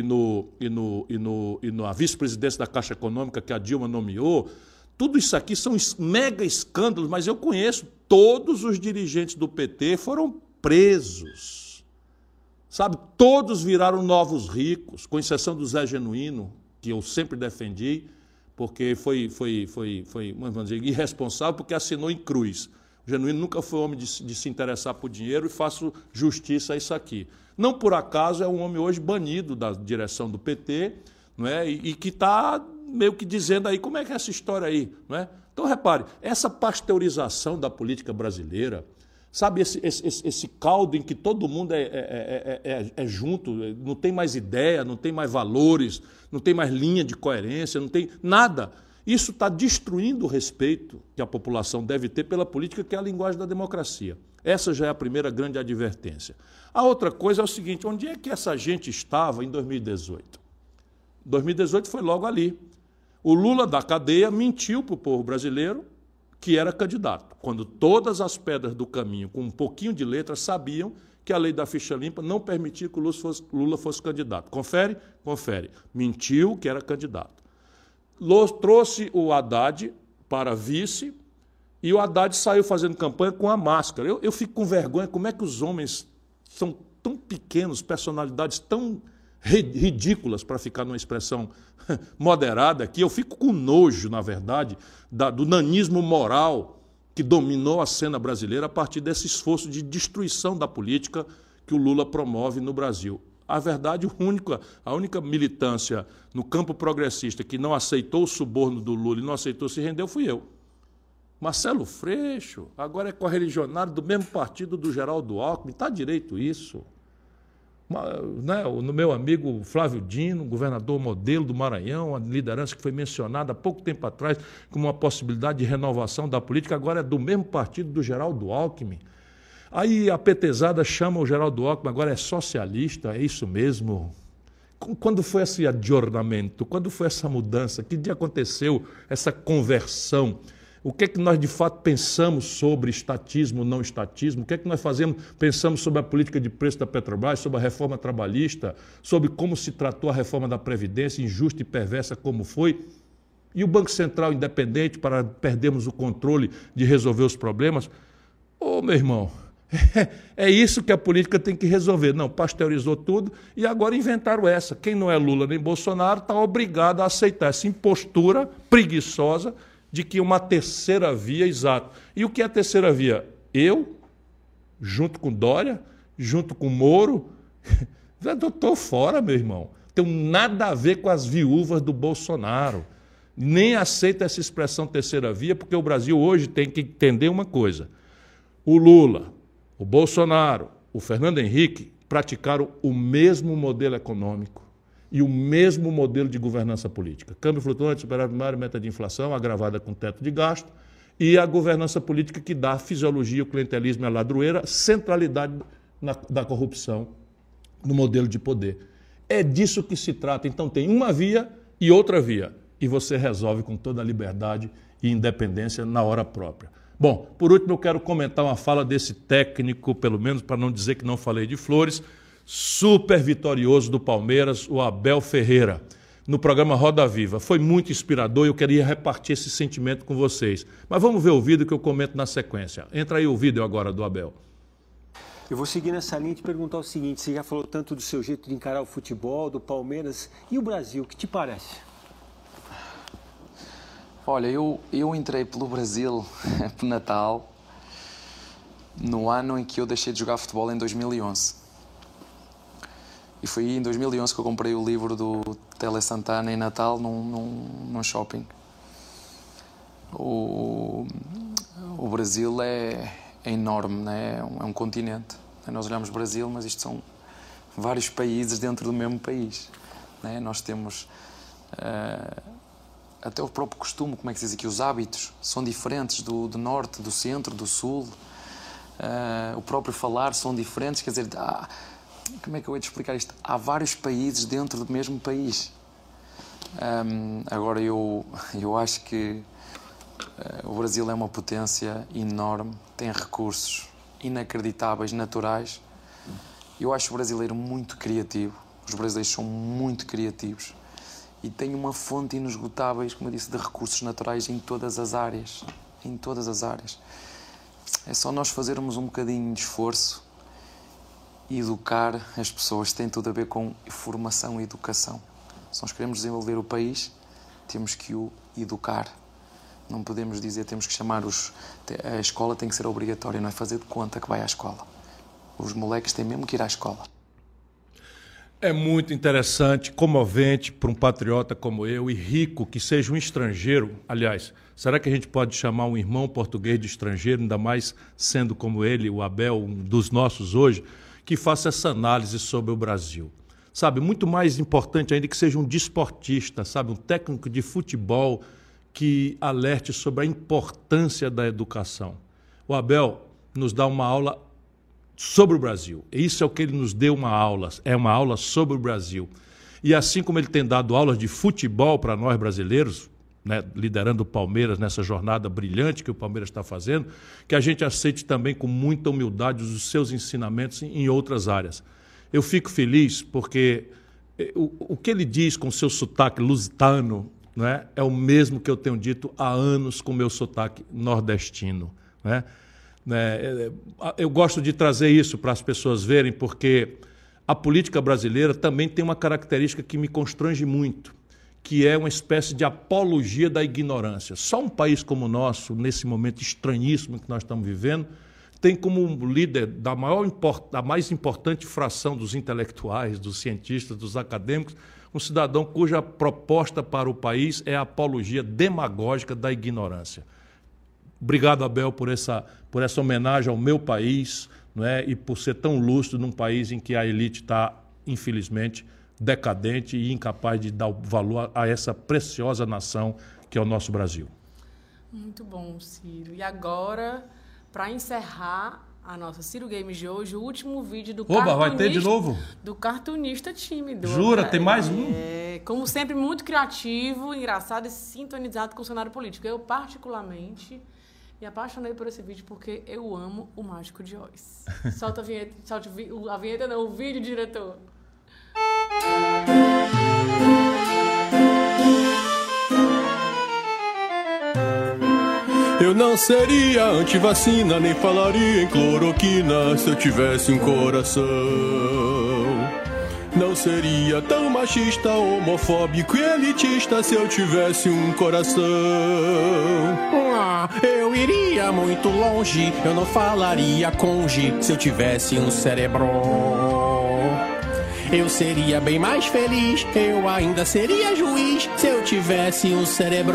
na vice-presidência da Caixa Econômica que a Dilma nomeou. Tudo isso aqui são mega escândalos, mas eu conheço todos os dirigentes do PT foram presos. Sabe, todos viraram novos ricos, com exceção do Zé Genuíno, que eu sempre defendi, porque foi vamos dizer, irresponsável, porque assinou em cruz. O Genuíno nunca foi homem de se interessar por dinheiro e faço justiça a isso aqui. Não por acaso é um homem hoje banido da direção do PT, não é? E que está meio que dizendo aí como é que é essa história aí, não é? Então, repare, essa pasteurização da política brasileira, sabe, esse caldo em que todo mundo é junto, não tem mais ideia, não tem mais valores, não tem mais linha de coerência, não tem nada. Isso está destruindo o respeito que a população deve ter pela política, que é a linguagem da democracia. Essa já é a primeira grande advertência. A outra coisa é o seguinte, onde é que essa gente estava em 2018? 2018 foi logo ali. O Lula da cadeia mentiu para o povo brasileiro que era candidato, quando todas as pedras do caminho, com um pouquinho de letra, sabiam que a lei da ficha limpa não permitia que o Lula fosse candidato. Confere? Confere. Mentiu que era candidato. Trouxe o Haddad para vice e o Haddad saiu fazendo campanha com a máscara. Eu fico com vergonha, como é que os homens são tão pequenos, personalidades tão ridículas, para ficar numa expressão moderada aqui. Eu fico com nojo, na verdade, do nanismo moral que dominou a cena brasileira a partir desse esforço de destruição da política que o Lula promove no Brasil. A verdade, a única militância no campo progressista que não aceitou o suborno do Lula e não aceitou se render fui eu. Marcelo Freixo, agora é correligionário do mesmo partido do Geraldo Alckmin, está direito isso. No meu amigo Flávio Dino, governador modelo do Maranhão, a liderança que foi mencionada há pouco tempo atrás como uma possibilidade de renovação da política, agora é do mesmo partido do Geraldo Alckmin. Aí a petezada chama o Geraldo Alckmin, agora é socialista, é isso mesmo? Quando foi esse adjornamento? Quando foi essa mudança? Que dia aconteceu essa conversão? O que é que nós, de fato, pensamos sobre estatismo, não estatismo? O que é que nós pensamos sobre a política de preço da Petrobras, sobre a reforma trabalhista, sobre como se tratou a reforma da Previdência, injusta e perversa como foi? E o Banco Central independente para perdermos o controle de resolver os problemas? Meu irmão, é isso que a política tem que resolver. Não, pasteurizou tudo e agora inventaram essa. Quem não é Lula nem Bolsonaro está obrigado a aceitar essa impostura preguiçosa de que uma terceira via, exato. E o que é a terceira via? Eu, junto com Dória, junto com Moro, eu estou fora, meu irmão. Tenho nada a ver com as viúvas do Bolsonaro. Nem aceito essa expressão terceira via, porque o Brasil hoje tem que entender uma coisa. O Lula, o Bolsonaro, o Fernando Henrique praticaram o mesmo modelo econômico. e o mesmo modelo de governança política. Câmbio flutuante, superávit primário, meta de inflação, agravada com teto de gasto, e a governança política que dá a fisiologia, o clientelismo e a ladroeira, centralidade da corrupção no modelo de poder. É disso que se trata. Então tem uma via e outra via, e você resolve com toda a liberdade e independência na hora própria. Bom, por último eu quero comentar uma fala desse técnico, pelo menos para não dizer que não falei de flores, super vitorioso do Palmeiras, o Abel Ferreira, no programa Roda Viva. Foi muito inspirador e eu queria repartir esse sentimento com vocês. Mas vamos ver o vídeo que eu comento na sequência. Entra aí o vídeo agora do Abel. Eu vou seguir nessa linha e te perguntar o seguinte, você já falou tanto do seu jeito de encarar o futebol, do Palmeiras, e o Brasil, o que te parece? Olha, eu entrei pelo Brasil para o Natal no ano em que eu deixei de jogar futebol em 2011. E foi em 2011 que eu comprei o livro do Tele Santana em Natal num shopping. O Brasil é enorme, né? É um continente. Nós olhamos Brasil, mas isto são vários países dentro do mesmo país, né? Nós temos até o próprio costume, como é que se diz aqui, os hábitos são diferentes do norte, do centro, do sul. O próprio falar são diferentes, quer dizer, como é que eu ia te explicar isto? Há vários países dentro do mesmo país. Agora eu acho que o Brasil é uma potência enorme, tem recursos inacreditáveis, naturais. Eu acho o brasileiro muito criativo, os brasileiros são muito criativos e têm uma fonte inesgotável, como eu disse, de recursos naturais em todas as áreas. Em todas as áreas. É só nós fazermos um bocadinho de esforço e educar as pessoas. Tem tudo a ver com formação e educação. Se nós queremos desenvolver o país, temos que o educar. Não podemos dizer, temos que chamar a escola tem que ser obrigatória, não é fazer de conta que vai à escola. Os moleques têm mesmo que ir à escola. É muito interessante, comovente para um patriota como eu e rico que seja um estrangeiro. Aliás, será que a gente pode chamar um irmão português de estrangeiro, ainda mais sendo como ele, o Abel, um dos nossos hoje, que faça essa análise sobre o Brasil? Sabe, muito mais importante ainda que seja um desportista, sabe, um técnico de futebol que alerte sobre a importância da educação. O Abel nos dá uma aula sobre o Brasil. Isso é o que ele nos deu é uma aula sobre o Brasil. E assim como ele tem dado aulas de futebol para nós brasileiros, né, liderando o Palmeiras nessa jornada brilhante que o Palmeiras está fazendo, que a gente aceite também com muita humildade os seus ensinamentos em outras áreas. Eu fico feliz porque o que ele diz com seu sotaque lusitano, né, é o mesmo que eu tenho dito há anos com meu sotaque nordestino, né? Eu gosto de trazer isso para as pessoas verem, porque a política brasileira também tem uma característica que me constrange muito, que é uma espécie de apologia da ignorância. Só um país como o nosso, nesse momento estranhíssimo que nós estamos vivendo, tem como líder da mais importante fração dos intelectuais, dos cientistas, dos acadêmicos, um cidadão cuja proposta para o país é a apologia demagógica da ignorância. Obrigado, Abel, por essa homenagem ao meu país, não é? E por ser tão lúcido num país em que a elite está, infelizmente, decadente e incapaz de dar valor a essa preciosa nação que é o nosso Brasil. Muito bom, Ciro. E agora, para encerrar a nossa Ciro Games de hoje, o último vídeo do cartunista... Oba, vai ter de novo? Do cartunista tímido. Jura? Tem mais um? Como sempre, muito criativo, engraçado e sintonizado com o cenário político. Eu, particularmente, me apaixonei por esse vídeo porque eu amo o Mágico de Oz. Solta a vinheta, a vinheta não, o vídeo, diretor. Eu não seria antivacina, nem falaria em cloroquina se eu tivesse um coração. Não seria tão machista, homofóbico e elitista se eu tivesse um coração. Eu iria muito longe, eu não falaria conge se eu tivesse um cérebro. Eu seria bem mais feliz, eu ainda seria juiz se eu tivesse um cérebro.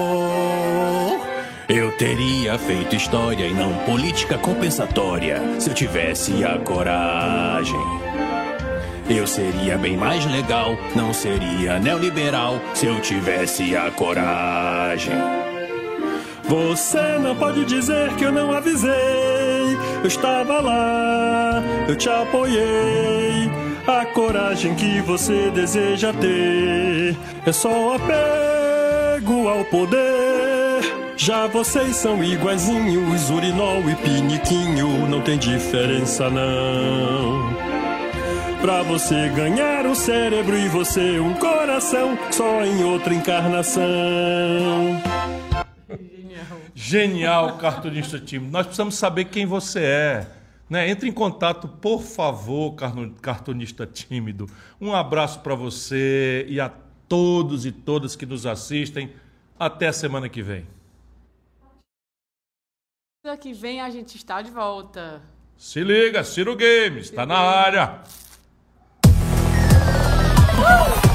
Eu teria feito história e não política compensatória se eu tivesse a coragem. Eu seria bem mais legal, não seria neoliberal se eu tivesse a coragem. Você não pode dizer que eu não avisei. Eu estava lá, eu te apoiei. A coragem que você deseja ter é só apego ao poder. Já vocês são iguaizinhos, urinol e piniquinho, não tem diferença não. Pra você ganhar um cérebro e você um coração, só em outra encarnação. Genial, cartunista tímido. Nós precisamos saber quem você é. Né? Entre em contato, por favor, cartunista tímido. Um abraço para você e a todos e todas que nos assistem. Até a semana que vem. Semana que vem a gente está de volta. Se liga, Ciro Games, está na área.